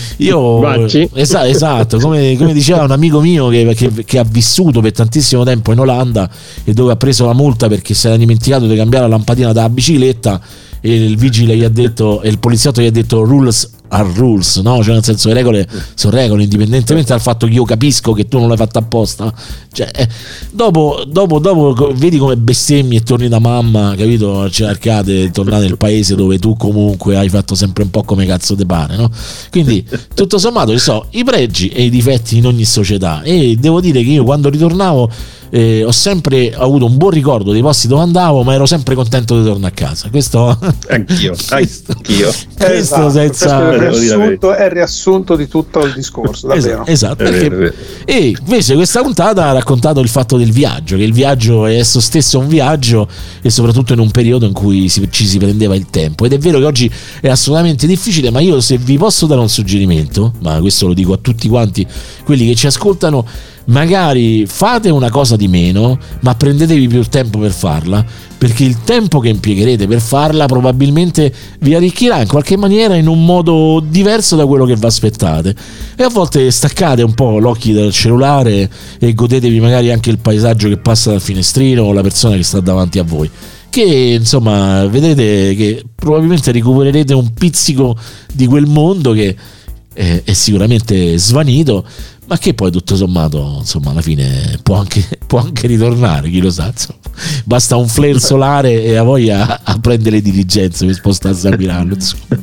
io esatto, esatto come, come diceva un amico mio che, che, che ha vissuto per tantissimo tempo in Olanda e dove ha preso la multa perché si era dimenticato di cambiare la lampadina della bicicletta, e il vigile gli ha detto, e il poliziotto gli ha detto rules are rules, no? Cioè nel senso le regole sono regole, indipendentemente dal fatto che io capisco che tu non l'hai fatta apposta, cioè eh, dopo, dopo, dopo vedi come bestemmi e torni da mamma, capito? Cercate, tornare nel paese dove tu comunque hai fatto sempre un po' come cazzo te pare, no? Quindi tutto sommato ci sono i pregi e i difetti in ogni società, e devo dire che io quando ritornavo Eh, ho sempre avuto un buon ricordo dei posti dove andavo, ma ero sempre contento di tornare a casa. Questo anch'io, anch'io. Questo esatto, senza questo è, il riassunto, è il riassunto di tutto il discorso, davvero. Esatto, È perché, vero, è vero. e invece questa puntata ha raccontato il fatto del viaggio, che il viaggio è esso stesso un viaggio, e soprattutto in un periodo in cui si, ci si prendeva il tempo. Ed è vero che oggi è assolutamente difficile, ma io, se vi posso dare un suggerimento, ma questo lo dico a tutti quanti quelli che ci ascoltano, magari fate una cosa di meno, ma prendetevi più tempo per farla, perché il tempo che impiegherete per farla probabilmente vi arricchirà in qualche maniera in un modo diverso da quello che vi aspettate. E a volte staccate un po' l'occhio dal cellulare e godetevi magari anche il paesaggio che passa dal finestrino o la persona che sta davanti a voi, che insomma vedrete che probabilmente recupererete un pizzico di quel mondo che è, è sicuramente svanito, ma che poi tutto sommato insomma alla fine può anche, può anche ritornare, chi lo sa, insomma. Basta un flare solare e a voglia a prendere le diligenze per spostarsi a Milano,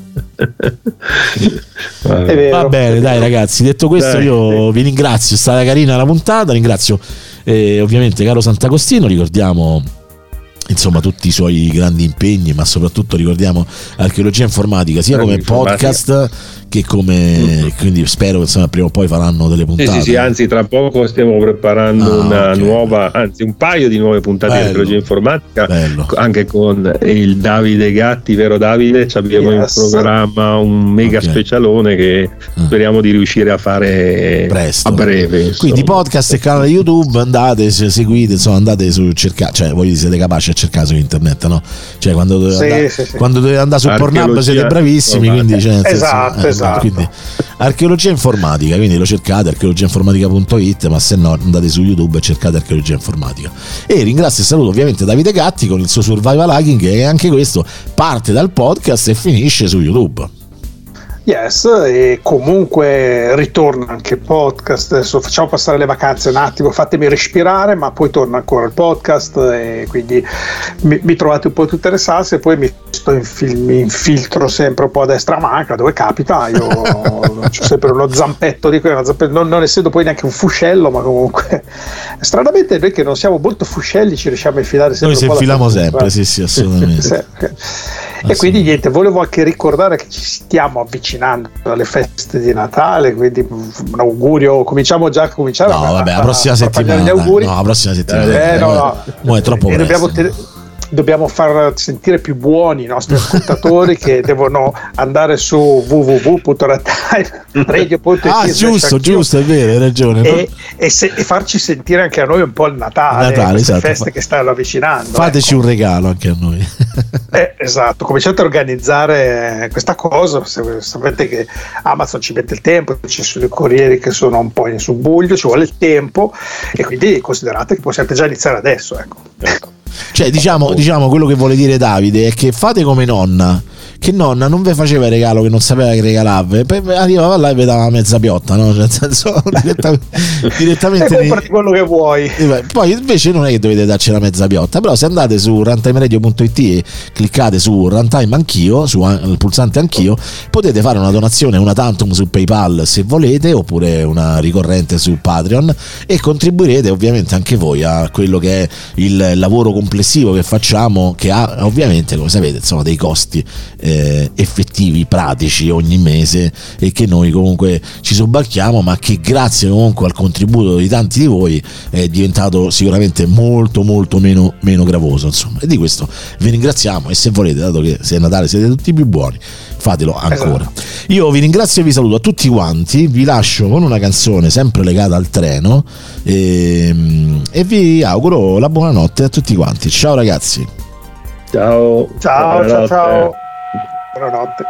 va bene, dai ragazzi, detto questo dai, io sì. vi ringrazio, è stata carina la puntata, ringrazio eh, ovviamente caro Sant'Agostino, ricordiamo insomma tutti i suoi grandi impegni, ma soprattutto ricordiamo Archeologia Informatica sia come podcast che come, quindi spero che insomma prima o poi faranno delle puntate. Sì, sì, sì, anzi tra poco stiamo preparando ah, una okay. nuova, anzi un paio di nuove puntate bello, di Archeologia Informatica, bello. Anche con il Davide Gatti, vero Davide? Ci abbiamo yes. in programma un mega okay. specialone che ah. speriamo di riuscire a fare presto, a breve. Insomma. Quindi podcast e canale YouTube, andate, seguite, insomma andate su cercare, cioè voi siete capaci a cercare su internet, no? Cioè quando dovete sì, andare, sì, sì. quando dovete andare su Pornhub siete bravissimi, quindi cioè, esatto, senso, eh, esatto. Quindi, Archeologia Informatica, quindi lo cercate archeologia informatica punto it, ma se no andate su YouTube e cercate Archeologia Informatica. E ringrazio e saluto ovviamente Davide Gatti con il suo Survival Hacking, che anche questo parte dal podcast e finisce su YouTube. Yes, e comunque ritorna anche il podcast. Adesso facciamo passare le vacanze un attimo, fatemi respirare, ma poi torna ancora il podcast, e quindi mi, mi trovate un po' tutte le salse, e poi mi, sto infil- mi infiltro sempre un po' a destra a manca dove capita. Io ho sempre uno zampetto di quello, zampetto, non, non essendo poi neanche un fuscello, ma comunque stranamente noi che non siamo molto fuscelli ci riusciamo a infilare sempre. Noi si infiliamo sempre, sì sì, assolutamente. sì, okay. E quindi niente, volevo anche ricordare che ci stiamo avvicinando alle feste di Natale, quindi un augurio, cominciamo già a cominciare. No, a, vabbè, la prossima a, settimana. A gli auguri. No, la prossima settimana. Eh, no, no. Mo è troppo e presto. Dobbiamo, ten- dobbiamo far sentire più buoni i nostri ascoltatori che devono andare su w w w punto radio punto it. Ah, giusto, giusto, è vero, hai ragione. E, e, se, e farci sentire anche a noi un po' il Natale, Natale, queste esatto. feste che stanno avvicinando. Fateci ecco. un regalo anche a noi. Eh, esatto, cominciate a organizzare questa cosa. Se, sapete che Amazon ci mette il tempo, ci sono i corrieri che sono un po' in subbuglio, ci vuole il tempo, e quindi considerate che possiate già iniziare adesso, ecco. ecco. Cioè, diciamo, diciamo quello che vuole dire Davide è che fate come nonna, che nonna non vi faceva il regalo che non sapeva che regalava, poi arrivava là e vi dava mezza piotta, no? Cioè, nel senso, direttamente, direttamente e comprati quello che vuoi. Poi invece non è che dovete darci la mezza piotta, però se andate su runtimeradio punto it e cliccate su runtime anch'io, sul pulsante anch'io, potete fare una donazione, una tantum su PayPal se volete, oppure una ricorrente su Patreon, e contribuirete ovviamente anche voi a quello che è il lavoro complessivo che facciamo, che ha ovviamente, come sapete, insomma, dei costi eh, effettivi, pratici ogni mese, e che noi comunque ci sobbarchiamo, ma che grazie comunque al contributo di tanti di voi è diventato sicuramente molto molto meno, meno gravoso, insomma, e di questo vi ringraziamo. E se volete, dato che se è Natale siete tutti più buoni, fatelo ancora. Esatto. Io vi ringrazio e vi saluto a tutti quanti, vi lascio con una canzone sempre legata al treno e, e vi auguro la buonanotte a tutti quanti. Ciao ragazzi. Ciao. Ciao, ciao, ciao. Buonanotte.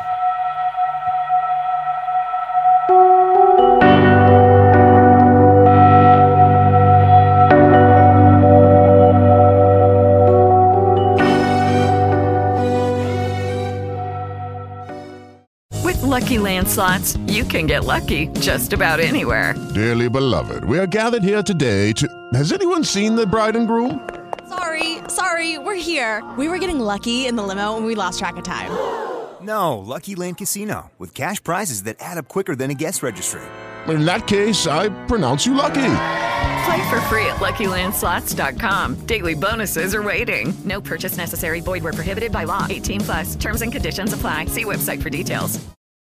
With Lucky Land Slots, you can get lucky just about anywhere. Dearly beloved, we are gathered here today to... Has anyone seen the bride and groom? Sorry, sorry, we're here. We were getting lucky in the limo and we lost track of time. No, Lucky Land Casino, with cash prizes that add up quicker than a guest registry. In that case, I pronounce you lucky. Play for free at lucky land slots dot com. Daily bonuses are waiting. No purchase necessary. Void where prohibited by law. eighteen plus. Terms and conditions apply. See website for details.